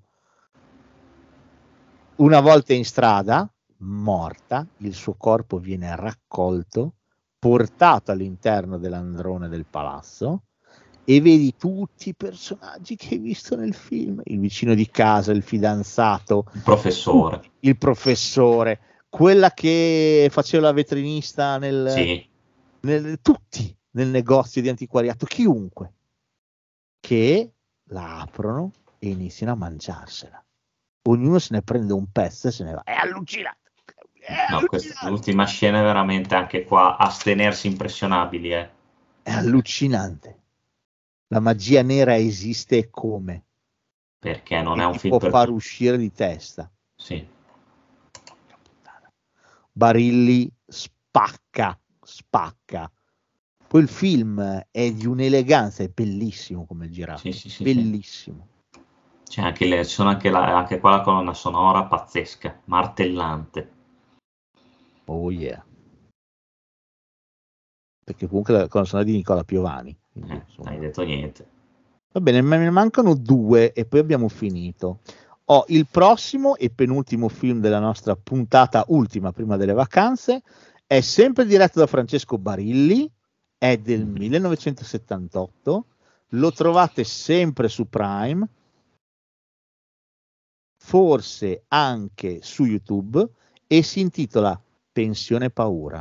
Una volta in strada, morta, il suo corpo viene raccolto, portato all'interno dell'androne del palazzo, e vedi tutti i personaggi che hai visto nel film: il vicino di casa, il fidanzato, Il professore. il professore, quella che faceva la vetrinista Sì. tutti nel negozio di antiquariato, chiunque, che la aprono e iniziano a mangiarsela. Ognuno se ne prende un pezzo e se ne va. È allucinante. No, l'ultima scena è veramente, anche qua, astenersi impressionabili. È allucinante. La magia nera esiste e come? Perché non e è un ti film può far uscire di testa. Sì. Barilli spacca. Poi il film è di un'eleganza, è bellissimo come è girato, Sì, bellissimo. C'è anche sono anche qua la colonna sonora pazzesca, martellante. Oh yeah. Perché comunque la colonna sonora di Nicola Piovani. Quindi, Non hai detto niente. Va bene, me ne mancano 2 e poi abbiamo finito. Il prossimo e penultimo film della nostra puntata ultima prima delle vacanze è sempre diretto da Francesco Barilli, è del 1978, lo trovate sempre su Prime, forse anche su YouTube, e si intitola Pensione Paura.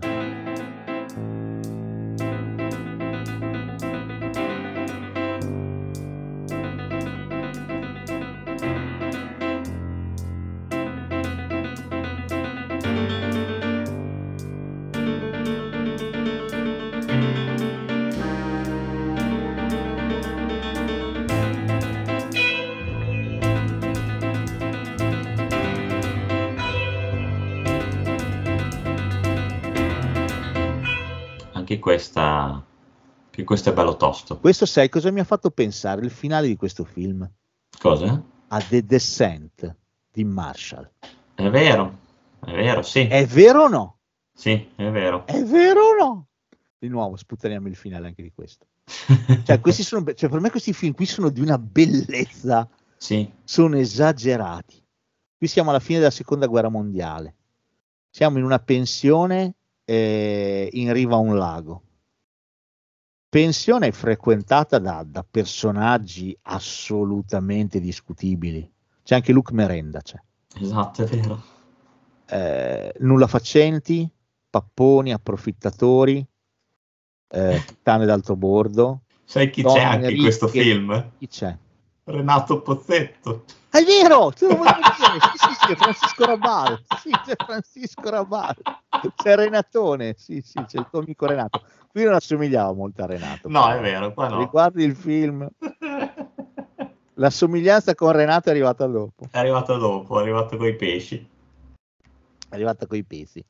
Anche questo è bello tosto. Questo, sai cosa mi ha fatto pensare il finale di questo film? Cosa? A The Descent di Marshall. È vero, sì. È vero o no? Sì, è vero. È vero o no? Di nuovo sputtaniamo il finale anche di questo. Cioè, per me questi film qui sono di una bellezza. Sì. Sono esagerati. Qui siamo alla fine della seconda guerra mondiale. Siamo in una pensione in riva a un lago. Pensione frequentata da personaggi assolutamente discutibili. C'è anche Luc Merenda. C'è. Esatto, è vero. Nulla facenti, papponi, approfittatori, puttane d'altro bordo. Sai chi c'è anche in questo film? Chi c'è? Renato Pozzetto. È vero, tu lo vuoi dire? Sì, è Francisco Rabal. Sì, c'è Francisco Rabal. C'è Renatone, sì, c'è il tuo amico Renato. Qui non assomigliava molto a Renato. No, è vero, qua no. Riguardi il film, la somiglianza con Renato è arrivata dopo. È arrivato coi pesci. È arrivata coi pesi.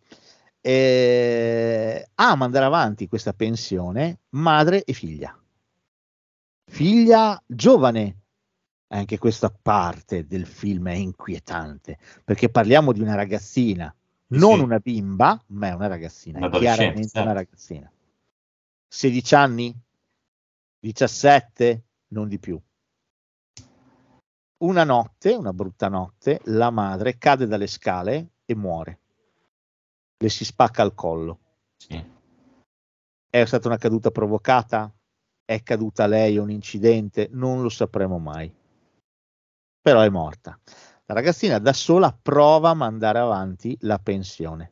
Mandare avanti questa pensione, madre e figlia. Figlia giovane. Anche questa parte del film è inquietante, perché parliamo di una ragazzina, non una bimba, ma è una ragazzina, chiaramente una ragazzina. 16 anni? 17? Non di più. Una brutta notte, la madre cade dalle scale e muore. Le si spacca al collo. Sì. È stata una caduta provocata? È caduta lei, un incidente? Non lo sapremo mai. Però è morta. La ragazzina da sola prova a mandare avanti la pensione.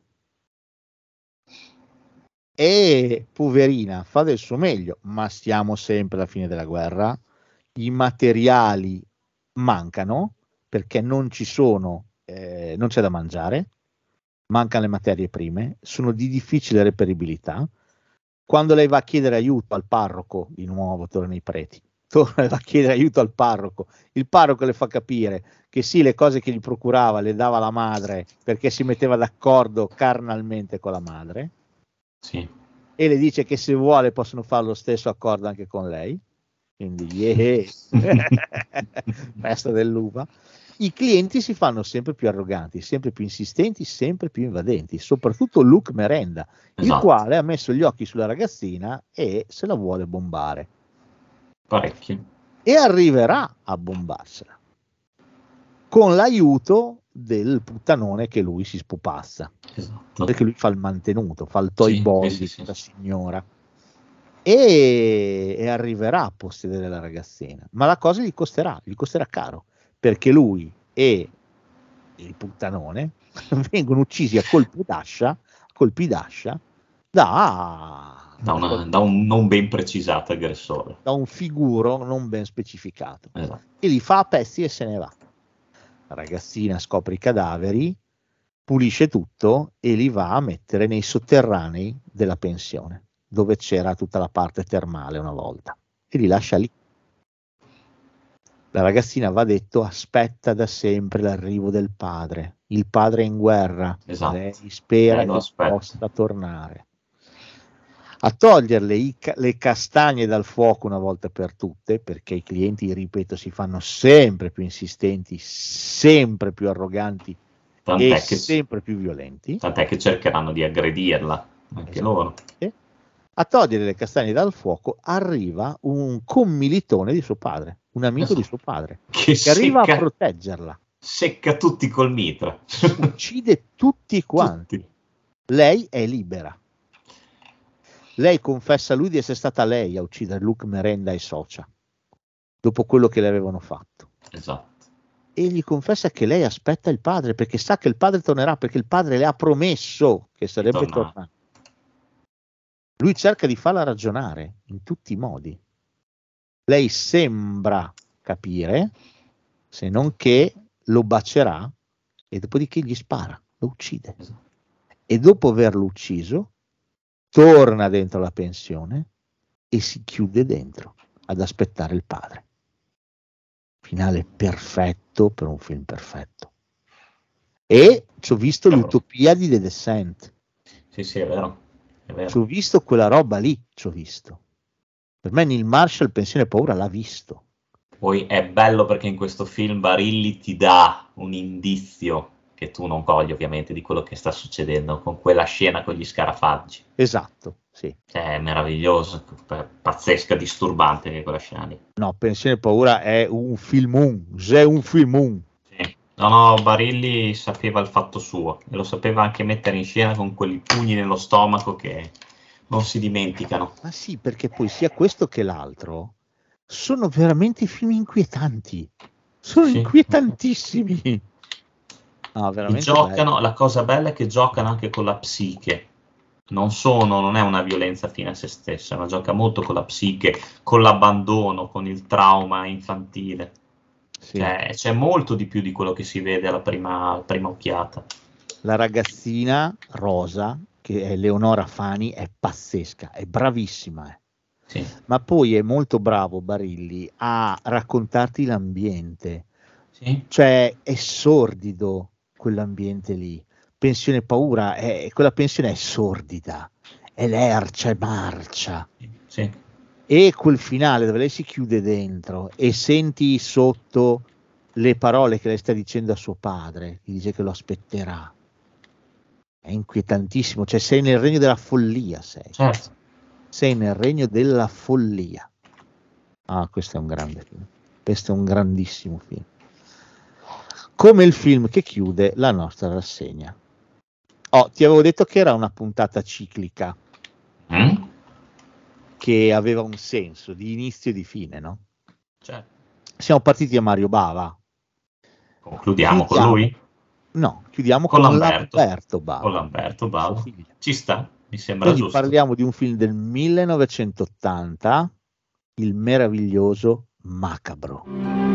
E poverina, fa del suo meglio, ma siamo sempre alla fine della guerra. I materiali mancano perché non ci sono, non c'è da mangiare, mancano le materie prime, sono di difficile reperibilità. Quando lei va a chiedere aiuto al parroco, di nuovo torna ai preti, torna a chiedere aiuto al parroco, il parroco le fa capire che sì, le cose che gli procurava le dava la madre perché si metteva d'accordo carnalmente con la madre, sì. E le dice che se vuole possono fare lo stesso accordo anche con lei, quindi festa dell'uva. I clienti si fanno sempre più arroganti, sempre più insistenti, sempre più invadenti, soprattutto Luc Merenda, il quale ha messo gli occhi sulla ragazzina e se la vuole bombare. Parecchio. E arriverà a bombarsela con l'aiuto del puttanone che lui si spupazza, Esatto. perché lui fa il mantenuto, fa il toy Sì, boy sì, di sì, questa sì. signora e arriverà a possedere la ragazzina, ma la cosa gli costerà caro, perché lui e il puttanone vengono uccisi a colpi d'ascia Da un non ben precisato aggressore. da un figuro non ben specificato, Esatto. e li fa a pezzi e se ne va. La ragazzina scopre i cadaveri, pulisce tutto e li va a mettere nei sotterranei della pensione, dove c'era tutta la parte termale una volta, e li lascia lì. La ragazzina, va detto, aspetta da sempre l'arrivo del padre. Il padre è in guerra, Esatto. lei spera Lei lo che aspetta. possa tornare a toglierle le castagne dal fuoco una volta per tutte, perché i clienti, ripeto, si fanno sempre più insistenti, sempre più arroganti e sempre più violenti. Tant'è che cercheranno di aggredirla, anche loro. A togliere le castagne dal fuoco arriva un commilitone di suo padre, un amico di suo padre, che arriva a proteggerla. Secca tutti col mitra. Uccide tutti quanti. Lei è libera. Lei confessa a lui di essere stata lei a uccidere Luke, Merenda e Socia, dopo quello che le avevano fatto. Esatto. E gli confessa che lei aspetta il padre, perché sa che il padre tornerà, perché il padre le ha promesso che sarebbe tornato. Lui cerca di farla ragionare in tutti i modi. Lei sembra capire, se non che lo bacerà e dopodiché gli spara, lo uccide. Esatto. E dopo averlo ucciso torna dentro la pensione e si chiude dentro ad aspettare il padre. Finale perfetto per un film perfetto. E ci ho visto l'utopia di The Descent. Sì, è vero. Ci ho visto quella roba lì, ci ho visto. Per me Neil Marshall, Pensione e Paura, l'ha visto. Poi è bello perché in questo film Barilli ti dà un indizio che tu non cogli ovviamente di quello che sta succedendo con quella scena con gli scarafaggi. Esatto, sì. È meraviglioso, pazzesca, disturbante che quella scena lì. No, Pensione e Paura è un filmone, è un filmone. Sì. No, Barilli sapeva il fatto suo e lo sapeva anche mettere in scena con quei pugni nello stomaco che non si dimenticano. Ma sì, perché poi sia questo che l'altro sono veramente film inquietanti. Sono inquietantissimi. No, veramente giocano, bello. la cosa bella è che giocano anche con la psiche. Non è una violenza fine a se stessa, ma gioca molto con la psiche, con l'abbandono, con il trauma infantile. Sì. Cioè, c'è molto di più di quello che si vede alla prima occhiata. La ragazzina Rosa, che è Leonora Fani, è pazzesca, è bravissima. Sì. Ma poi è molto bravo Barilli a raccontarti l'ambiente. Sì. Cioè è sordido quell'ambiente lì. Pensione e Paura, quella pensione è sordida, è lercia, è marcia. Sì. E quel finale dove lei si chiude dentro e senti sotto le parole che lei sta dicendo a suo padre, gli dice che lo aspetterà. È inquietantissimo, cioè sei nel regno della follia, Certo. Sei nel regno della follia. Ah, questo è un grande film, questo è un grandissimo film. Come il film che chiude la nostra rassegna. Ti avevo detto che era una puntata ciclica, che aveva un senso di inizio e di fine, no? Certo. Siamo partiti da Mario Bava. Concludiamo con lui? No, chiudiamo con Lamberto Bava. Con Lamberto Bava. Ci sta, mi sembra Quindi giusto. parliamo di un film del 1980, il meraviglioso Macabro.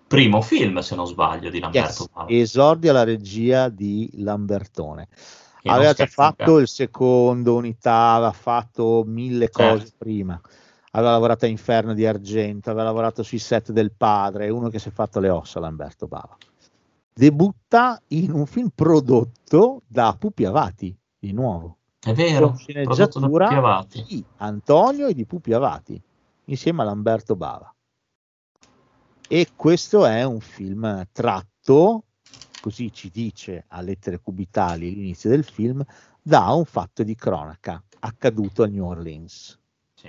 primo film, se non sbaglio, di Lamberto Bava. Esordia la regia di Lambertone. Che Aveva non già scherza un fatto cazzo. Il Secondo, Unità, aveva fatto mille cose Certo. prima. Aveva lavorato a Inferno di Argento, aveva lavorato sui set del Padre, è uno che si è fatto le ossa, Lamberto Bava. Debutta in un film prodotto da Pupi Avati, di nuovo. È vero, Con prodotto da Pupi Avati. di Antonio e di Pupi Avati, insieme a Lamberto Bava. E questo è un film tratto, così ci dice a lettere cubitali l'inizio del film, da un fatto di cronaca accaduto a New Orleans. Sì.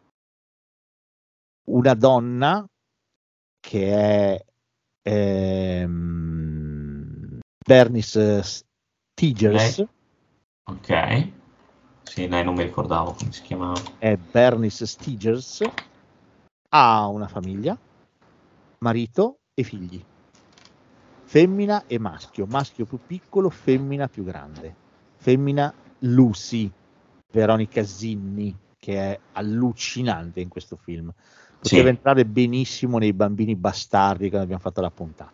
Una donna che è Bernice Stigers, Lei? Ok. Sì, lei non mi ricordavo come si chiamava. è Bernice Stigers, ha una famiglia, marito e figli, femmina e maschio più piccolo, femmina più grande, femmina Lucy, Veronica Zinni, che è allucinante in questo film, poteva entrare benissimo nei Bambini Bastardi quando abbiamo fatto la puntata.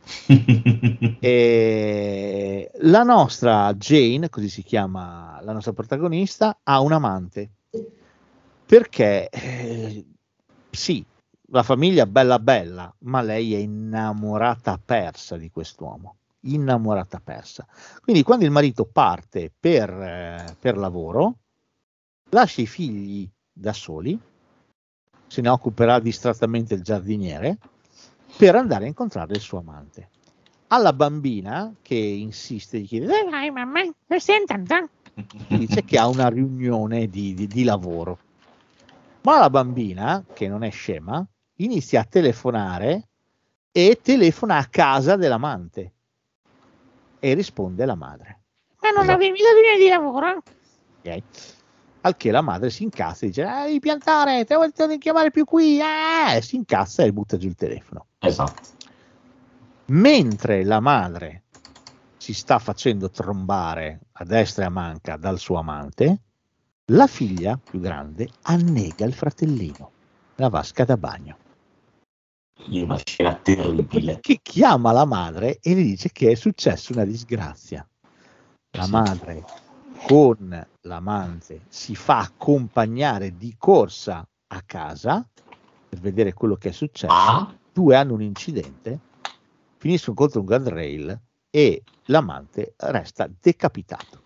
E la nostra Jane, così si chiama la nostra protagonista, ha un amante perché sì, la famiglia bella bella, ma lei è innamorata persa di quest'uomo, innamorata persa. Quindi quando il marito parte per lavoro, lascia i figli da soli, se ne occuperà distrattamente il giardiniere, per andare a incontrare il suo amante. Alla bambina che insiste, gli chiede: dove vai mamma? Dove stai andando? Gli dice che ha una riunione di lavoro. Ma la bambina, che non è scema, inizia a telefonare e telefona a casa dell'amante e risponde la madre: ma non avevi la riunione di lavoro? Ok. Al che la madre si incazza e dice: devi piantare, te devi chiamare più qui, si incazza e butta giù il telefono. Esatto. Mentre la madre si sta facendo trombare a destra e a manca dal suo amante, la figlia più grande annega il fratellino nella vasca da bagno. Una scena terribile. Che chiama la madre e le dice che è successa una disgrazia. La madre con l'amante si fa accompagnare di corsa a casa per vedere quello che è successo. Due hanno un incidente, finiscono contro un guardrail e l'amante resta decapitato.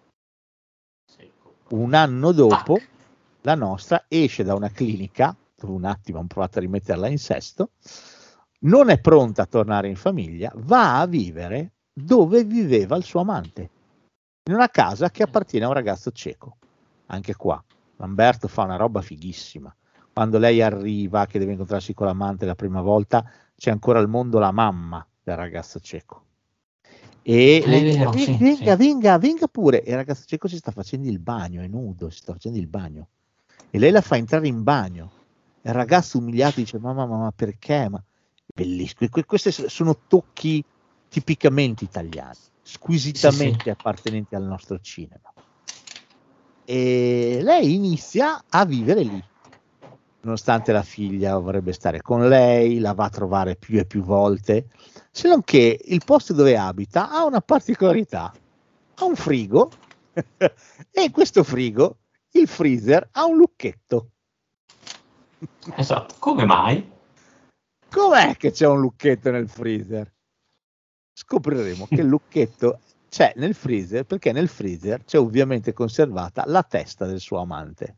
Un anno dopo la nostra esce da una clinica dove un attimo hanno provato a rimetterla in sesto, non è pronta a tornare in famiglia, va a vivere dove viveva il suo amante, in una casa che appartiene a un ragazzo cieco. Anche qua Lamberto fa una roba fighissima. Quando lei arriva, che deve incontrarsi con l'amante la prima volta, c'è ancora al mondo la mamma del ragazzo cieco. E lei dice: venga pure. E il ragazzo cieco si sta facendo il bagno, è nudo, si sta facendo il bagno. E lei la fa entrare in bagno. E il ragazzo umiliato dice: mamma, perché? Ma bellissimo. Questi sono tocchi tipicamente italiani, squisitamente appartenenti al nostro cinema. E lei inizia a vivere lì, nonostante la figlia vorrebbe stare con lei, la va a trovare più e più volte, se non che il posto dove abita ha una particolarità: ha un frigo e in questo frigo il freezer ha un lucchetto. Esatto. Come mai? Com'è che c'è un lucchetto nel freezer? Scopriremo che il lucchetto c'è nel freezer perché nel freezer c'è ovviamente conservata la testa del suo amante.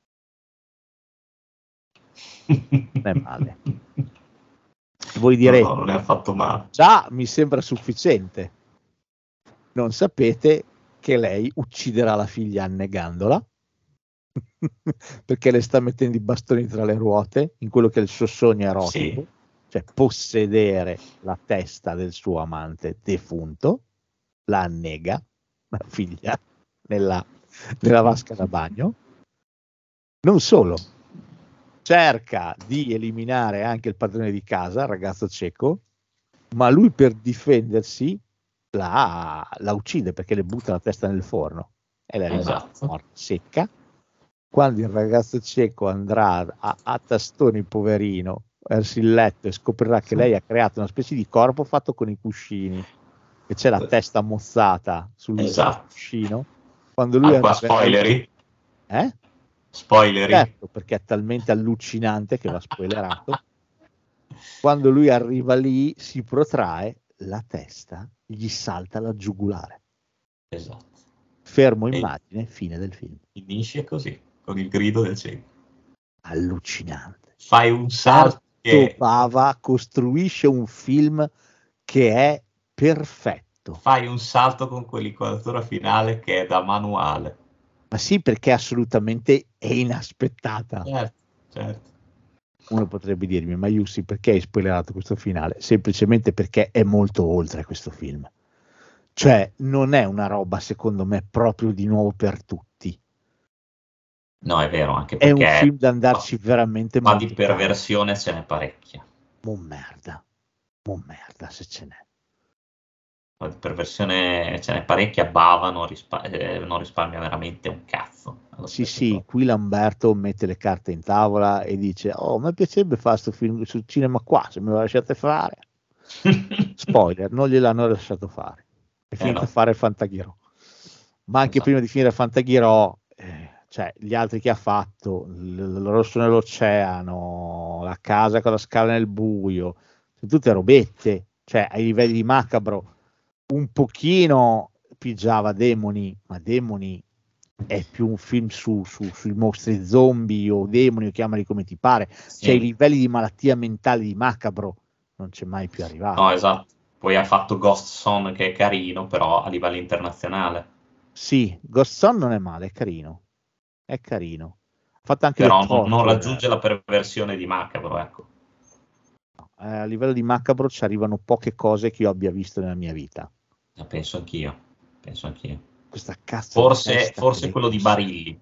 Non è male. Voi direte: no, non è affatto male. Già mi sembra sufficiente. Non sapete che lei ucciderà la figlia annegandola perché le sta mettendo i bastoni tra le ruote in quello che è il suo sogno erotico, cioè possedere la testa del suo amante defunto. La annega la figlia nella vasca da bagno. Non solo, cerca di eliminare anche il padrone di casa, il ragazzo cieco, ma lui per difendersi la uccide perché le butta la testa nel forno e la rimane morta, secca. Quando il ragazzo cieco andrà a tastoni, poverino, verso il letto e scoprirà che lei ha creato una specie di corpo fatto con i cuscini e c'è la testa mozzata sul cuscino. Quando lui spoileri? Spoileri? Certo, perché è talmente allucinante che va spoilerato. Quando lui arriva lì, si protrae, la testa gli salta alla giugulare. Esatto. Fermo immagine, fine del film. Finisce così, con il grido del cielo. Allucinante. Fai un salto che... Bava costruisce un film che è perfetto. Fai un salto con quell'inquadratura finale che è da manuale. Ma sì, perché assolutamente è inaspettata. Certo. Uno potrebbe dirmi, ma Jussi, perché hai spoilerato questo finale? Semplicemente perché è molto oltre questo film. Cioè, non è una roba, secondo me, proprio di nuovo per tutti. No, è vero, anche perché... È un film da andarci veramente... Ma di perversione ce n'è parecchia. Mo merda se ce n'è. Ma di perversione ce n'è parecchia, Bava non risparmia veramente un cazzo. Sì, qui Lamberto mette le carte in tavola e dice: oh, mi piacerebbe fare questo film sul cinema qua, se me lo lasciate fare. Spoiler, non gliel'hanno lasciato fare. È finito a fare il Fantaghirò. Ma anche prima di finire Fantaghirò, cioè gli altri che ha fatto, il Rosso nell'oceano, La casa con la scala nel buio, sono tutte robette, cioè ai livelli di Macabro un pochino pigiava Demoni, ma Demoni è più un film sui mostri zombie o demoni, o chiamali come ti pare. Cioè i livelli di malattia mentale di Macabro non c'è mai più arrivato. No, esatto. Poi ha fatto Ghost Son, che è carino, però a livello internazionale. Sì, Ghost Son non è male, è carino. Ha fatto anche però non raggiunge la perversione di Macabro, ecco. A livello di Macabro ci arrivano poche cose che io abbia visto nella mia vita. Penso anch'io. Questa cazzo forse quello di Barilli.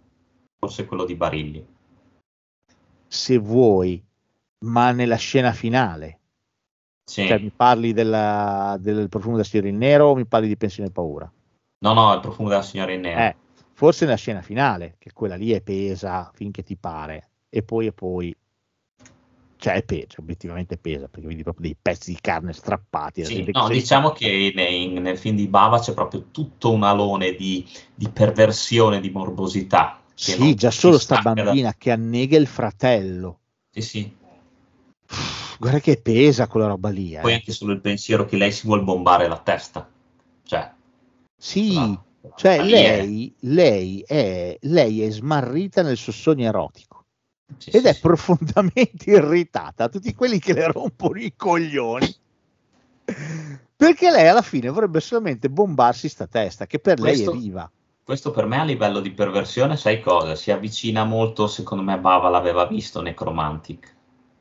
Se vuoi, ma nella scena finale. Sì. Cioè, mi parli del Profumo da Signore in Nero o mi parli di Pensione e Paura? No, il Profumo della Signora in Nero. Forse nella scena finale, che quella lì è pesa finché ti pare, e poi cioè è pesa, obiettivamente pesa, perché vedi proprio dei pezzi di carne strappati. Sì, no, diciamo che nel film di Bava c'è proprio tutto un alone di perversione, di morbosità. Sì, già solo sta bambina che annega il fratello. Sì. Guarda che pesa quella roba lì. Poi anche solo il pensiero che lei si vuol bombare la testa. Sì, lei è smarrita nel suo sogno erotico. Ed è profondamente irritata a tutti quelli che le rompono i coglioni, perché lei alla fine vorrebbe solamente bombarsi sta testa, che per lei è viva. Questo per me a livello di perversione, sai cosa? Si avvicina molto, secondo me Bava l'aveva visto, Necromantic.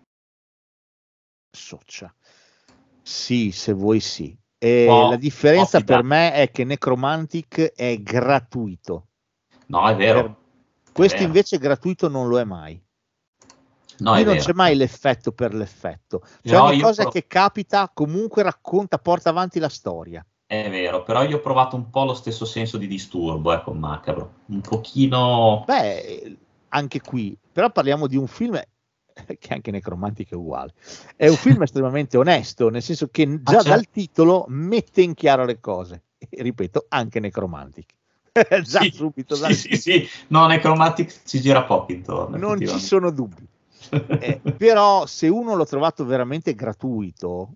Socià. Sì, se vuoi sì. E la differenza per me è che Necromantic è gratuito. No, è vero. Questo invece gratuito non lo è mai. No, non c'è mai l'effetto per l'effetto. Cioè ogni cosa che capita comunque porta avanti la storia. È vero, però io ho provato un po' lo stesso senso di disturbo con Macabro. Un pochino... Beh, anche qui. Però parliamo di un film che anche Necromantic è uguale. È un film estremamente onesto, nel senso che già dal titolo mette in chiaro le cose. E, ripeto, anche Necromantic. Già subito. Sì. No, Necromantic ci gira poco intorno. Non ci sono dubbi. Però se uno l'ho trovato veramente gratuito,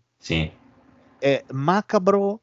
Macabro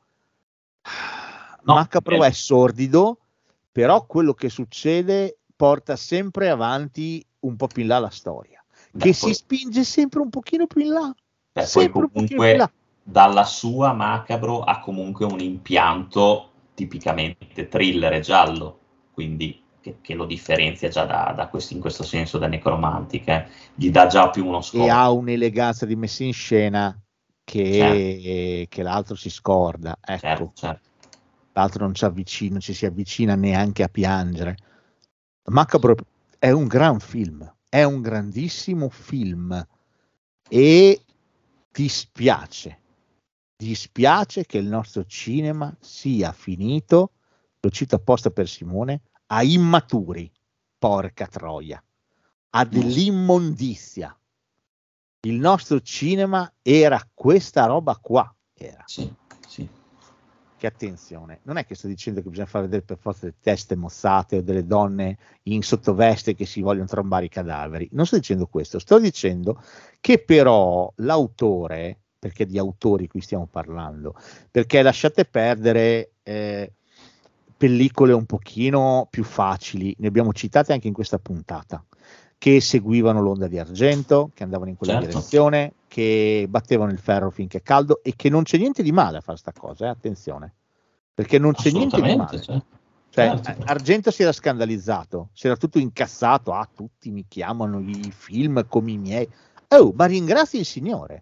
è sordido, però quello che succede porta sempre avanti un po' più in là la storia, si spinge sempre un pochino più in là. Poi comunque dalla sua Macabro ha comunque un impianto tipicamente thriller e giallo, quindi che lo differenzia già in questo senso da Necromantic, gli dà già più uno scopo. E ha un'eleganza di messa in scena che l'altro si scorda, ecco. Certo. L'altro non ci si avvicina neanche a piangere. Macabro è un gran film, è un grandissimo film, e dispiace che il nostro cinema sia finito, lo cito apposta per Simone, a immaturi, porca troia, a dell'immondizia. Il nostro cinema era questa roba qua. Era. Sì. Che attenzione, non è che sto dicendo che bisogna far vedere per forza delle teste mozzate o delle donne in sottoveste che si vogliono trombare i cadaveri. Non sto dicendo questo, sto dicendo che però l'autore, perché di autori qui stiamo parlando, perché lasciate perdere pellicole un pochino più facili, ne abbiamo citate anche in questa puntata, che seguivano l'onda di argento, che andavano in quella direzione, che battevano il ferro finché è caldo, e che non c'è niente di male a fare sta cosa, attenzione, perché non c'è niente di male. Cioè, Argento si era scandalizzato, si era tutto incazzato, tutti mi chiamano i film come i miei. Ma ringrazia il Signore,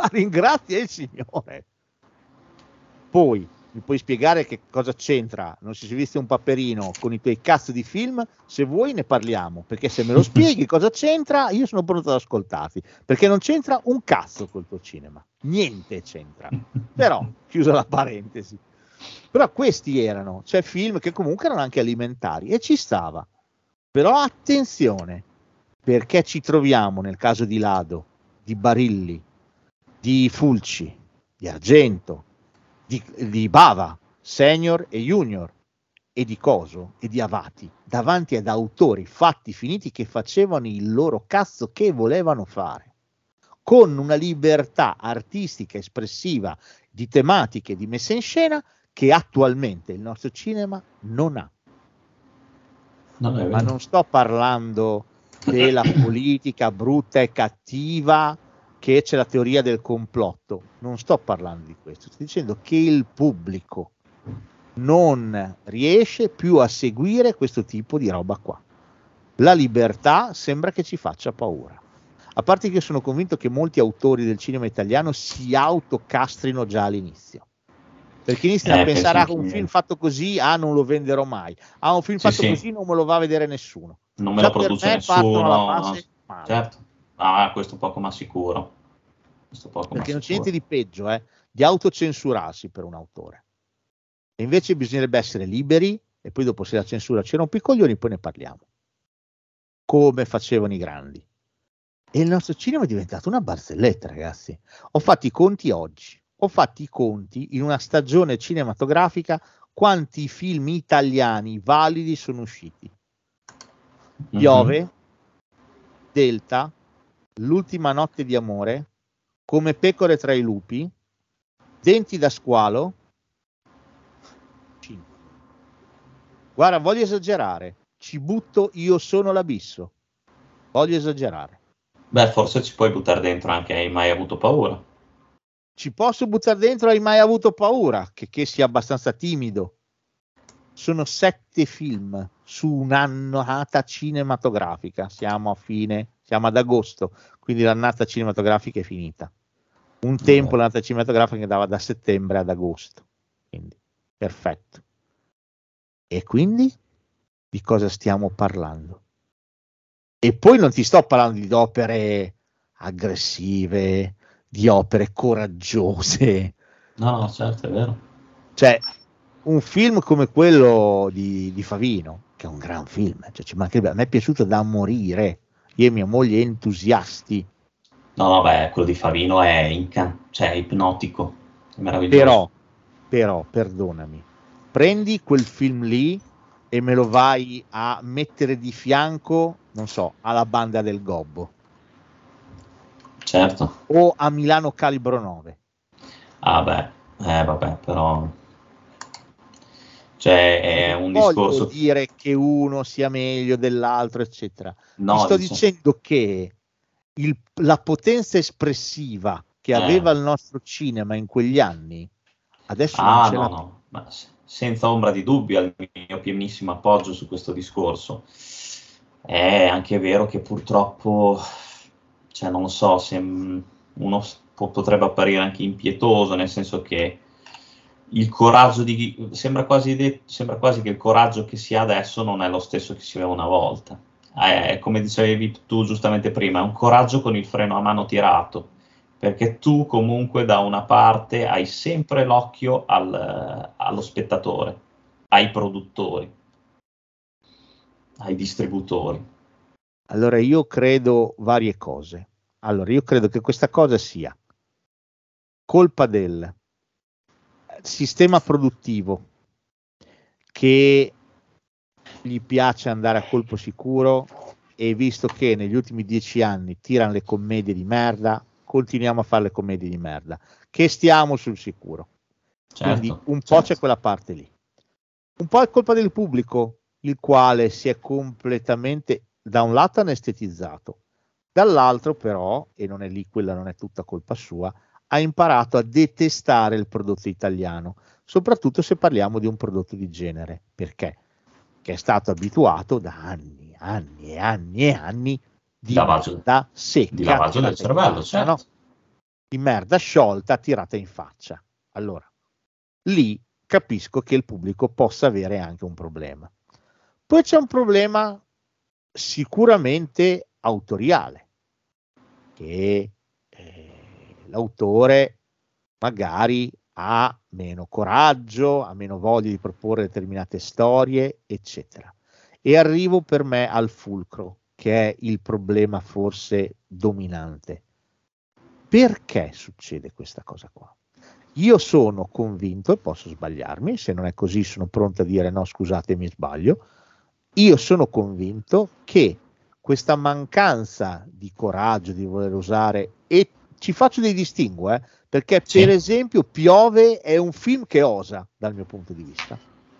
Poi mi puoi spiegare che cosa c'entra Non si viste un paperino con i tuoi cazzo di film? Se vuoi ne parliamo, perché se me lo spieghi cosa c'entra, io sono pronto ad ascoltarti, perché non c'entra un cazzo col tuo cinema, niente c'entra. Però, chiusa la parentesi, però questi erano, cioè film che comunque erano anche alimentari e ci stava. Però attenzione, perché ci troviamo nel caso di Lado, di Barilli, di Fulci, di Argento, di Bava, Senior e Junior, e di Coso e di Avati, davanti ad autori fatti finiti che facevano il loro cazzo che volevano fare, con una libertà artistica espressiva, di tematiche, di messa in scena, che attualmente il nostro cinema non ha. Ma non sto parlando della politica brutta e cattiva, che c'è la teoria del complotto, non sto parlando di questo, sto dicendo che il pubblico non riesce più a seguire questo tipo di roba qua. La libertà sembra che ci faccia paura, a parte che io sono convinto che molti autori del cinema italiano si autocastrino già all'inizio, perché iniziano a pensare un film fatto così, non lo venderò mai, un film fatto così non me lo va a vedere nessuno, non me lo produce nessuno, certo. Questo poco ma sicuro. Perché non c'è niente di peggio di autocensurarsi per un autore. E invece bisognerebbe essere liberi, e poi dopo, se la censura ci rompe i coglioni, poi ne parliamo. Come facevano i grandi. E il nostro cinema è diventato una barzelletta, ragazzi. Ho fatto i conti oggi. Ho fatto i conti in una stagione cinematografica quanti film italiani validi sono usciti. Piove, Delta, L'ultima notte di amore, Come pecore tra i lupi, Denti da squalo. 5. Guarda, voglio esagerare, ci butto Io sono l'abisso. Voglio esagerare. Beh, forse ci puoi buttare dentro anche Hai mai avuto paura? Ci posso buttare dentro Hai mai avuto paura, che sia abbastanza timido. Sono 7 film su un'annata cinematografica. Siamo ad agosto, quindi l'annata cinematografica è finita. Un tempo l'annata cinematografica andava da settembre ad agosto, quindi perfetto. E quindi di cosa stiamo parlando? E poi non ti sto parlando di opere aggressive, di opere coraggiose. No, certo, è vero. Cioè, un film come quello di Favino, che è un gran film, cioè, ci mancherebbe, a me è piaciuto da morire, io e mia moglie entusiasti. No, beh, quello di Favino è ipnotico, è meraviglioso. Però, perdonami, prendi quel film lì e me lo vai a mettere di fianco, non so, alla Banda del Gobbo. Certo. O a Milano Calibro 9. Vabbè, però... Cioè, è un discorso... Non voglio dire che uno sia meglio dell'altro, eccetera. No, sto dicendo che la potenza espressiva che aveva il nostro cinema in quegli anni, adesso non ce l'ha. No. Ma senza ombra di dubbio, al mio pienissimo appoggio su questo discorso. È anche vero che purtroppo, cioè non lo so, se uno potrebbe apparire anche impietoso, nel senso che il coraggio sembra quasi che il coraggio che si ha adesso non è lo stesso che si aveva una volta. Come dicevi tu giustamente prima, è un coraggio con il freno a mano tirato, perché tu comunque da una parte hai sempre l'occhio allo spettatore, ai produttori, ai distributori. Allora io credo varie cose. Allora, io credo che questa cosa sia colpa del sistema produttivo che gli piace andare a colpo sicuro, e visto che negli ultimi 10 anni tirano le commedie di merda, continuiamo a fare le commedie di merda, che stiamo sul sicuro. Quindi un po' c'è quella parte lì. Un po' è colpa del pubblico, il quale si è completamente, da un lato, anestetizzato, dall'altro però, e non è lì, quella non è tutta colpa sua, ha imparato a detestare il prodotto italiano, soprattutto se parliamo di un prodotto di genere. Perché? Che è stato abituato da anni e anni di merda secca, di lavaggio del cervello, certo. No? Di merda sciolta tirata in faccia. Allora, lì capisco che il pubblico possa avere anche un problema. Poi c'è un problema sicuramente autoriale, che l'autore magari ha meno coraggio, ha meno voglia di proporre determinate storie, eccetera. E arrivo per me al fulcro, che è il problema forse dominante. Perché succede questa cosa qua? Io sono convinto, e posso sbagliarmi, se non è così sono pronto a dire no, scusatemi, sbaglio. Io sono convinto che questa mancanza di coraggio, di voler usare, e ci faccio dei distinguo, perché per esempio Piove è un film che osa dal mio punto di vista.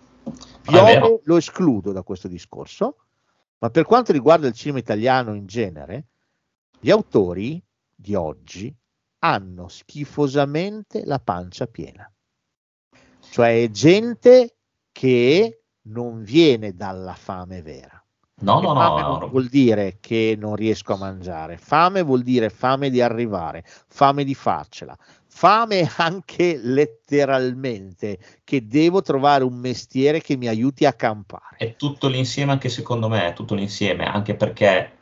Piove lo escludo da questo discorso, ma per quanto riguarda il cinema italiano in genere, gli autori di oggi hanno schifosamente la pancia piena. Cioè è gente che non viene dalla fame vera. No. Non vuol dire che non riesco a mangiare. Fame vuol dire fame di arrivare, fame di farcela, fame anche letteralmente, che devo trovare un mestiere che mi aiuti a campare. È tutto l'insieme, anche secondo me, è tutto l'insieme, anche perché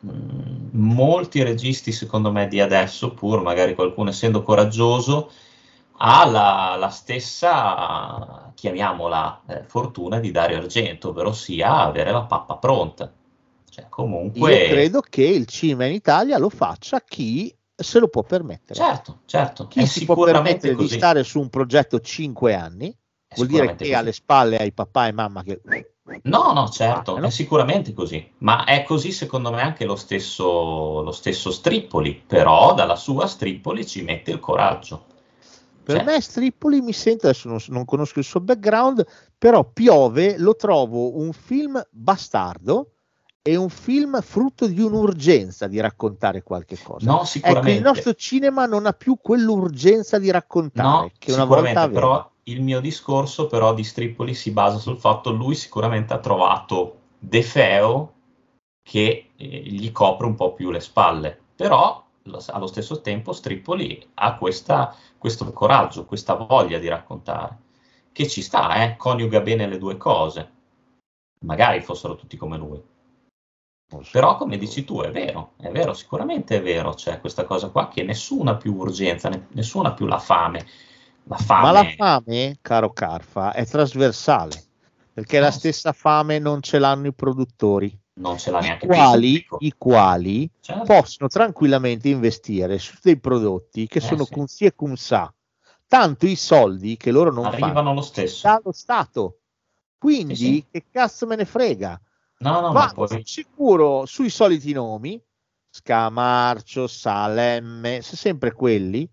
molti registi, secondo me, di adesso, pur magari qualcuno essendo coraggioso, ha la stessa, chiamiamola, fortuna di Dario Argento, ovvero sia avere la pappa pronta. Cioè, comunque... Io credo che il cinema in Italia lo faccia chi se lo può permettere. Certo. Chi si può permettere di stare su un progetto 5 anni, vuol dire che così. alle spalle hai papà e mamma che... No, certo, è sicuramente così. Ma è così secondo me anche lo stesso Strippoli, però dalla sua Strippoli ci mette il coraggio. Per me Strippoli, mi sento, adesso non conosco il suo background, però Piove lo trovo un film bastardo, è un film frutto di un'urgenza di raccontare qualche cosa. No, sicuramente. Ecco, il nostro cinema non ha più quell'urgenza di raccontare che una volta aveva. Però il mio discorso però di Strippoli si basa sul fatto che lui sicuramente ha trovato De Feo che gli copre un po' più le spalle, però allo stesso tempo Strippoli ha questo coraggio, questa voglia di raccontare, che ci sta, coniuga bene le due cose. Magari fossero tutti come lui. Però come dici tu è vero, sicuramente è vero, c'è questa cosa qua che nessuna più urgenza, nessuna più la fame. Ma la fame, caro Carfa, è trasversale, perché la stessa fame non ce l'hanno i produttori, non ce l'ha neanche i quali possono tranquillamente investire su dei prodotti che sono cum si e cum sa, tanto i soldi che loro non arrivano lo stesso dallo Stato, quindi che cazzo me ne frega. Ma poi... sicuro sui soliti nomi, Scamarcio, Salemme, sempre quelli,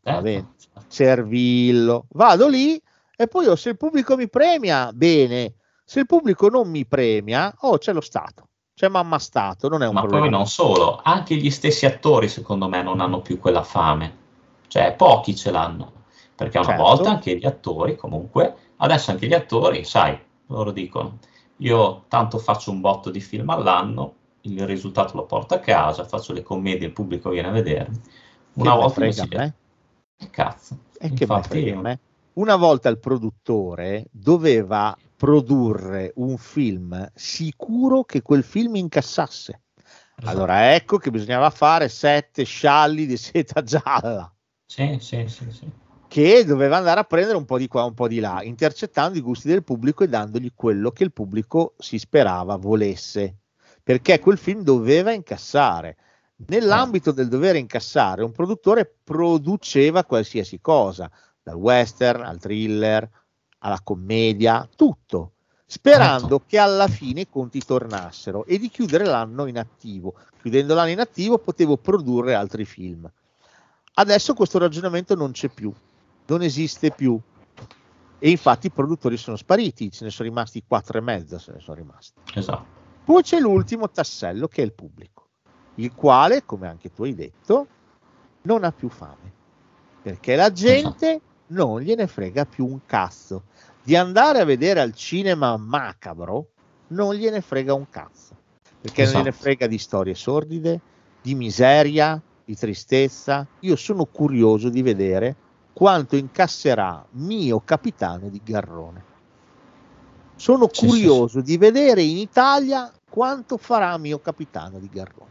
Servillo, vado lì e poi se il pubblico mi premia, bene, se il pubblico non mi premia, c'è lo Stato, c'è mamma Stato, non è un problema. Ma poi non solo, anche gli stessi attori secondo me non hanno più quella fame, cioè pochi ce l'hanno, perché una volta anche gli attori comunque, adesso anche gli attori, sai, loro dicono... Io tanto faccio un botto di film all'anno, il risultato lo porto a casa, faccio le commedie, il pubblico viene a vedermi. Una volta che cazzo. E che me? Una volta il produttore doveva produrre un film sicuro che quel film incassasse. Allora ecco che bisognava fare 7 scialli di seta gialla. Sì. Che doveva andare a prendere un po' di qua, un po' di là, intercettando i gusti del pubblico e dandogli quello che il pubblico si sperava volesse, perché quel film doveva incassare. Nell'ambito del dover incassare, un produttore produceva qualsiasi cosa, dal western al thriller alla commedia, tutto, sperando che alla fine i conti tornassero e di chiudere l'anno in attivo. Chiudendo l'anno in attivo potevo produrre altri film. Adesso questo ragionamento non c'è più, non esiste più, e infatti i produttori sono spariti, ce ne sono rimasti 4,5, se ne sono rimasti. Esatto. Poi c'è l'ultimo tassello, che è il pubblico, il quale, come anche tu hai detto, non ha più fame, perché la gente non gliene frega più un cazzo di andare a vedere al cinema macabro, non gliene frega un cazzo, perché non gliene frega di storie sordide, di miseria, di tristezza. Io sono curioso di vedere quanto incasserà Mio Capitano di Garrone. Sono curioso di vedere in Italia quanto farà Mio Capitano di Garrone.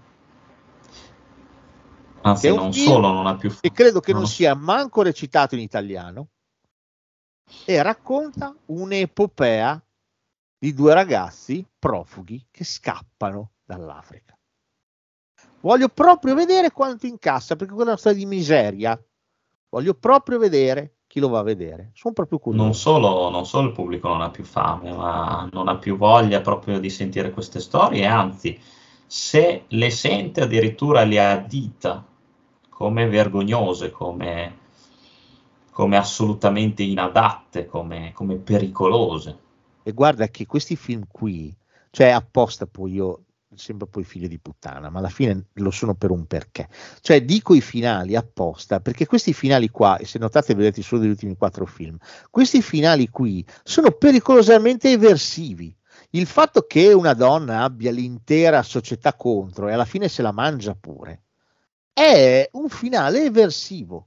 Anzi, non solo non ha più e credo che non sia manco recitato in italiano, e racconta un'epopea di due ragazzi profughi che scappano dall'Africa. Voglio proprio vedere quanto incassa, perché quella è una storia di miseria. Voglio proprio vedere chi lo va a vedere. Sono proprio curioso. Non solo il pubblico non ha più fame, ma non ha più voglia proprio di sentire queste storie, anzi, se le sente addirittura le addita come vergognose, come assolutamente inadatte, come pericolose. E guarda che questi film qui, cioè apposta, poi io sembra poi figlio di puttana, ma alla fine lo sono per un perché. Cioè dico i finali apposta, perché questi finali qua, e se notate vedete solo degli ultimi 4 film, questi finali qui sono pericolosamente eversivi. Il fatto che una donna abbia l'intera società contro e alla fine se la mangia pure è un finale eversivo.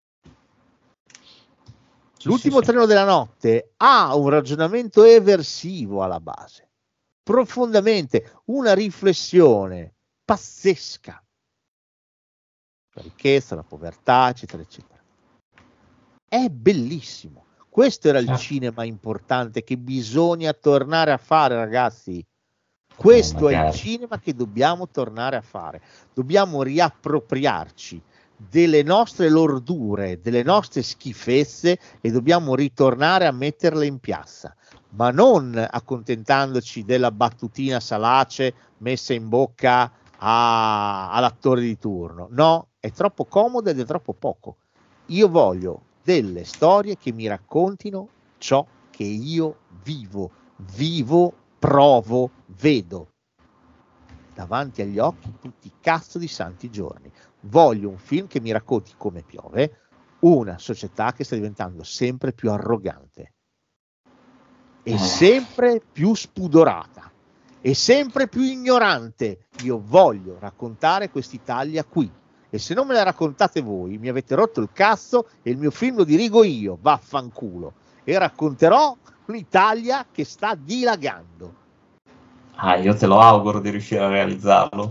L'ultimo treno della notte ha un ragionamento eversivo alla base, profondamente, una riflessione pazzesca, la ricchezza, la povertà, eccetera, eccetera. È bellissimo. Questo era il cinema importante che bisogna tornare a fare, ragazzi. Questo è il cinema che dobbiamo tornare a fare. Dobbiamo riappropriarci delle nostre lordure, delle nostre schifezze, e dobbiamo ritornare a metterle in piazza, ma non accontentandoci della battutina salace messa in bocca all'attore di turno. No, è troppo comodo ed è troppo poco. Io voglio delle storie che mi raccontino ciò che io vivo, provo, vedo davanti agli occhi tutti i cazzo di santi giorni. Voglio un film che mi racconti come piove una società che sta diventando sempre più arrogante e sempre più spudorata e sempre più ignorante. Io voglio raccontare quest'Italia qui, e se non me la raccontate voi mi avete rotto il cazzo, e il mio film lo dirigo io, vaffanculo, e racconterò l'Italia che sta dilagando. Io te lo auguro di riuscire a realizzarlo.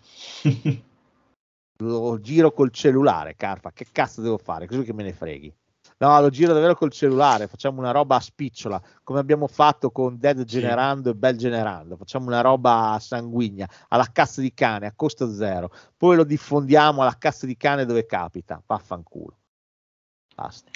Lo giro col cellulare, Carfa, che cazzo devo fare? Così che me ne freghi. No, lo giro davvero col cellulare, facciamo una roba a spicciola, come abbiamo fatto con Dead Generando e Bel Generando, facciamo una roba sanguigna, alla cazzo di cane, a costo zero, poi lo diffondiamo alla cazzo di cane dove capita, vaffanculo. Basta.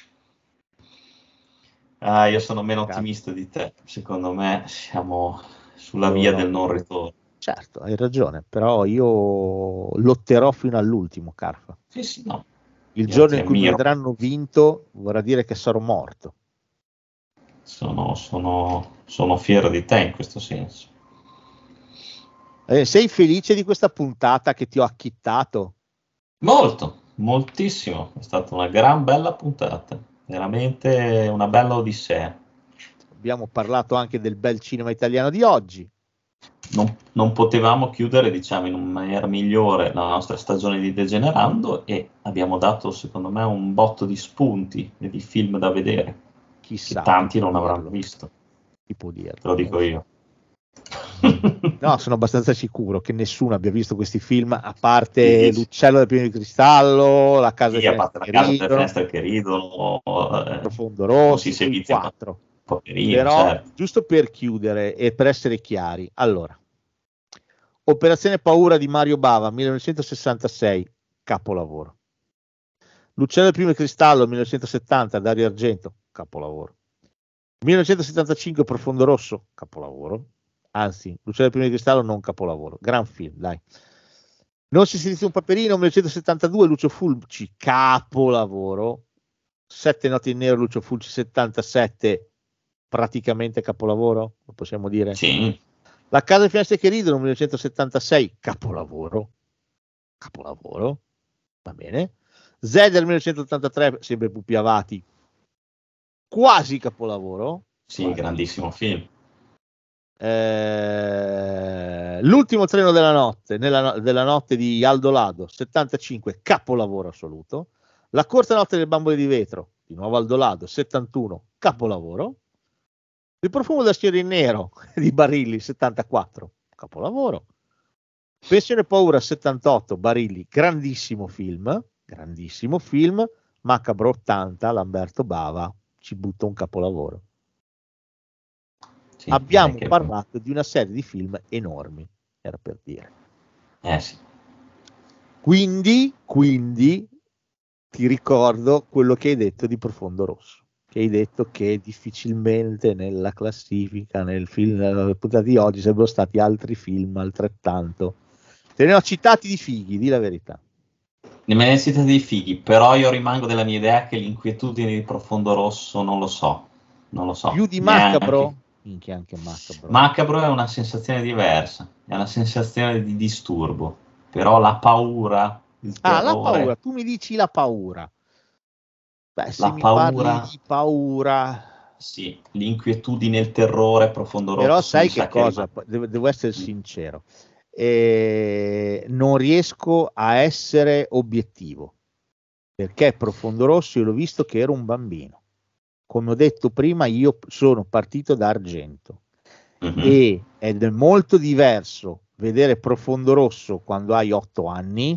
Io sono meno ottimista di te, secondo me siamo sulla via del non ritorno. Certo, hai ragione, però io lotterò fino all'ultimo, Carfa. Sì, no. Il giorno in cui mi vedranno vinto vorrà dire che sarò morto. Sono fiero di te in questo senso. Sei felice di questa puntata che ti ho acchittato? Molto, moltissimo. È stata una gran bella puntata, veramente una bella odissea. Abbiamo parlato anche del bel cinema italiano di oggi. Non potevamo chiudere, diciamo, in maniera migliore la nostra stagione di Degenerando, e abbiamo dato, secondo me, un botto di spunti e di film da vedere. Chissà, che tanti non avranno visto. Chi può dirlo? Te lo dico io. No, sono abbastanza sicuro che nessuno abbia visto questi film, a parte L'uccello del piano di cristallo, La casa delle finestre che ridono, Profondo Rosso, i 4. Poverino, però certo. Giusto per chiudere e per essere chiari, allora, Operazione Paura di Mario Bava, 1966, capolavoro. L'uccello del primo cristallo, 1970, Dario Argento, capolavoro. 1975, Profondo Rosso, capolavoro. Anzi, l'uccello del primo cristallo non capolavoro, gran film, dai. Non si silenzia un paperino, 1972, Lucio Fulci, capolavoro. 7 notti in nero, Lucio Fulci, 77, praticamente capolavoro, lo possiamo dire? Sì. La casa delle finestre che ridono, 1976, capolavoro, va bene. Zeder 1983, sempre Pupi Avati, quasi capolavoro. Sì, quasi. grandissimo film. L'ultimo treno della notte, della notte di Aldo Lado, 75, capolavoro assoluto. La corta notte delle bambole di vetro, di nuovo Aldo Lado, 71, capolavoro. Il profumo da schiera in nero di Barilli, 74, capolavoro. Pensione paura, 78, Barilli, grandissimo film. Macabro, 80, Lamberto Bava, ci butta un capolavoro. Sì, Abbiamo parlato di una serie di film enormi, era per dire. Sì. Quindi ti ricordo quello che hai detto di Profondo Rosso, che hai detto che difficilmente nella classifica, nel film, nella puntata di oggi, sarebbero stati altri film altrettanto. Te ne ho citati di fighi, di la verità. Ne me ne citati di fighi, però io rimango della mia idea che l'inquietudine di Profondo Rosso non lo so. Più di Macabro? Minchia, anche Macabro. Macabro è una sensazione diversa, è una sensazione di disturbo, però la paura, il terrore... la paura, tu mi dici la paura. Beh, se la mi paura, parli di paura... Sì, l'inquietudine, il terrore, Profondo Rosso. Però sai che cosa? Devo essere sincero. Non riesco a essere obiettivo, perché Profondo Rosso io l'ho visto che ero un bambino. Come ho detto prima, io sono partito da Argento ed è molto diverso vedere Profondo Rosso quando hai 8 anni,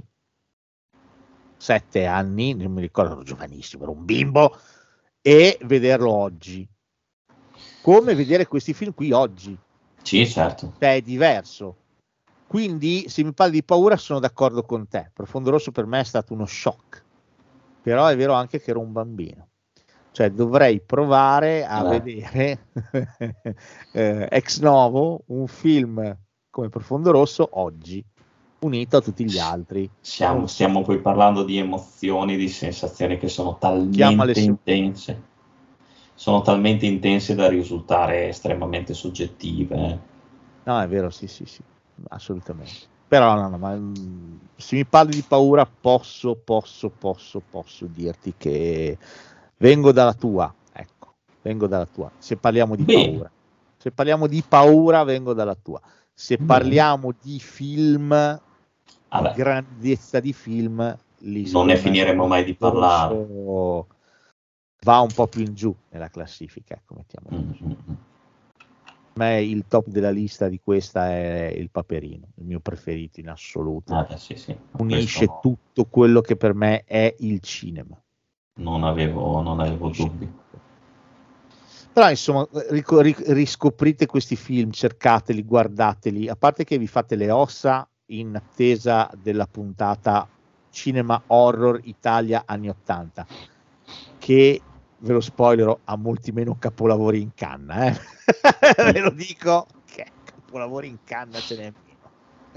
7 anni, non mi ricordo, ero giovanissimo, ero un bimbo, e vederlo oggi. Come vedere questi film qui oggi. Sì, certo. È diverso. Quindi, se mi parli di paura, sono d'accordo con te. Profondo Rosso per me è stato uno shock. Però è vero anche che ero un bambino. Cioè dovrei provare a vedere ex novo un film come Profondo Rosso oggi, unito a tutti gli altri. Stiamo poi parlando di emozioni, di sensazioni che sono talmente intense. Sono talmente intense da risultare estremamente soggettive. No, è vero, sì, assolutamente. Però ma se mi parli di paura posso dirti che vengo dalla tua, se parliamo di paura. Se parliamo di paura vengo dalla tua. Se parliamo di film, di grandezza di film, lì non ne finiremo mai di parlare. Va un po' più in giù nella classifica, ecco, mettiamo così. Per me il top della lista di questa è Il Paperino, il mio preferito in assoluto. Sì. Unisce tutto quello che per me è il cinema. Non avevo dubbi. Però insomma riscoprite questi film, cercateli, guardateli, a parte che vi fate le ossa in attesa della puntata Cinema Horror Italia anni 80, che ve lo spoilerò, ha molti meno capolavori in canna, ve lo dico, che capolavori in canna ce n'è meno,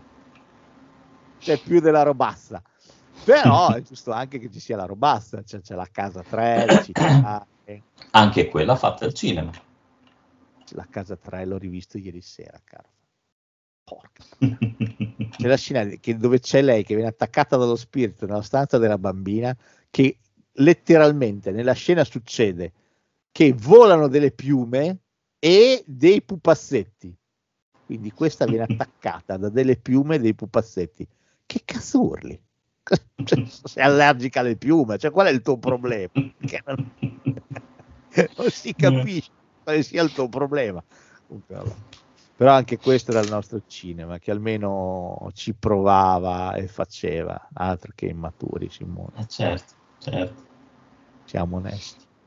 c'è più della robassa, però è giusto anche che ci sia la robassa, c'è la Casa 3, anche quella fatta al cinema. La Casa 3 l'ho rivisto ieri sera, caro. Porca. C'è la scena dove c'è lei che viene attaccata dallo spirito nella stanza della bambina, che letteralmente nella scena succede che volano delle piume e dei pupazzetti, quindi questa viene attaccata da delle piume e dei pupazzetti. Che cazzo urli? Cioè, sei allergica alle piume, cioè qual è il tuo problema? Che non si capisce quale sia il tuo problema. Però anche questo era il nostro cinema, che almeno ci provava e faceva, altro che immaturi, Simone. Certo. Siamo onesti.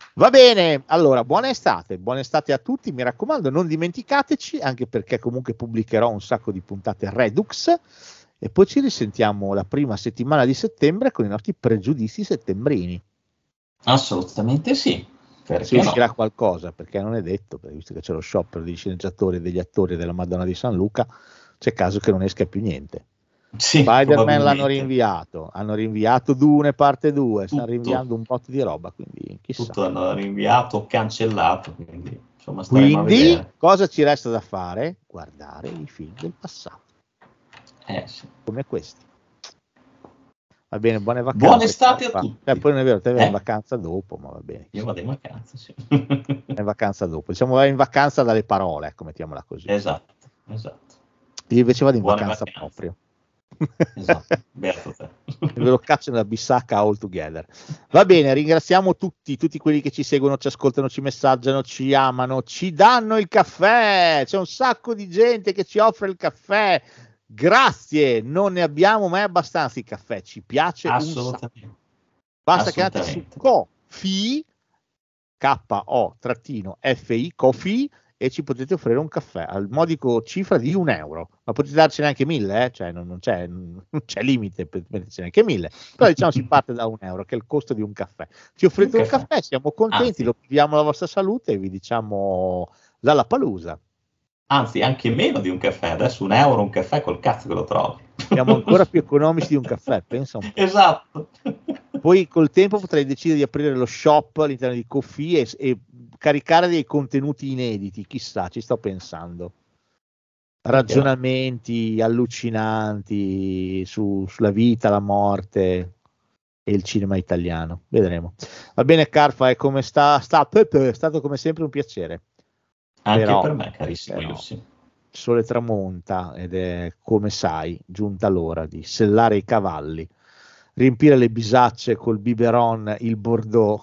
Va bene, allora buona estate a tutti, mi raccomando, non dimenticateci, anche perché comunque pubblicherò un sacco di puntate Redux e poi ci risentiamo la prima settimana di settembre con i nostri pregiudizi settembrini. Assolutamente sì. Se uscirà qualcosa, perché non è detto, perché visto che c'è lo sciopero degli sceneggiatori e degli attori della Madonna di San Luca, c'è caso che non esca più niente. Sì, Spider-Man l'hanno rinviato, hanno rinviato Dune parte 2, stanno rinviando un botto di roba, quindi chissà. Tutto hanno rinviato, cancellato, quindi insomma quindi cosa ci resta da fare? Guardare i film del passato. Sì. Come questi. Va bene, buone vacanze. Buona estate a tutti. Poi non è vero, te vai in vacanza dopo, ma va bene. Io vado in vacanza, sì. In vacanza dopo. Diciamo vai in vacanza dalle parole, ecco, mettiamola così. Esatto. Io invece vado in Buone vacanza vacanze. proprio. Esatto, beato te. Ve lo caccio nella bisacca all together. Va bene, ringraziamo tutti quelli che ci seguono, ci ascoltano, ci messaggiano, ci amano, ci danno il caffè. C'è un sacco di gente che ci offre il caffè. Grazie, non ne abbiamo mai abbastanza di caffè, ci piace assolutamente. Un sacco. Basta che andate su Ko-fi, K-O-F-I, Ko-fi, e ci potete offrire un caffè al modico cifra di €1, ma potete darcene anche 1000, cioè non c'è limite per mettercene anche 1000, però diciamo si parte da €1 che è il costo di un caffè. Ci offrite un caffè, siamo contenti, lo viviamo la vostra salute e vi diciamo Lollapalooza. Anzi, anche meno di un caffè, adesso €1 un caffè col cazzo che lo trovi. Siamo ancora più economici di un caffè, pensa un po'. Esatto. Poi col tempo potrei decidere di aprire lo shop all'interno di Ko-fi e caricare dei contenuti inediti, chissà, ci sto pensando. Ragionamenti allucinanti sulla vita, la morte e il cinema italiano. Vedremo. Va bene, Carfa, è come è stato come sempre un piacere. Anche per me, carissimo Yussi. Il sole tramonta ed è, come sai, giunta l'ora di sellare i cavalli, riempire le bisacce col biberon, il bordeaux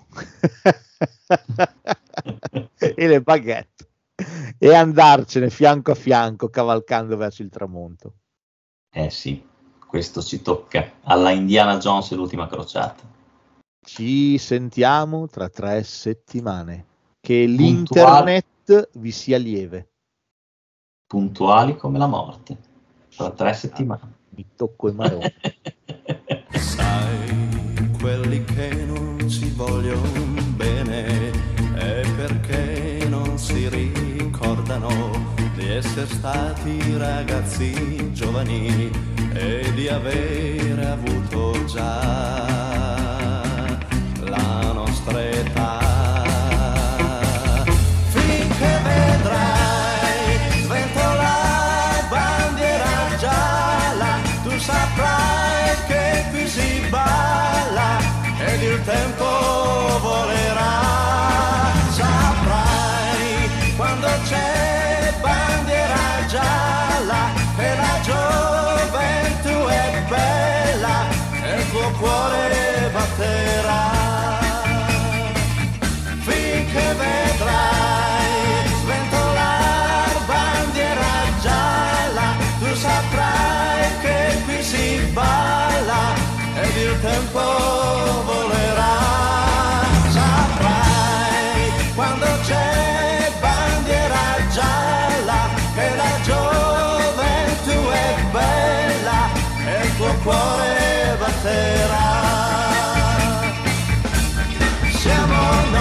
e le baguette e andarcene fianco a fianco cavalcando verso il tramonto. Sì, questo ci tocca alla Indiana Jones e l'ultima crociata. Ci sentiamo tra 3 settimane. Che l'internet vi sia lieve. Puntuali come la morte. Tra 3 settimane. Mi tocco i maroni. Sai, quelli che non ci vogliono bene è perché non si ricordano di essere stati ragazzi giovani e di avere avuto già la nostra età. Saprai che qui si balla ed il tempo volerà. Saprai quando c'è bandiera gialla che la gioventù è bella e il tuo cuore batterà. Finché vedrai sventolare bandiera gialla, tu saprai che qui si balla ed il tempo volerà. Saprai quando c'è bandiera gialla che la gioventù è bella e il tuo cuore batterà. Siamo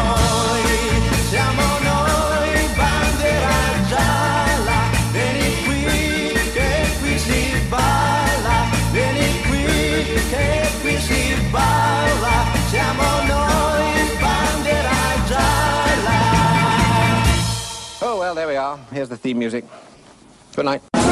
noi, bandiera gialla, vieni qui che qui si balla, vieni qui che qui si balla, siamo noi, bandiera gialla. Oh, well, there we are. Here's the theme music. Good night.